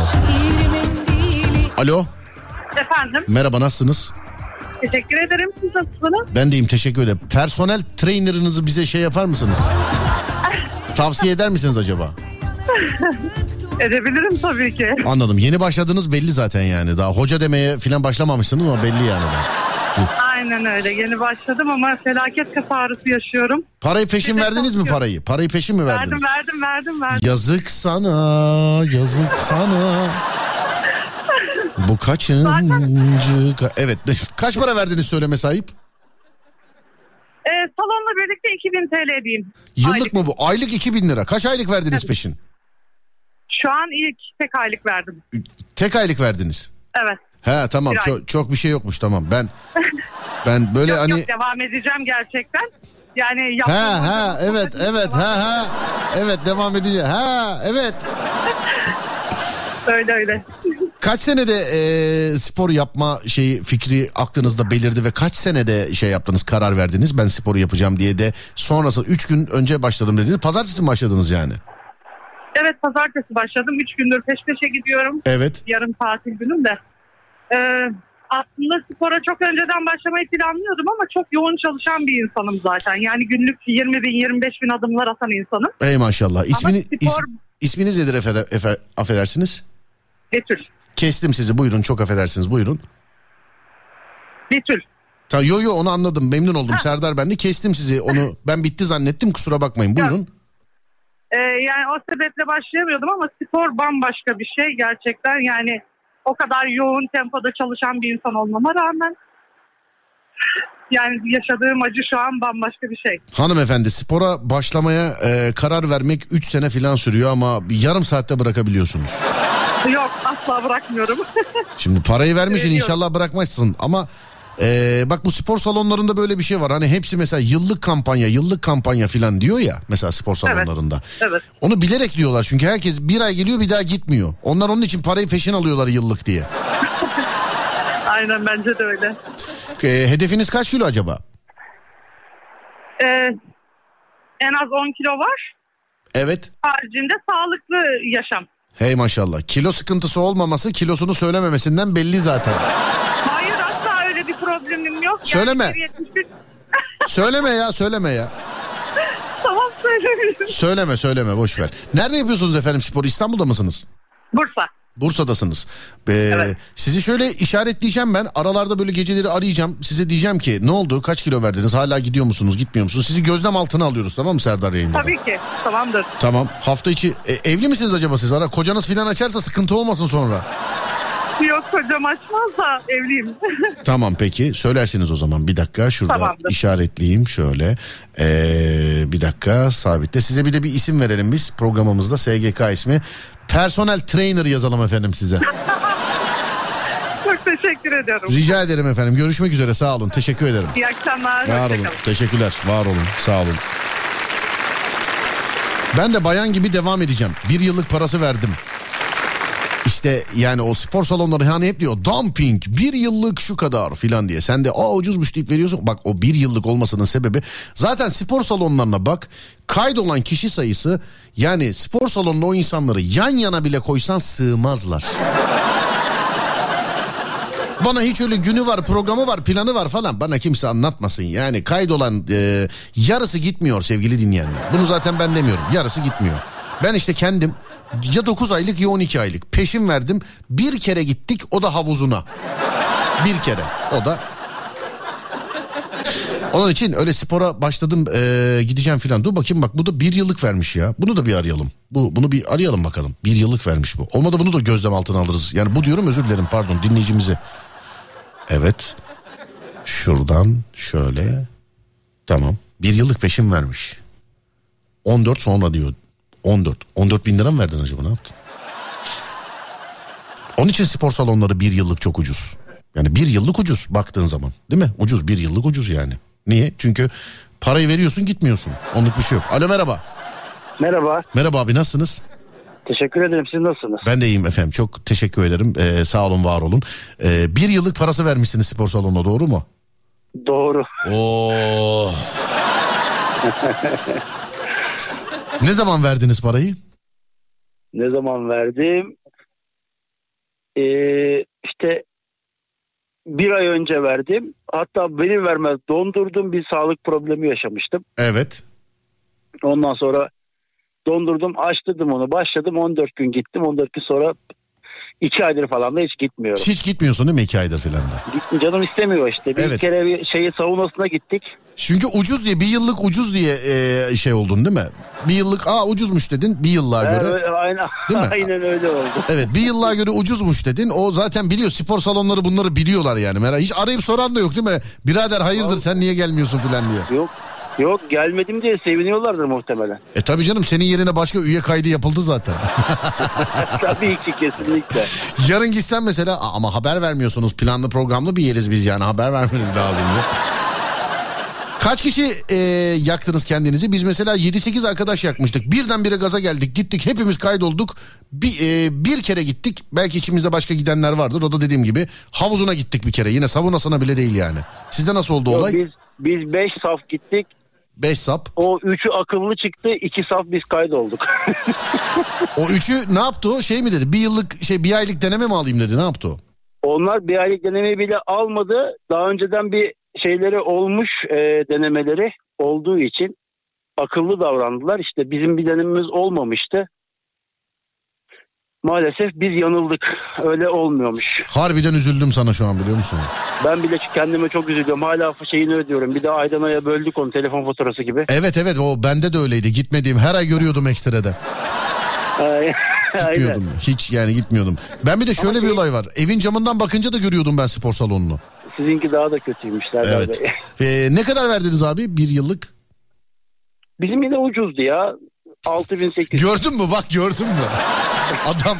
Alo. Efendim. Merhaba, nasılsınız? Teşekkür ederim. Siz nasılsınız? Ben deyim, teşekkür ederim. Personel trainer'ınızı bize şey yapar mısınız? Tavsiye eder misiniz acaba? Edebilirim tabii ki. Anladım. Yeni başladınız belli zaten yani. Daha hoca demeye falan başlamamışsınız ama belli yani. Aynen öyle. Yeni başladım ama felaket kas ağrısı yaşıyorum. Parayı peşin verdiniz mi parayı? Parayı peşin mi verdiniz? Verdim verdim verdim verdim. Yazık sana, yazık sana. Bu kaçıncı? Zaten... Evet. Kaç para verdiniz söyleme sahip? Ee, salonla birlikte iki bin TL diyeyim. Yıllık aylık mı bu? Aylık iki bin lira. Kaç aylık verdiniz evet. peşin? Şu an ilk tek aylık verdim. Tek aylık verdiniz? Evet. He tamam, çok, çok bir şey yokmuş, tamam. Ben ben böyle yok, hani... Yok, devam edeceğim gerçekten. Yani he he evet evet he he evet devam edeceğim. He evet. Öyle öyle. Kaç senede e, spor yapma şeyi fikri aklınızda belirdi ve kaç senede şey yaptınız, karar verdiniz ben sporu yapacağım diye de sonrası üç gün önce başladım dediniz. Pazartesi mi başladınız yani? Evet, pazartesi başladım. Üç gündür peş peşe gidiyorum. Evet. Yarın tatil günüm de. Ee, aslında spora çok önceden başlamayı planlıyordum ama çok yoğun çalışan bir insanım zaten. Yani günlük yirmi bin yirmi beş bin adımlar atan insanım. Ey maşallah. İsmini, spor... is, isminiz nedir efe, efe, affedersiniz? Betül. Kestim sizi, buyurun, çok affedersiniz, buyurun. Betül. Ta, yo yo onu anladım, memnun oldum. Ha. Serdar ben de kestim sizi, onu ben bitti zannettim, kusura bakmayın, buyurun. Ya. Ee, yani o sebeple başlayamıyordum ama spor bambaşka bir şey gerçekten. Yani o kadar yoğun tempoda çalışan bir insan olmama rağmen yani yaşadığım acı şu an bambaşka bir şey. Hanımefendi, spora başlamaya e, karar vermek üç sene falan sürüyor ama bir yarım saatte bırakabiliyorsunuz. Yok, asla bırakmıyorum. Şimdi parayı vermişsin, inşallah bırakmazsın ama Ee, bak bu spor salonlarında böyle bir şey var. Hani hepsi mesela yıllık kampanya, yıllık kampanya falan diyor ya mesela spor salonlarında. Evet, evet. Onu bilerek diyorlar çünkü herkes bir ay geliyor bir daha gitmiyor. Onlar onun için parayı peşin alıyorlar yıllık diye. Aynen, bence de öyle. Ee, hedefiniz kaç kilo acaba? Ee, en az on kilo var. Evet. Haricinde sağlıklı yaşam. Hey maşallah. Kilo sıkıntısı olmaması kilosunu söylememesinden belli zaten. Hayır, asla öyle bir problemim yok. Söyleme. Yani söyleme ya söyleme ya. Tamam, söylemiyorum. Söyleme söyleme boş ver. Nerede yapıyorsunuz efendim sporu? İstanbul'da mısınız? Bursa. Bursa'dasınız. Ee, evet. Sizi şöyle işaretleyeceğim ben. Aralarda böyle geceleri arayacağım. Size diyeceğim ki ne oldu? Kaç kilo verdiniz? Hala gidiyor musunuz? Gitmiyor musunuz? Sizi gözlem altına alıyoruz, tamam mı Serdar yayında? Tabii ki. Tamamdır. Tamam. Hafta içi e, evli misiniz acaba siz? Ara kocanız filan açarsa sıkıntı olmasın sonra. Yok, kocam açmaz da evliyim. Tamam peki. Söylersiniz o zaman. Bir dakika şurada Tamamdır. işaretleyeyim şöyle. Ee, bir dakika sabitle. Size bir de bir isim verelim biz programımızda. S G K ismi. Personal trainer yazalım efendim size. teşekkür ediyorum. Rica ederim efendim. Görüşmek üzere. Sağ olun. Teşekkür ederim. İyi akşamlar. Var olun. Teşekkürler. Var olun. Sağ olun. Ben de bayan gibi devam edeceğim. Bir yıllık parası verdim. İşte yani o spor salonları hani hep diyor dumping bir yıllık şu kadar filan diye. Sen de aa ucuzmuş deyip veriyorsun. Bak o bir yıllık olmasının sebebi zaten spor salonlarına bak. Kaydolan kişi sayısı yani spor salonuna o insanları yan yana bile koysan sığmazlar. Bana hiç öyle günü var, programı var, planı var falan bana kimse anlatmasın. Yani kaydolan e, yarısı gitmiyor sevgili dinleyenler. Bunu zaten ben demiyorum. Yarısı gitmiyor. Ben işte kendim ya dokuz aylık ya on iki aylık peşin verdim. Bir kere gittik, o da havuzuna. Bir kere. O da. Onun için öyle spora başladım e, gideceğim filan. Dur bakayım bak bu da bir yıllık vermiş ya. Bunu da bir arayalım. Bu bunu bir arayalım bakalım. Bir yıllık vermiş bu. Olmadı bunu da gözlem altına alırız. Yani bu diyorum, özür dilerim pardon dinleyicimize. Evet. Şuradan şöyle. Tamam. Bir yıllık peşin vermiş. on dört sonra diyor. on dört. on dört bin lira mı verdin acaba, ne yaptın? Onun için spor salonları bir yıllık çok ucuz. Yani bir yıllık ucuz baktığın zaman. Değil mi? Ucuz, bir yıllık ucuz yani. Niye? Çünkü parayı veriyorsun gitmiyorsun. Onluk bir şey yok. Alo merhaba. Merhaba. Merhaba abi, nasılsınız? Teşekkür ederim, siz nasılsınız? Ben de iyiyim efendim, çok teşekkür ederim. Ee, sağ olun, var olun. Ee, bir yıllık parası vermişsiniz spor salonuna, doğru mu? Doğru. Oo. Ne zaman verdiniz parayı? Ne zaman verdim? Ee, işte bir ay önce verdim. Hatta benim vermez dondurdum, bir sağlık problemi yaşamıştım. Evet. Ondan sonra dondurdum, açtırdım onu, başladım, on dört gün gittim. on dört gün sonra iki aydır falan da hiç gitmiyorum. Hiç gitmiyorsun değil mi iki aydır falan da? Gittim, canım istemiyor işte. Bir Evet. kere bir şeyi saunasına gittik. Çünkü ucuz diye, bir yıllık ucuz diye e, şey oldun değil mi? Bir yıllık aa ucuzmuş dedin bir yıllığa göre. Evet, aynen, değil mi? aynen öyle oldu. Evet, bir yıllığa göre ucuzmuş dedin. O zaten biliyor, spor salonları bunları biliyorlar yani. Merak, hiç arayıp soran da yok değil mi? Birader hayırdır sen niye gelmiyorsun falan diye. Yok. Yok gelmedim diye seviniyorlardır muhtemelen. E tabii canım, senin yerine başka üye kaydı yapıldı zaten. Tabii ki, kesinlikle. Yarın gitsen mesela, ama haber vermiyorsunuz, planlı programlı bir yeriz biz yani, haber vermeniz lazım diye. Kaç kişi e, yaktınız kendinizi? Biz mesela yedi sekiz arkadaş yakmıştık. Birdenbire gaza geldik, gittik, hepimiz kaydolduk. Bir, e, bir kere gittik. Belki içimizde başka gidenler vardır. O da dediğim gibi havuzuna gittik bir kere. Yine saunasına bile değil yani. Sizde nasıl oldu Yok, olay? Biz biz beş saf gittik. Beş sap. O üçü akıllı çıktı, iki saf biz kaydolduk. O üçü ne yaptı o? Şey mi dedi? Bir yıllık şey bir aylık deneme mi alayım dedi. Ne yaptı o? Onlar bir aylık denemeyi bile almadı. Daha önceden bir şeyleri olmuş, e, denemeleri olduğu için akıllı davrandılar. İşte bizim bir denememiz olmamıştı. Maalesef biz yanıldık. Öyle olmuyormuş. Harbiden üzüldüm sana şu an, biliyor musun? Ben bile kendime çok üzülüyorum. Hala şeyini ödüyorum. Bir de aydan aya böldük onu, telefon faturası gibi. Evet evet, o bende de öyleydi. Gitmediğim her ay görüyordum ekstrada. Gitmiyordum. Hiç yani gitmiyordum. Ben bir de şöyle Ama bir şey... olay var. Evin camından bakınca da görüyordum ben spor salonunu. Sizinki daha da kötüymüş. Evet. Ee, ne kadar verdiniz abi bir yıllık? Bizim yine ucuzdu ya. altı bin sekiz yüz. Gördün mü bak, gördün mü? Adam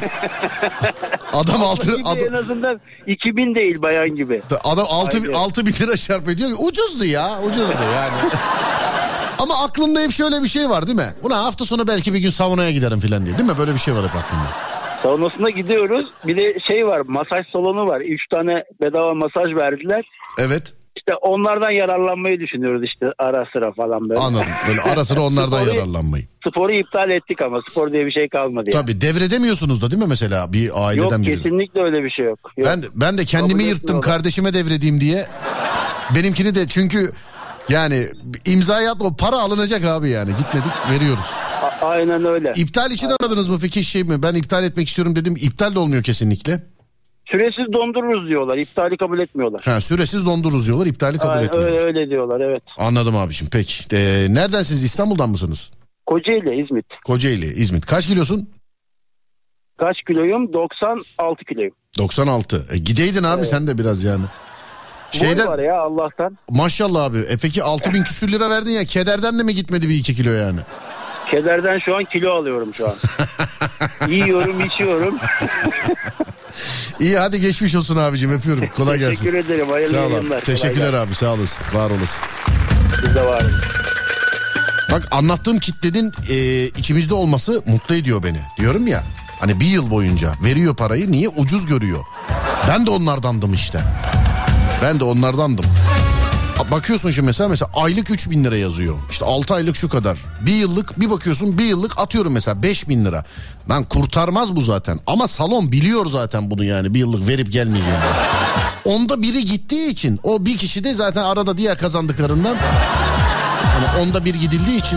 adam altı adam, en azından iki bin değil bayan gibi. Adam altı bin lira şarp ediyor. Ucuzdu ya, ucuzdu yani. Ama aklımda hep şöyle bir şey var değil mi? Ulan hafta sonu belki bir gün saunaya giderim falan diye, değil mi? Böyle bir şey var hep aklımda. Saunasına gidiyoruz. Bir de şey var, masaj salonu var. Üç tane bedava masaj verdiler. Evet. İşte onlardan yararlanmayı düşünüyoruz işte ara sıra falan böyle. Anladım. Böyle ara sıra onlardan sporu, yararlanmayı. Sporu iptal ettik ama spor diye bir şey kalmadı. Tabii yani. Devredemiyorsunuz da değil mi mesela bir aileden biri? Yok, kesinlikle öyle bir şey yok. yok. Ben de, ben de kendimi Kabul yırttım kardeşime devredeyim diye. Benimkini de çünkü yani imzaya at, o para alınacak abi yani. Gitmedik, veriyoruz. A- aynen öyle. İptal için aynen. Aradınız mı peki şey mi? Ben iptal etmek istiyorum dedim. İptal de olmuyor kesinlikle. Süresiz dondururuz diyorlar. İptali kabul etmiyorlar. Ha, süresiz dondururuz diyorlar. İptali kabul Aynen, etmiyorlar. Öyle, öyle diyorlar, evet. Anladım abiciğim, peki. Ee, nereden siz, İstanbul'dan mısınız? Kocaeli, İzmit. Kocaeli, İzmit. Kaç kilosun? Kaç kiloyum? doksan altı kiloyum. doksan altı. E, gideydin abi evet. Sen de biraz yani. Şeyden, var ya Allah'tan. Maşallah abi. E peki altı bin küsür lira verdin ya, kederden de mi gitmedi bir iki kilo yani? Kederden şu an kilo alıyorum şu an. Yiyorum, içiyorum. İyi hadi geçmiş olsun abicim, öpüyorum. Kolay gelsin. Teşekkür ederim. Hayırlı sağ ol yayınlar. abi. Teşekkürler abi, sağ olasın. Var olasın. Siz de var olun. Bak anlattığım kitlenin e, içimizde olması mutlu ediyor beni. Diyorum ya hani bir yıl boyunca veriyor parayı, niye? Ucuz görüyor. Ben de onlardandım işte. Ben de onlardandım. Bakıyorsun şimdi mesela mesela aylık üç bin lira yazıyor. İşte altı aylık şu kadar. Bir yıllık bir bakıyorsun, bir yıllık atıyorum mesela beş bin lira. Lan kurtarmaz bu zaten. Ama salon biliyor zaten bunu, yani bir yıllık verip gelmeyeceğini. Onda biri gittiği için o bir kişi de zaten arada diğer kazandıklarından hani onda bir gidildiği için.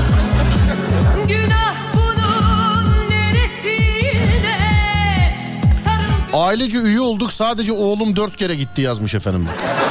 Ailece üye olduk, sadece oğlum dört kere gitti yazmış efendim.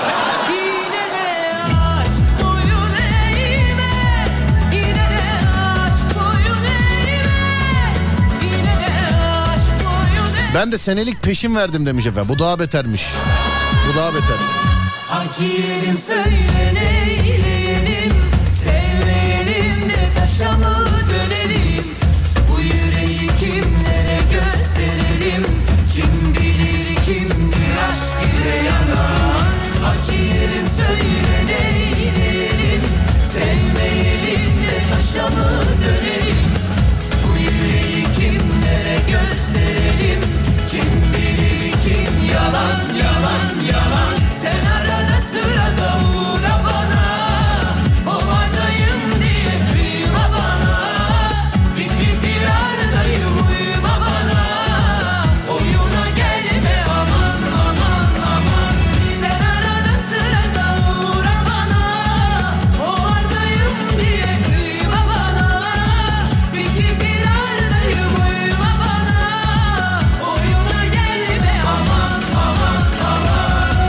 Ben de senelik peşin verdim demiş efendim. Bu daha betermiş. Bu daha beter. Acıyelim söyle neyleyelim, sevmeyelim de taşa mı dönelim? Bu yüreği kimlere gösterelim? Kim bilir kimdir aşk ile yanan? Acıyelim söyle neyleyelim, sevmeyelim de taşa mı dönelim? Bu yüreği kimlere gösterelim? Kim bilir kim yalan yalan yalan. Sen arada sırada uğra bana, ovardayım diye kıyma bana. Fikri firardayım uyuma bana, oyuna gelme aman aman aman. Sen arada sırada uğra bana, ovardayım diye kıyma bana. Fikri firardayım uyuma bana, oyuna gelme aman aman aman.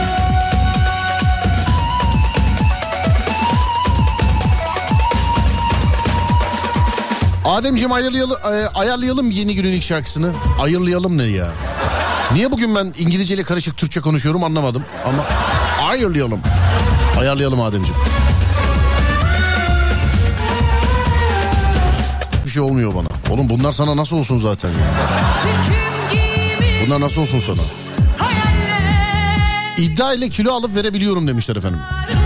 Ademciğim ayarlayalım, ayarlayalım yeni günün ilk şarkısını. Ayarlayalım ne ya? Niye bugün ben İngilizce ile karışık Türkçe konuşuyorum anlamadım. Ama ayarlayalım. Ayarlayalım Ademciğim. Bir şey olmuyor bana. Oğlum bunlar sana nasıl olsun zaten ya? Bunlar nasıl olsun sana? İddia ile kilo alıp verebiliyorum demişler efendim.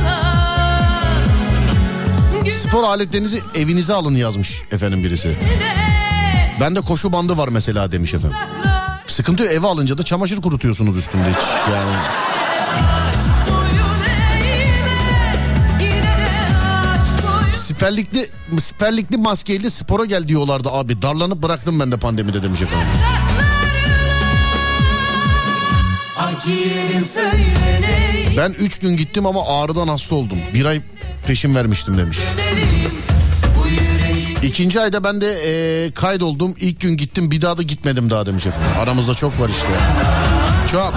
Spor aletlerinizi evinize alın yazmış efendim birisi. Bende koşu bandı var mesela demiş efendim. Sıkıntı yok, eve alınca da çamaşır kurutuyorsunuz üstünde hiç yani. Siperlikli, siperlikli maskeyle spora gel diyorlardı abi. Darlanıp bıraktım ben de pandemide demiş efendim. Ben üç gün gittim ama ağrıdan hasta oldum. Bir ay peşin vermiştim demiş. İkinci ayda ben de e, kaydoldum. İlk gün gittim, bir daha da gitmedim daha demiş efendim. Aramızda çok var işte. Çok.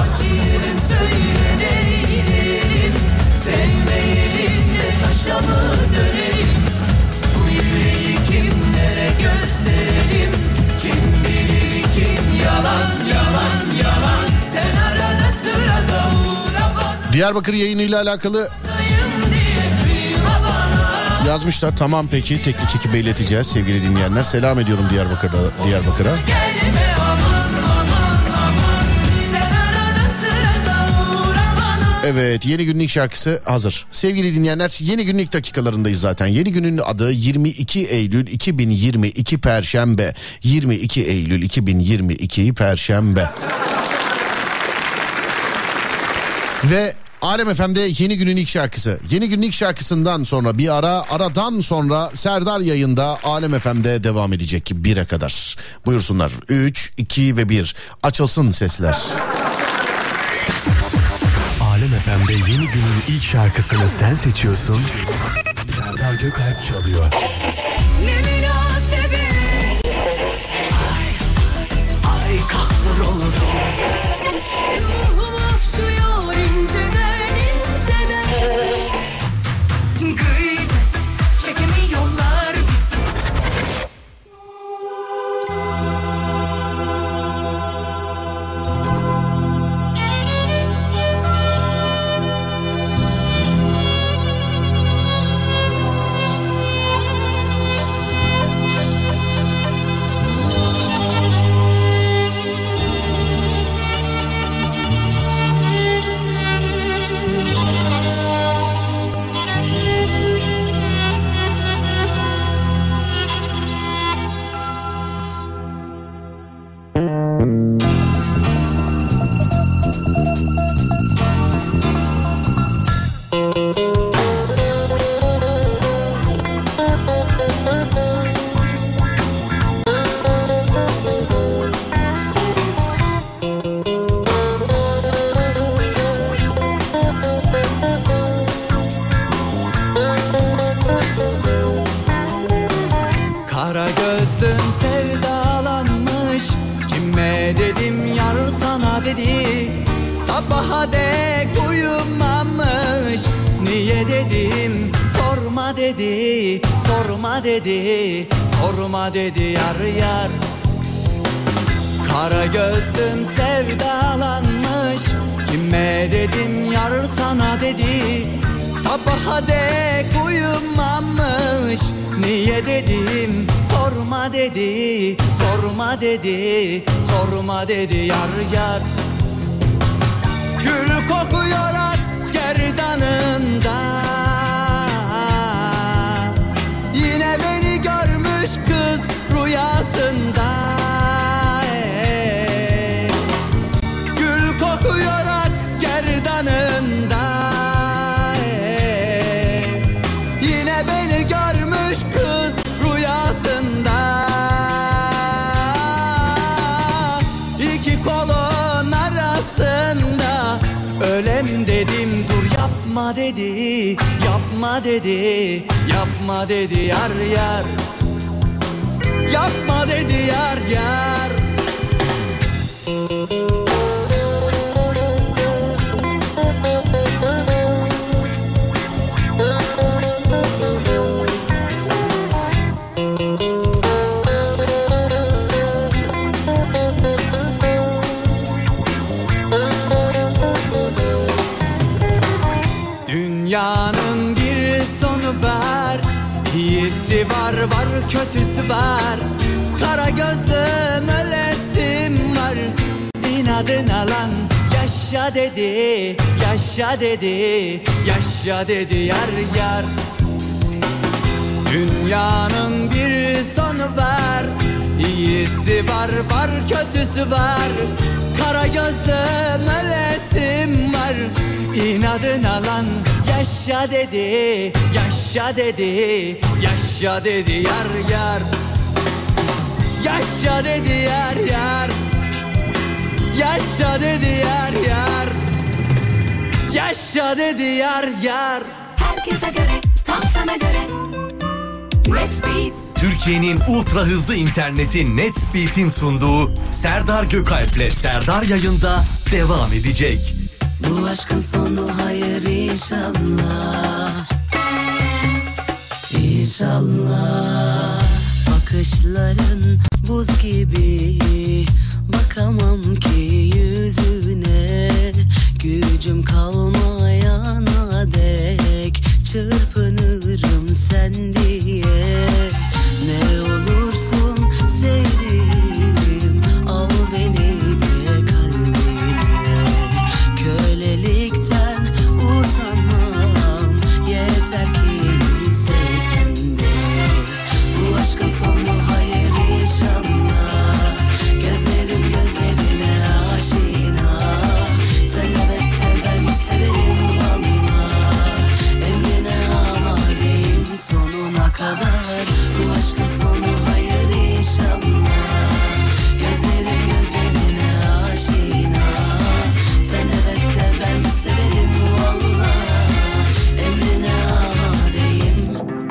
Diyarbakır yayınıyla alakalı yazmışlar. Tamam peki, teknik ekibe ileteceğiz sevgili dinleyenler. Selam ediyorum Diyarbakır'da, Diyarbakır'a. Evet, yeni günün ilk şarkısı hazır. Sevgili dinleyenler, yeni günün ilk dakikalarındayız zaten. Yeni günün adı yirmi iki Eylül iki bin yirmi iki Perşembe. yirmi iki Eylül iki bin yirmi iki Perşembe. Ve Alem F M'de yeni günün ilk şarkısı. Yeni günün ilk şarkısından sonra bir ara, aradan sonra Serdar yayında Alem F M'de devam edecek bire kadar. Buyursunlar. üç, iki ve bir. Açılsın sesler. Alem F M'de yeni günün ilk şarkısını sen seçiyorsun. Serdar Gökalp çalıyor. Ne münasebet. Ay, ay kahrolur. Ruhum okşuyor inceden inceden. Gıybet çekemiyorlar bizi. Kara gözlüm sevdalanmış, kime dedim yar sana dedi. Sabaha dek uyumamış, niye dedim sorma dedi. Sorma dedi, sorma dedi yar yar. Kara gözlüm sevdalanmış, kime dedim yar sana dedi. Sabaha dek uyumamış, niye dedim sorma dedi. Sorma dedi, sorma dedi yar yar. Gül kokuyor ak gerdanında, yine beni görmüş kız rüyasında. Ey. Gül kokuyor ak gerdanında, ey. Yine beni görmüş kız rüyasında. İki kolun arasında ölem dedim, dur yapma dedi. Yapma dedi, yapma dedi yar yar. Yapma dedi yar yar. Dünyanın bir sonu var, iyisi var var kötüsü var. Kara gözlüm ölesim var, inadına lan yaşa dedi. Yaşa dedi, yaşa dedi yar yar. Dünyanın bir sonu var, iyisi var var kötüsü var. Kara gözlüm ölesim var, İnadına lan yaşa dedi. Yaşa dedi, yaşa dedi yar yar. Yaşa dedi yar yar. Yaşa dedi yar yar. Yaşa dedi yar yar. Herkese göre, tam sana göre. Netspeed. Türkiye'nin ultra hızlı interneti Netspeed'in sunduğu Serdar Gökalp'le Serdar Yayında devam edecek. Bu aşkın sonu hayır inşallah. İnşallah. Bakışların buz gibi, bakamam ki yüzüne. Gücüm kalmayana dek çırpınırım sen diye. Ne olursun sevdiğim, al beni de kalbine. Kölelikten utanmam, yeter ki sevsen de. Bu aşkın sonu hayır inşallah. Gözlerim gözlerine aşina. Sen elbette ben severim valla. Emrine amadeyim sonuna kadar. Bu aşkın sonu hayır inşallah. Gözlerim gözlerine aşina. Sen elbette ben severim valla. Emrine amadeyim.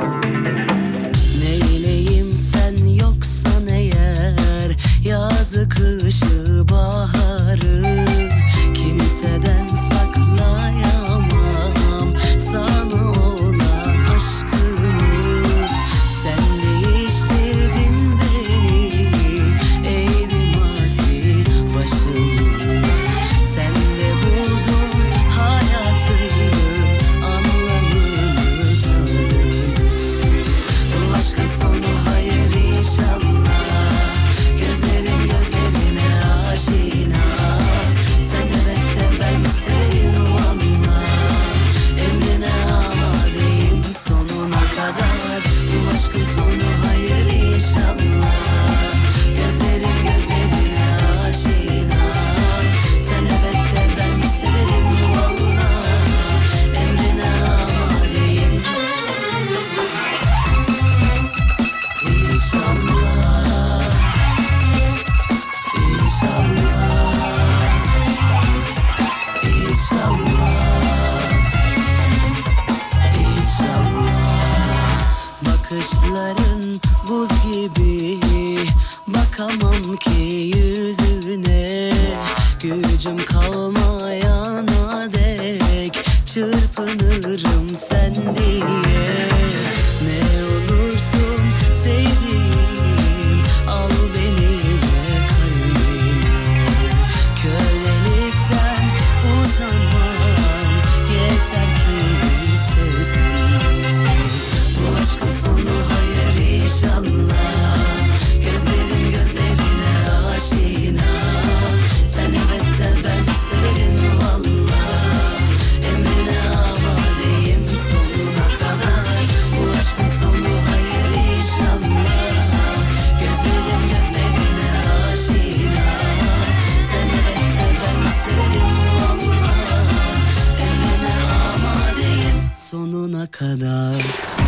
Neyleyim sen yoksan eğer, yazı kışı baharı. Kimseden saklayamam sana olan aşkımı. Sen değiştirdin beni, eğri mazi başımı. Sen de buldun hayatı, anlamını, tadını. Bu aşkın sonu hayır inşallah. Gözlerim gözlerine bakamam ki yüzüne, gücüm kalmayana dek çırpınırım sen diye. Ne olursun sevdiğim, al beni de kalbine. Kölelikten uzanmam, yeter ki sevsin. Bu aşkın sonu hayır inşallah. Gözlerim gözlerine aşina. Sen evet de ben severim valla. Emrine amadeyim sonuna kadar. Bu aşkın sonu hayır inşallah. Gözlerim gözlerine aşina. Sen evet de ben severim valla. Emrine amadeyim sonuna kadar.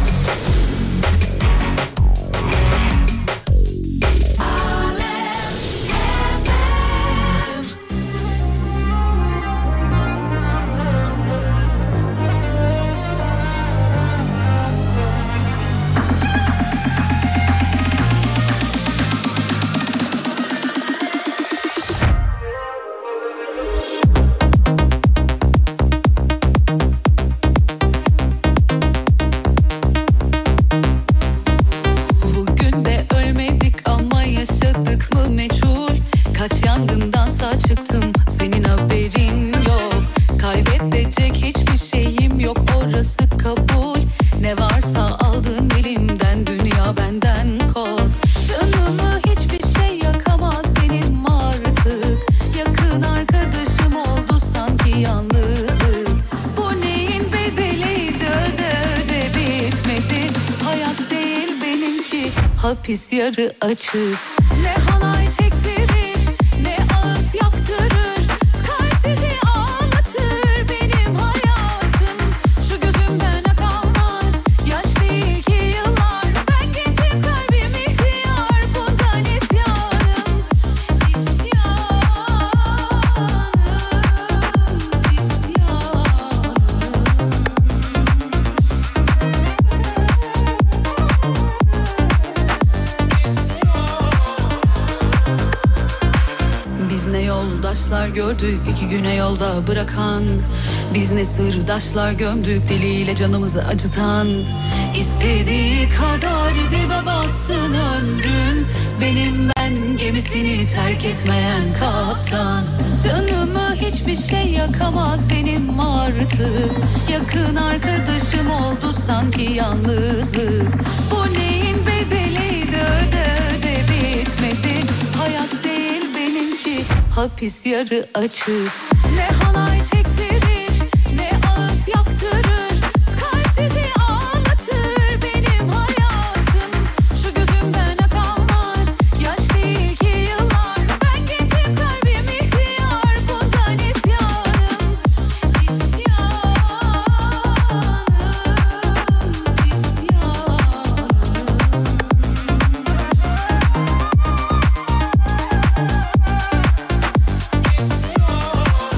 Bugün de ölmedik ama yaşadık mı meçhul. Kaç yangından sağ çıktım, senin haberin yok. Kaybedecek hiçbir şeyim yok, orası kabul. Ne varsa aldın elimden, dünya benden kork. Canımı hiçbir şey yakamaz benim artık. Yakın arkadaşım oldu sanki yalnızlık. Bu neyin bedeliydi, öde öde bitmedi. Hayat değil benimki, hapis yarı açık. Ne halay çektirir, ne ağıt yaktırır. Kalp sizi ağlatır benim hayatım. Şu gözümden akanlar, yaş değil ki yıllar. Ben gencim, kalbim ihtiyar, bundan isyanım. İsyanım, Biz ne yoldaşlar gördük iki güne yolda bırakan. Biz ne sırdaşlar gömdük diliyle canımızı acıtan. İstediği kadar dibe batsın ömrüm, benim ben gemisini terk etmeyen kaptan. Canımı hiçbir şey yakamaz benim artık. Yakın arkadaşım oldu sanki yalnızlık. Bu neyin bedeliydi, öde öde bitmedi. Hayat değil benimki, hapis yarı açık. Ne halay çektirir, ne ağıt yaktırır. Kalp sizi ağlatır benim hayatım. Şu gözümden akanlar, yaş değil ki yıllar. Ben gencim, kalbim ihtiyar, bundan isyanım. İsyanım, isyanım.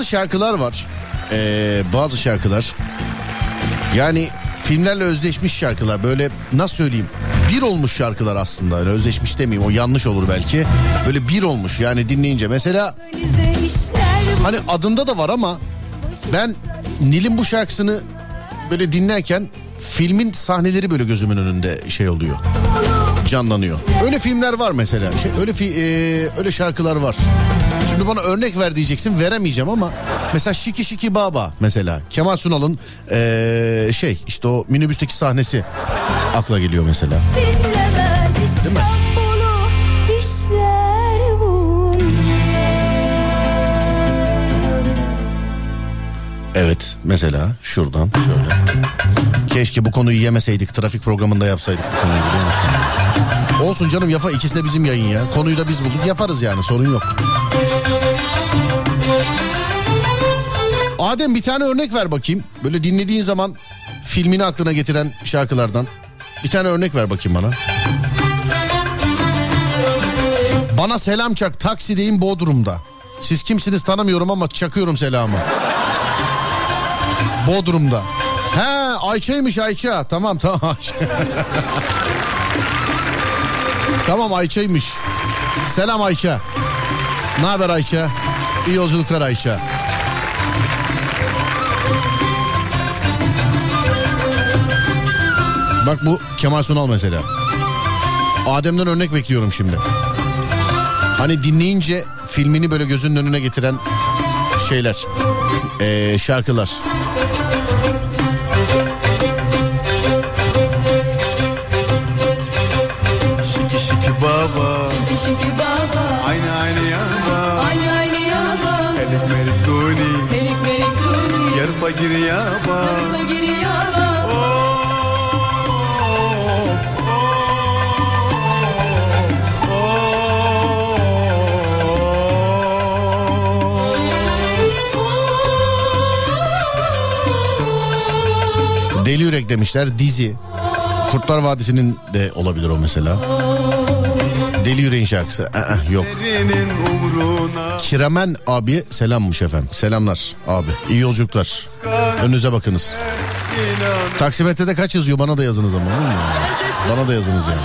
şarkılar var. Ee, bazı şarkılar. Yani filmlerle özdeşmiş şarkılar. Böyle nasıl söyleyeyim? Bir olmuş şarkılar aslında. Yani özdeşmiş demeyeyim, o yanlış olur belki. Böyle bir olmuş yani dinleyince. Mesela hani adında da var ama ben Nil'in bu şarkısını böyle dinlerken filmin sahneleri böyle gözümün önünde şey oluyor. Canlanıyor. Öyle filmler var mesela. Şey, öyle fi, e, öyle şarkılar var. Şimdi bana örnek ver diyeceksin, veremeyeceğim ama mesela Şiki Şiki Baba mesela Kemal Sunal'ın e, şey işte o minibüsteki sahnesi akla geliyor mesela. Değil mi? Evet mesela şuradan şöyle. Keşke bu konuyu yemeseydik, trafik programında yapsaydık bu konuyu, biliyor musun? Olsun canım, yafa, ikisi de bizim yayın ya. Konuyu da biz bulduk, yaparız yani, sorun yok. Adem bir tane örnek ver bakayım. Böyle dinlediğin zaman filmini aklına getiren şarkılardan. Bir tane örnek ver bakayım bana. Bana selam çak, taksideyim Bodrum'da. Siz kimsiniz tanımıyorum ama çakıyorum selamı. Bodrum'da. He, Ayça'ymış Ayça. Tamam tamam. Tamam Ayça'ymış. Selam Ayça. Ne haber Ayça? İyi yolculuklar Ayça. Bak bu Kemal Sunal mesela. Adem'den örnek bekliyorum şimdi. Hani dinleyince filmini böyle gözünün önüne getiren şeyler, ee, şarkılar. Şiki şiki baba, Şiki şiki baba, aynı aynı yaba, aynı aynı yaba, Helik melik duni, helik melik duni, yer fakir yaba, yer fakir yaba. Deli Yürek demişler, dizi. Kurtlar Vadisi'nin de olabilir o mesela. Deli Yürek'in şarkısı. Ee, yok. Kiramen abi selammış efendim. Selamlar abi. İyi yolculuklar. Önünüze bakınız. Taksimetrede kaç yazıyor, bana da yazınız ama. Bana da yazınız yani.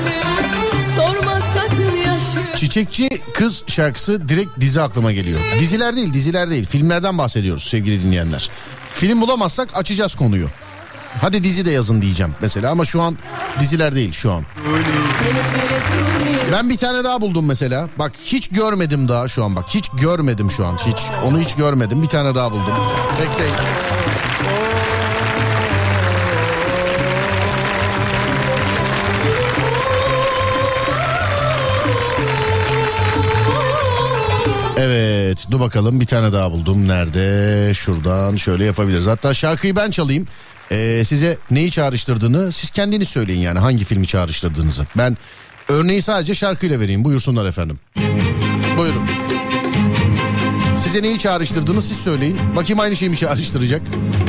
Çiçekçi Kız şarkısı direkt dizi aklıma geliyor. Diziler değil, diziler değil. Filmlerden bahsediyoruz sevgili dinleyenler. Film bulamazsak açacağız konuyu. Hadi dizi de yazın diyeceğim mesela ama şu an diziler değil şu an. Ben bir tane daha buldum mesela. Bak hiç görmedim daha şu an bak. Hiç görmedim şu an. Hiç. Onu hiç görmedim. Bir tane daha buldum. Bekleyin. Evet, dur bakalım bir tane daha buldum. Nerede? Şuradan şöyle yapabiliriz. Hatta şarkıyı ben çalayım. Ee, size neyi çağrıştırdığını siz kendiniz söyleyin yani hangi filmi çağrıştırdığınızı. Ben örneği sadece şarkıyla vereyim. Buyursunlar efendim. Buyurun. Size neyi çağrıştırdığını siz söyleyin. Bakayım aynı şeyi mi çağrıştıracak?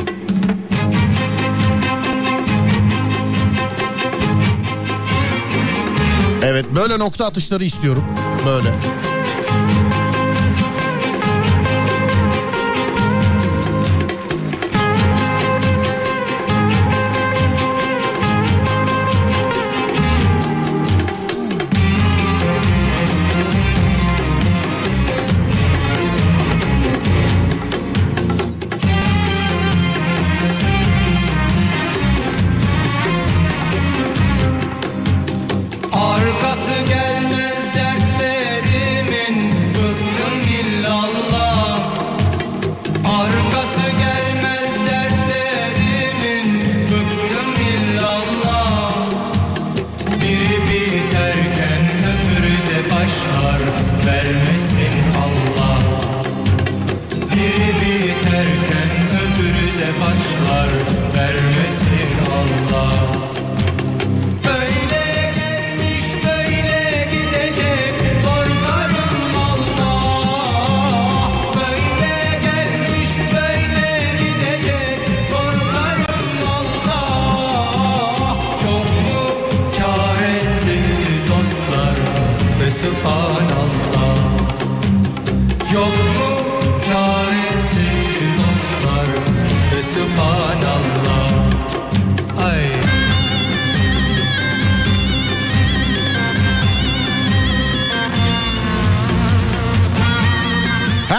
Evet, böyle nokta atışları istiyorum. Böyle. arkası gelmez dertlerimin.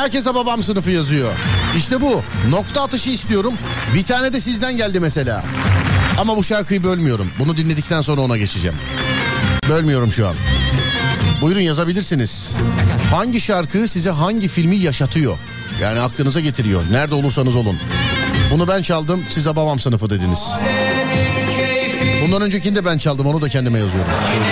Herkese babam sınıfı yazıyor. İşte bu. Nokta atışı istiyorum. Bir tane de sizden geldi mesela. Ama bu şarkıyı bölmüyorum. Bunu dinledikten sonra ona geçeceğim. Bölmüyorum şu an. Buyurun yazabilirsiniz. Hangi şarkı size hangi filmi yaşatıyor? Yani aklınıza getiriyor. Nerede olursanız olun. Bunu ben çaldım, size babam sınıfı dediniz. Bundan öncekini de ben çaldım, onu da kendime yazıyorum.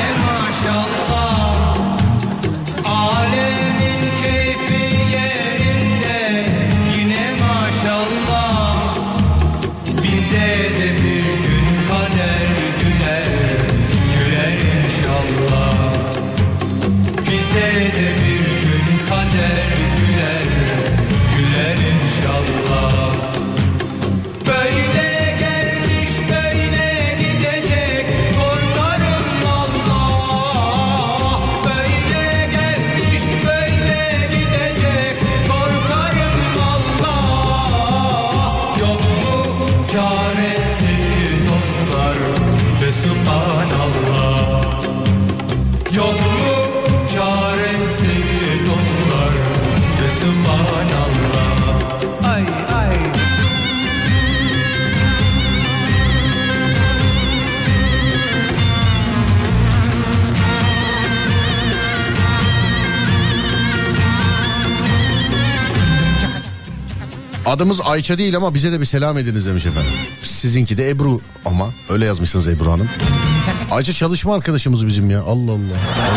Adımız Ayça değil ama bize de bir selam ediniz demiş efendim. Sizinki de Ebru ama öyle yazmışsınız Ebru Hanım. Ayça çalışma arkadaşımız bizim ya. Allah Allah.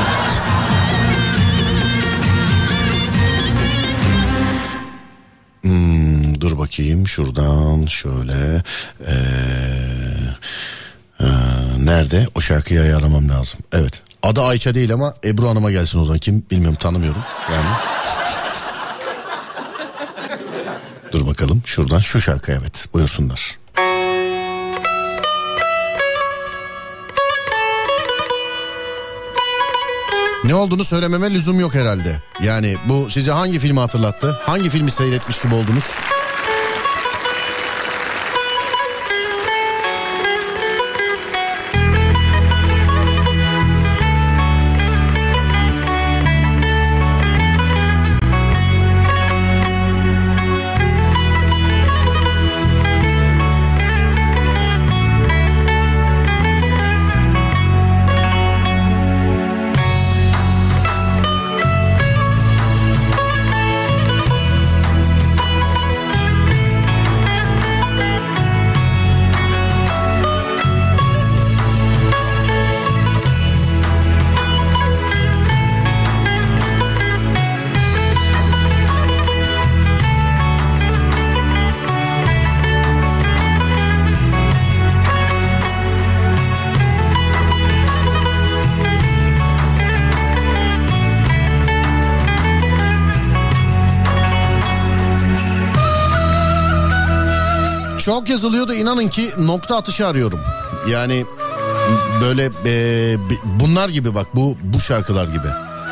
Hmm, dur bakayım şuradan şöyle. Ee, e, nerede? O şarkıyı ayarlamam lazım. Evet. Adı Ayça değil ama Ebru Hanım'a gelsin o zaman. Kim bilmiyorum, tanımıyorum. Yani. Dur bakalım şuradan şu şarkı, evet, buyursunlar. Ne olduğunu söylememe lüzum yok herhalde. Yani bu size hangi filmi hatırlattı? Hangi filmi seyretmiş gibi oldunuz? Çok yazılıyordu, inanın ki nokta atışı arıyorum. Yani böyle e, bunlar gibi, bak bu bu şarkılar gibi.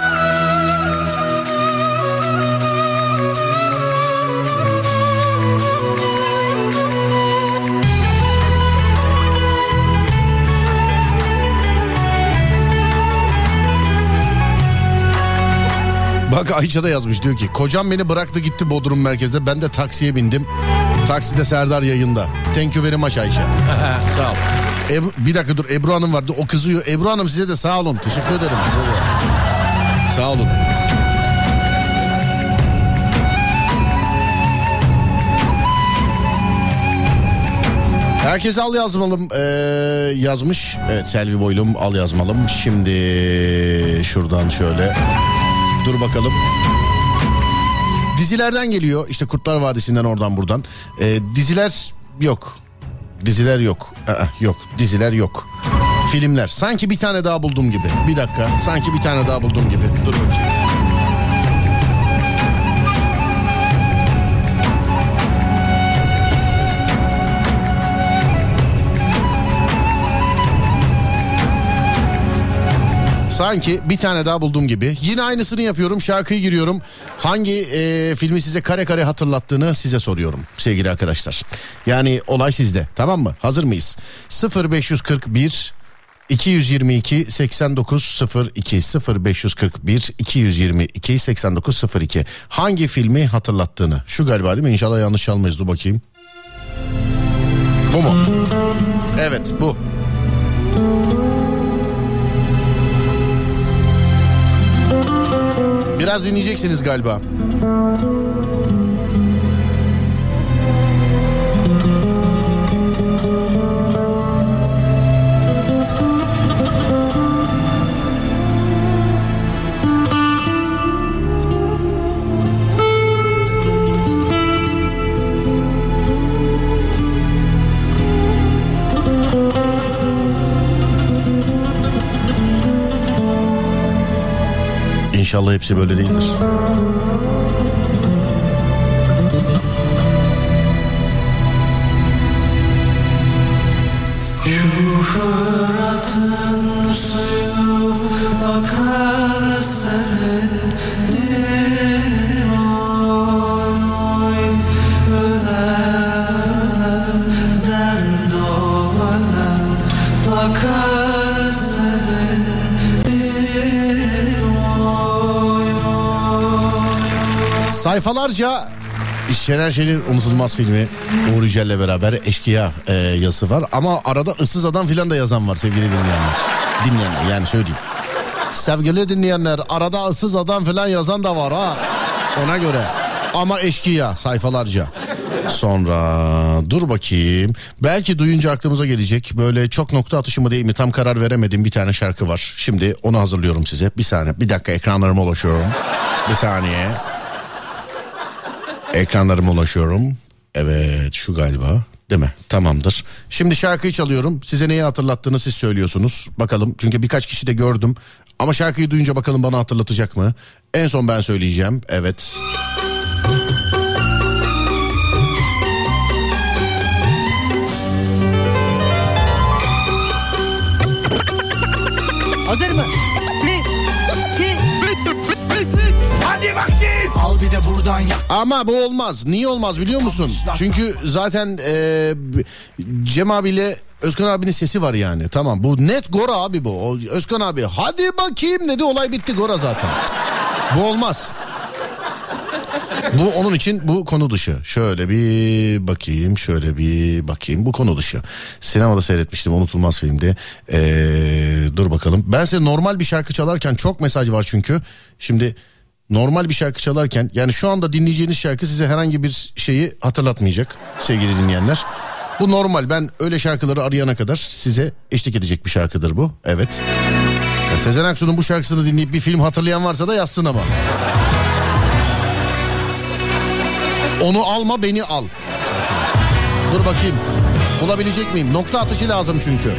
Bak Ayça da yazmış, diyor ki kocam beni bıraktı gitti Bodrum merkezde, ben de taksiye bindim. Takside Serdar yayında. Thank you very much Ayça. Sağ ol. Ebru, bir dakika dur, Ebru Hanım vardı, o kızıyor. Ebru Hanım size de sağ olun. Teşekkür ederim. Size de. Sağ olun. Herkes al yazmalım ee, yazmış. Evet, Selvi Boylum al yazmalım. Şimdi şuradan şöyle. Dur bakalım. Dizilerden geliyor. İşte Kurtlar Vadisi'nden, oradan buradan. Ee, diziler yok. Diziler yok. Ee, yok. Diziler yok. Filmler. Sanki bir tane daha buldum gibi. Bir dakika. Sanki bir tane daha buldum gibi. Dur bakayım. Sanki bir tane daha buldum gibi. Yine aynısını yapıyorum. Şarkıyı giriyorum. Hangi e, filmi size kare kare hatırlattığını size soruyorum sevgili arkadaşlar. Yani olay sizde. Tamam mı? Hazır mıyız? sıfır beş kırk bir iki yüz yirmi iki seksen dokuz sıfır iki sıfır beş kırk bir iki yüz yirmi iki seksen dokuz sıfır iki. Hangi filmi hatırlattığını? Şu galiba değil mi? İnşallah yanlış çalmayız. Dur bakayım. Bu mu? Evet, bu. Biraz dinleyeceksiniz galiba. İnşallah hepsi böyle değildir. Şu Fırat'ın suyu akar senindir oy. Ölen dert ölen bakar senindir oy. Sayfalarca Şener Şen'in unutulmaz filmi Uğur Yücel'le beraber Eşkıya e, yazısı var. Ama arada ıssız adam filan da yazan var sevgili dinleyenler. Dinleyenler yani söyleyeyim. Sevgili dinleyenler, arada ıssız adam filan yazan da var ha. Ona göre. Ama Eşkıya sayfalarca. Sonra dur bakayım. Belki duyunca aklımıza gelecek. Böyle çok nokta atışı mı değil mi tam karar veremedim, bir tane şarkı var. Şimdi onu hazırlıyorum size. Bir saniye, bir dakika, ekranlarıma ulaşıyorum. Bir saniye. Ekranlarıma ulaşıyorum. Evet, şu galiba değil mi? Tamamdır. Şimdi şarkıyı çalıyorum. Size neyi hatırlattığını siz söylüyorsunuz. Bakalım, çünkü birkaç kişi de gördüm. Ama şarkıyı duyunca bakalım bana hatırlatacak mı? En son ben söyleyeceğim. Evet. Hazır mı? Hadi bakayım. Al bir de buradan yak. Ama bu olmaz. Niye olmaz biliyor musun? Çünkü zaten e, Cem abiyle Özkan abinin sesi var yani. Tamam, bu net Gora abi bu. O, Özkan abi hadi bakayım dedi, olay bitti, Gora zaten. Bu olmaz. Bu onun için bu konu dışı. Şöyle bir bakayım, şöyle bir bakayım. Bu konu dışı. Sinemada seyretmiştim, unutulmaz filmdi. Ee, dur bakalım. Ben size normal bir şarkı çalarken çok mesaj var çünkü. Şimdi normal bir şarkı çalarken, yani şu anda dinleyeceğiniz şarkı size herhangi bir şeyi hatırlatmayacak sevgili dinleyenler. Bu normal. Ben öyle şarkıları arayana kadar size eşlik edecek bir şarkıdır bu. Evet. Ya Sezen Aksu'nun bu şarkısını dinleyip bir film hatırlayan varsa da yazsın ama. Onu alma, beni al. Dur bakayım. Bulabilecek miyim? Nokta atışı lazım çünkü.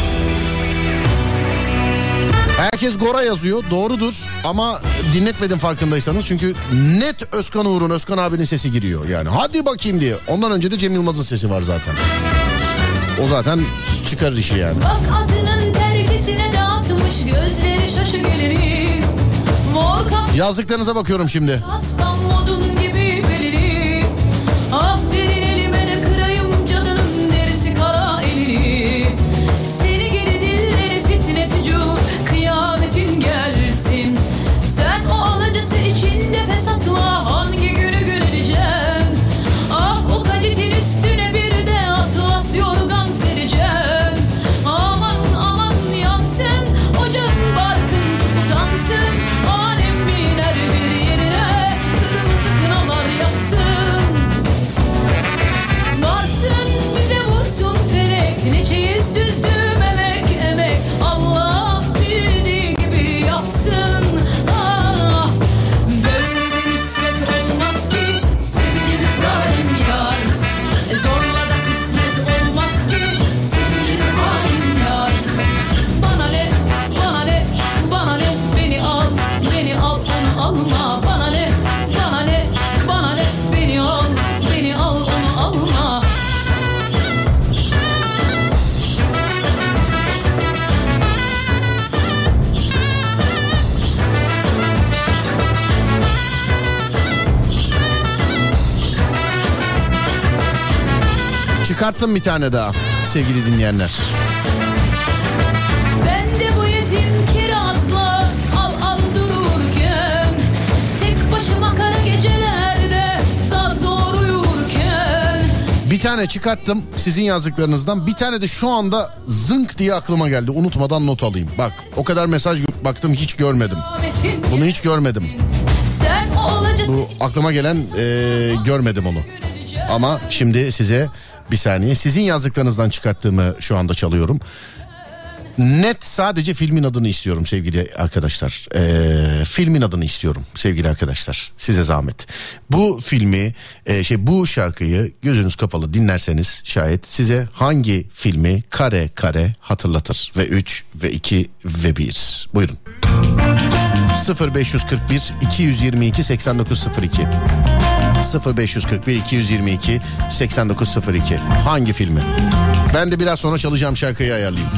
Herkes Gora yazıyor. Doğrudur. Ama dinletmedim farkındaysanız. Çünkü net Özkan Uğur'un, Özkan abinin sesi giriyor. Yani hadi bakayım diye. Ondan önce de Cem Yılmaz'ın sesi var zaten. O zaten çıkarır işi yani. Bak adının dergisine dağıtmış gözleri şaşı gelirim. Yazdıklarınıza bakıyorum şimdi. Aslan modun gibi belirim. Ah derin elime de kırayım cadının derisi kara elini. Seni geri dilleri fitne fücur kıyametin gelsin. Sen o alacası içinde fesatla hangi günü güleceksin? Ah o kaditin üstüne bir de atlas yorgan sereceğim. Aman aman yansın ocağın barkın utansın. Alem biner bir yerine kırmızı kınalar yaksın. Varsın bize vursun felek ne çeyiz düzdüm emek emek. Allah bildiği gibi yapsın. Ah böyle de nispet olmaz ki sevgili zalim yar. Zorla da kısmet olmaz ki sevgili hain yar. Bana ne bana ne bana ne beni al beni al onu alma. Bana ne bana ne bana ne beni al beni al onu alma. Çıkarttım bir tane daha sevgili dinleyenler. Bir tane çıkarttım sizin yazdıklarınızdan. Bir tane de şu anda zınk diye aklıma geldi. Unutmadan not alayım. Bak o kadar mesaj baktım hiç görmedim. Bunu hiç görmedim. Bu aklıma gelen e, görmedim onu. Ama şimdi size bir saniye sizin yazdıklarınızdan çıkarttığımı şu anda çalıyorum. Net sadece filmin adını istiyorum sevgili arkadaşlar. Ee, filmin adını istiyorum sevgili arkadaşlar. Size zahmet. Bu filmi, e, şey bu şarkıyı gözünüz kapalı dinlerseniz şayet size hangi filmi kare kare hatırlatır? Ve üç ve iki ve bir. Buyurun. sıfır beş kırk bir iki yüz yirmi iki seksen dokuz sıfır iki sıfır beş kırk bir iki yüz yirmi iki seksen dokuz sıfır iki. Hangi filmi? Ben de biraz sonra çalacağım şarkıyı ayarlayayım.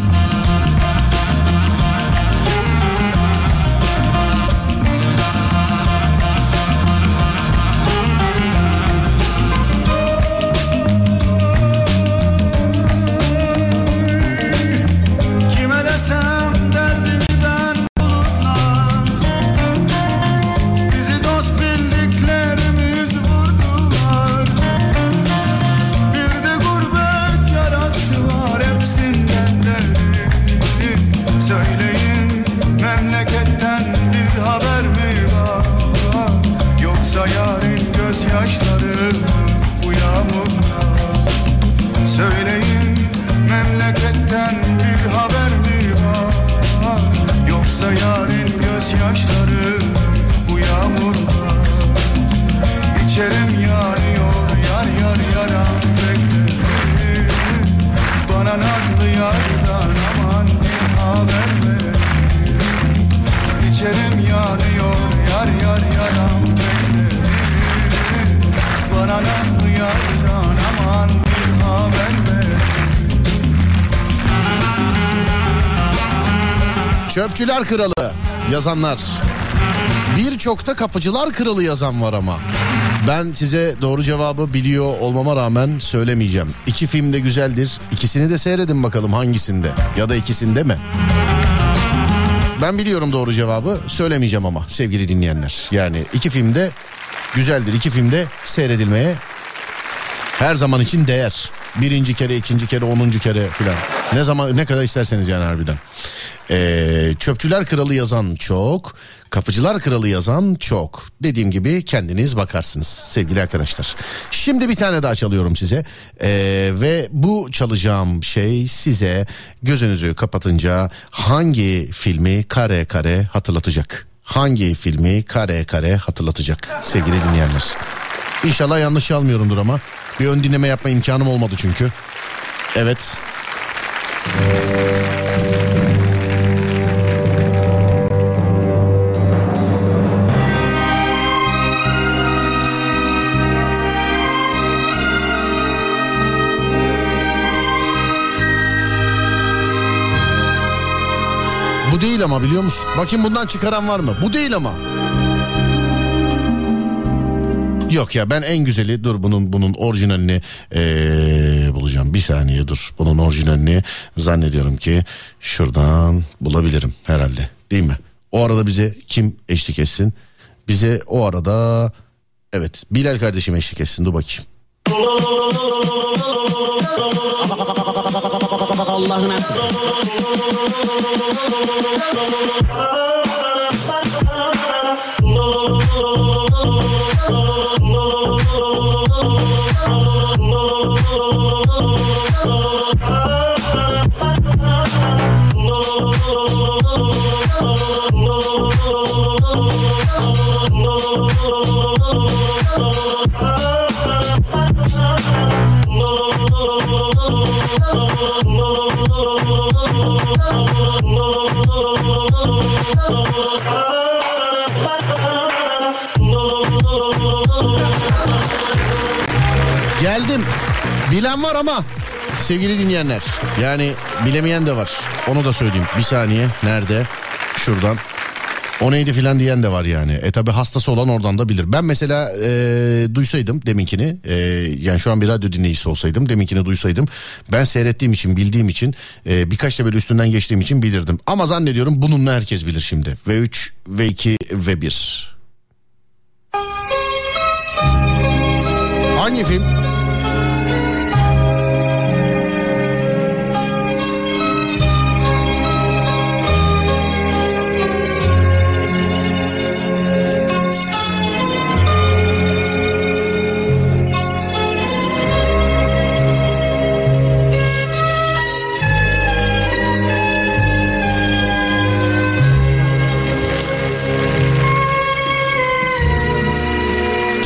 Çöpçüler Kralı yazanlar. Birçok da Kapıcılar Kralı yazan var ama. Ben size doğru cevabı biliyor olmama rağmen söylemeyeceğim. İki film de güzeldir. İkisini de seyredin bakalım hangisinde ya da ikisinde mi? Ben biliyorum doğru cevabı, söylemeyeceğim ama sevgili dinleyenler. Yani iki film de güzeldir. İki film de seyredilmeye her zaman için değer. Birinci kere, ikinci kere, onuncu kere filan. Ne zaman, ne kadar isterseniz yani harbiden. Ee, Çöpçüler Kralı yazan çok, Kapıcılar Kralı yazan çok. Dediğim gibi kendiniz bakarsınız sevgili arkadaşlar. Şimdi bir tane daha çalıyorum size. Ee, ve bu çalacağım şey size gözünüzü kapatınca hangi filmi kare kare hatırlatacak? Hangi filmi kare kare hatırlatacak sevgili dinleyenler? İnşallah yanlış çalmıyorumdur ama. Bir ön dinleme yapma imkanım olmadı çünkü. Evet. Bu değil ama biliyor musun? Bakayım bundan çıkaran var mı? Bu değil ama. Yok ya, ben en güzeli, dur bunun bunun orijinalini ee, bulacağım. Bir saniye dur. Bunun orijinalini zannediyorum ki şuradan bulabilirim herhalde. Değil mi? O arada bize kim eşlik etsin? Bize o arada evet Bilal kardeşim eşlik etsin. Dur bakayım. Allah'ına. Geldim. Bilen var ama sevgili dinleyenler, yani bilemeyen de var. Onu da söyleyeyim. Bir saniye. Nerede? Şuradan. O neydi filan diyen de var yani. E tabi hastası olan oradan da bilir. Ben mesela e, duysaydım deminkini, e, yani şu an bir radyo dinleyicisi olsaydım, deminkini duysaydım, ben seyrettiğim için, bildiğim için, e, birkaç da böyle üstünden geçtiğim için bilirdim. Ama zannediyorum bununla herkes bilir şimdi. ve üç, ve iki, ve bir. Hangi film?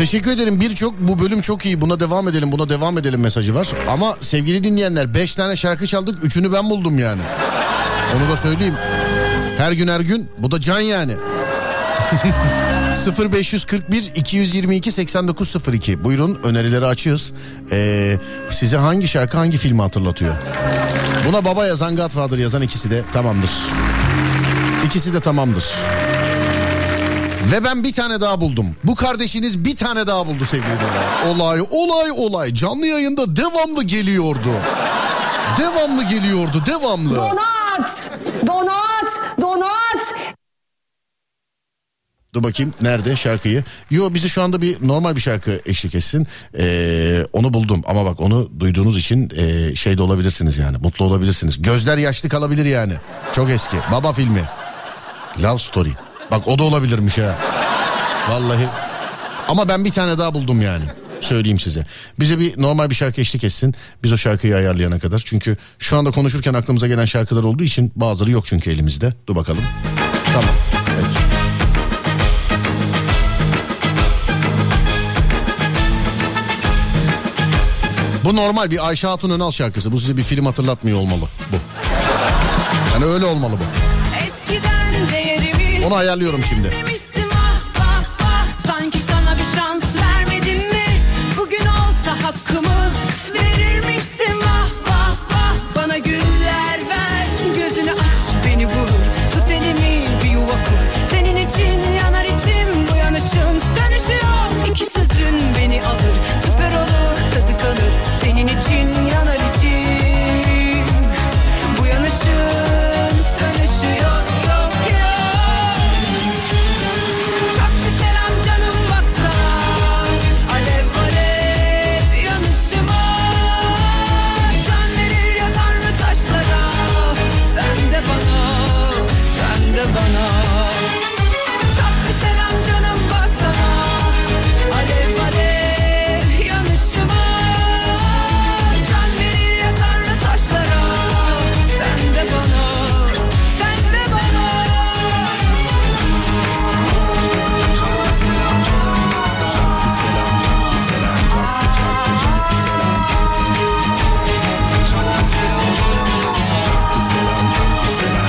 Teşekkür ederim. Birçok bu bölüm çok iyi. Buna devam edelim, buna devam edelim mesajı var. Ama sevgili dinleyenler, beş tane şarkı çaldık. Üçünü ben buldum yani. Onu da söyleyeyim. Her gün her gün. Bu da can yani. sıfır beş kırk bir iki yüz yirmi iki seksen dokuz sıfır iki. Buyurun, önerileri açığız. Ee, size hangi şarkı hangi filmi hatırlatıyor? Buna baba yazan, Godfather yazan ikisi de tamamdır. İkisi de tamamdır. Ve ben bir tane daha buldum. Bu kardeşiniz bir tane daha buldu sevgili dinleyiciler. Olay olay olay canlı yayında devamlı geliyordu. Devamlı geliyordu devamlı. Donat! Donat! Donat! Dur bakayım nerede şarkıyı? Yo, bize şu anda bir normal bir şarkı eşlik etsin. Ee, onu buldum ama bak onu duyduğunuz için e, şey de olabilirsiniz yani, mutlu olabilirsiniz. Gözler yaşlı kalabilir yani. Çok eski. Baba filmi. Love Story. Bak o da olabilirmiş ha. Vallahi. Ama ben bir tane daha buldum yani. Söyleyeyim size. Bize bir normal bir şarkı eşlik etsin. Biz o şarkıyı ayarlayana kadar. Çünkü şu anda konuşurken aklımıza gelen şarkılar olduğu için bazıları yok çünkü elimizde. Dur bakalım. Tamam. Peki. Bu normal bir Ayşe Hatun Önal şarkısı. Bu size bir film hatırlatmıyor olmalı. Bu. Yani öyle olmalı bu. Onu ayarlıyorum şimdi. Vah, vah, vah. Sanki sana bir şans vermedim mi? Bugün olsa hakkımı verirmişsin. Vah vah vah. Bana güller ver. Gözünü aç, beni vur. Tut elimi, bir yuva kur. Senin için yanar içim. Bu yanışım sönüşüyor. İki sözün beni alır. Süper olur, tadı kalır. Senin için yanar içim. Bu yanışım sönüşüyor. Bana çok bir selam canım, baksana. Alev alev yanışıma. Can verir yatar mı taşlara. Sen de bana, sen de bana. Çok bir selam canım, baksana. Çok bir selam, çok bir selam, çok bir çok bir çok bir selam. Çok bir selam canım, baksana. Çok bir selam, çok bir selam.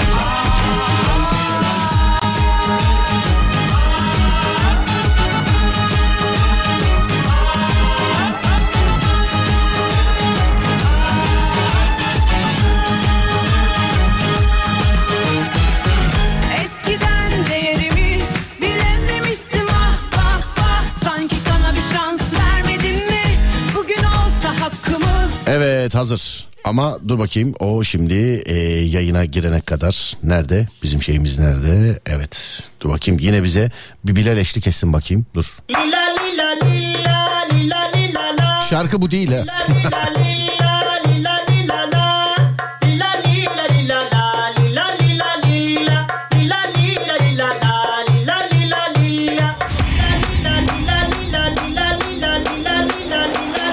Evet, hazır. Ama dur bakayım, o şimdi e, yayına girene kadar nerede? Bizim şeyimiz nerede? Evet, dur bakayım, yine bize bir Bilal eşlik etsin bakayım, dur. Lila lila lila lila lila la. Şarkı bu değil ha. Lila lila lila lila la. Lila lila lila la. Lila lila lila. Lila lila lila la. Lila lila lila. Lila lila lila lila lila lila lila lila.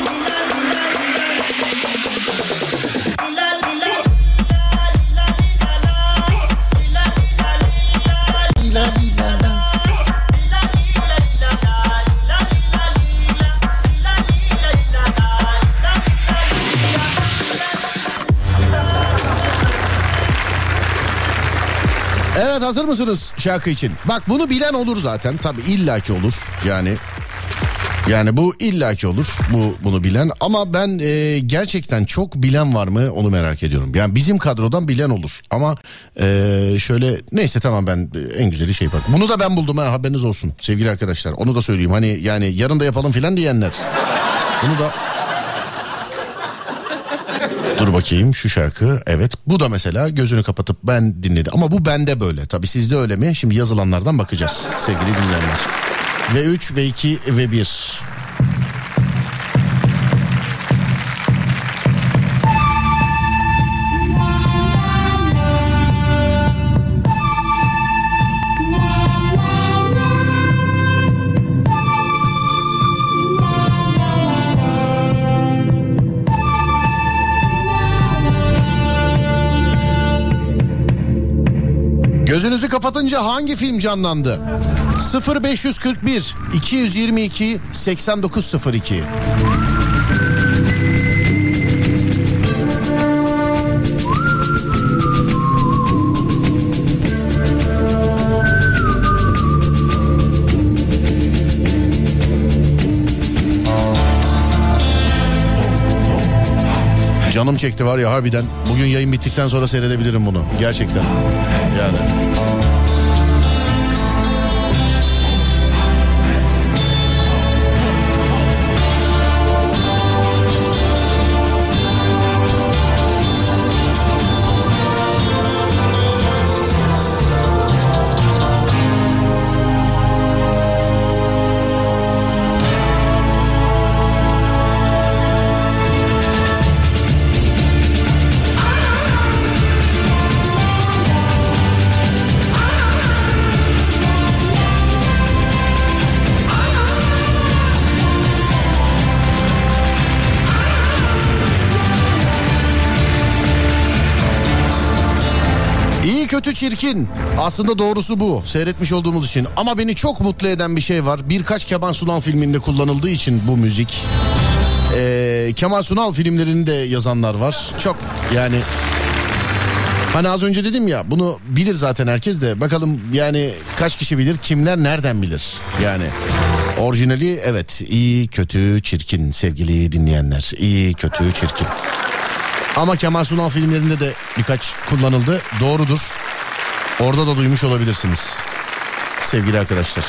Evet, hazır mısınız şarkı için? Bak, bunu bilen olur zaten. Tabii illaki olur. Yani yani bu illaki olur. Bu bunu bilen. Ama ben e, gerçekten çok bilen var mı onu merak ediyorum. Yani bizim kadrodan bilen olur. Ama e, şöyle neyse tamam, ben en güzeli şey bak. Bunu da ben buldum ha, haberiniz olsun sevgili arkadaşlar. Onu da söyleyeyim. Hani yani yarın da yapalım filan diyenler. Bunu da dur bakayım, şu şarkı, evet, bu da mesela gözünü kapatıp ben dinledim. Ama bu bende böyle. Tabii sizde öyle mi? Şimdi yazılanlardan bakacağız sevgili dinleyenler. Ve üç ve iki ve bir. Gözünüzü kapatınca basınca hangi film canlandı? sıfır beş kırk bir iki yüz yirmi iki seksen dokuz sıfır iki. Canım çekti var ya harbiden. Bugün yayın bittikten sonra seyredebilirim bunu. Gerçekten. Yani. Kötü çirkin. Aslında doğrusu bu. Seyretmiş olduğumuz için. Ama beni çok mutlu eden bir şey var. Birkaç Kemal Sunal filminde kullanıldığı için bu müzik. Ee, Kemal Sunal filmlerini de yazanlar var. Çok yani... Hani az önce dedim ya, bunu bilir zaten herkes de. Bakalım yani kaç kişi bilir, kimler nereden bilir? Yani orijinali evet, iyi kötü çirkin sevgili dinleyenler. İyi kötü çirkin. Ama Kemal Sunal filmlerinde de birkaç kullanıldı. Doğrudur. Orada da duymuş olabilirsiniz sevgili arkadaşlar.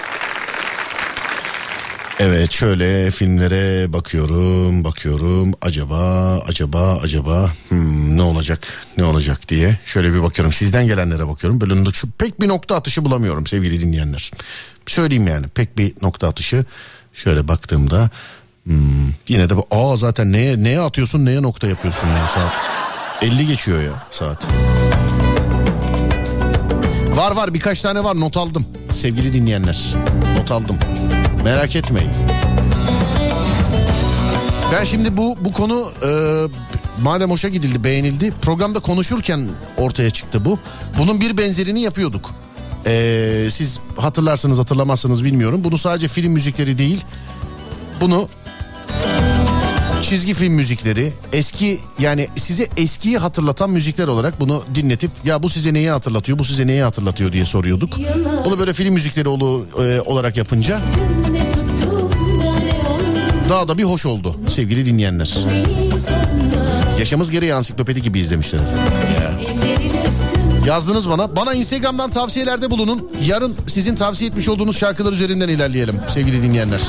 Evet, şöyle filmlere bakıyorum, bakıyorum. Acaba, acaba, acaba hmm, ne olacak, ne olacak diye. Şöyle bir bakıyorum. Sizden gelenlere bakıyorum. Böyle şu, pek bir nokta atışı bulamıyorum sevgili dinleyenler. Söyleyeyim yani, pek bir nokta atışı. Şöyle baktığımda hmm, yine de bu. Aa zaten neye, neye atıyorsun, neye nokta yapıyorsun ya, saat elli geçiyor ya saat. Var var birkaç tane var, not aldım sevgili dinleyenler. Not aldım. Merak etmeyin. Ben şimdi bu bu konu e, madem hoşa gidildi, beğenildi, programda konuşurken ortaya çıktı bu. Bunun bir benzerini yapıyorduk. E, siz hatırlarsınız hatırlamazsınız bilmiyorum. Bunu sadece film müzikleri değil, bunu çizgi film müzikleri, eski yani size eskiyi hatırlatan müzikler olarak bunu dinletip ya bu size neyi hatırlatıyor, bu size neyi hatırlatıyor diye soruyorduk. Bunu böyle film müzikleri olu, e, olarak yapınca daha da bir hoş oldu sevgili dinleyenler. Yaşamız gereği ansiklopedi gibi izlemişler. Ya. Yazdınız bana. Bana Instagram'dan tavsiyelerde bulunun. Yarın sizin tavsiye etmiş olduğunuz şarkılar üzerinden ilerleyelim sevgili dinleyenler.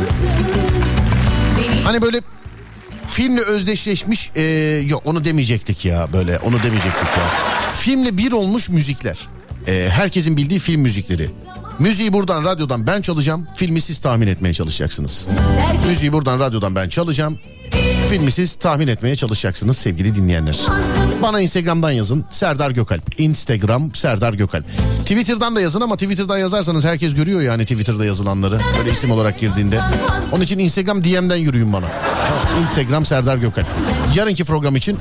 Hani böyle filmle özdeşleşmiş e, yok onu demeyecektik ya, böyle onu demeyecektik ya. Filmle bir olmuş müzikler. E, herkesin bildiği film müzikleri. Müziği buradan radyodan ben çalacağım. Filmi siz tahmin etmeye çalışacaksınız. Müziği buradan radyodan ben çalacağım. Filmi siz tahmin etmeye çalışacaksınız sevgili dinleyenler. Bana Instagram'dan yazın. Serdar Gökalp. Instagram Serdar Gökalp. Twitter'dan da yazın ama Twitter'dan yazarsanız herkes görüyor yani Twitter'da yazılanları. Böyle isim olarak girdiğinde. Onun için Instagram D M'den yürüyün bana. Instagram Serdar Gökalp. Yarınki program için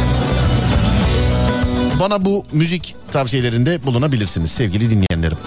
bana bu müzik tavsiyelerinde bulunabilirsiniz sevgili dinleyenlerim.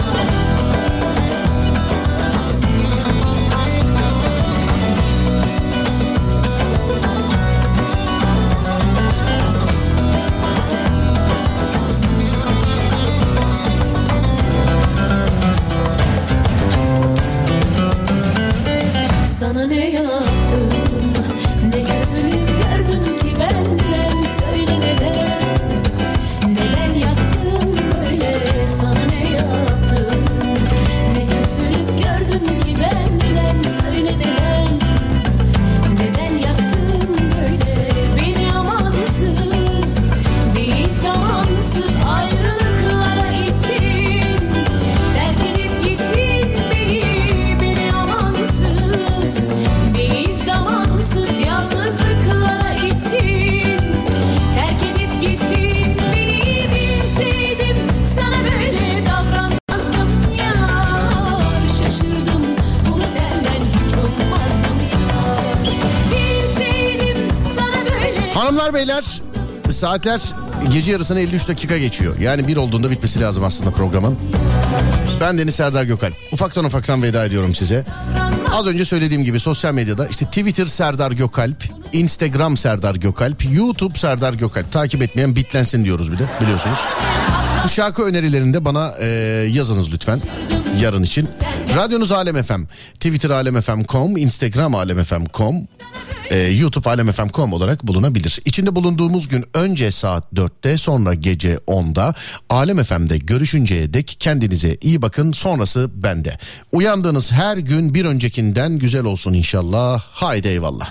Beyler, saatler Gece yarısına elli üç dakika geçiyor. Yani bir olduğunda bitmesi lazım aslında programın. Ben Deniz Serdar Gökalp. Ufaktan ufaktan veda ediyorum size. Az önce söylediğim gibi sosyal medyada işte Twitter Serdar Gökalp, Instagram Serdar Gökalp, YouTube Serdar Gökalp. Takip etmeyen bitlensin diyoruz bir de, biliyorsunuz. Bu şarkı önerilerinde bana e, yazınız lütfen yarın için. Radyonuz Alem F M, Twitter alemfm nokta com, Instagram alemfm nokta com, e, YouTube alemfm nokta com olarak bulunabilir. İçinde bulunduğumuz gün önce saat dörtte, sonra gece onda Alem F M'de görüşünceye dek kendinize iyi bakın, sonrası bende. Uyandığınız her gün bir öncekinden güzel olsun inşallah. Haydi eyvallah.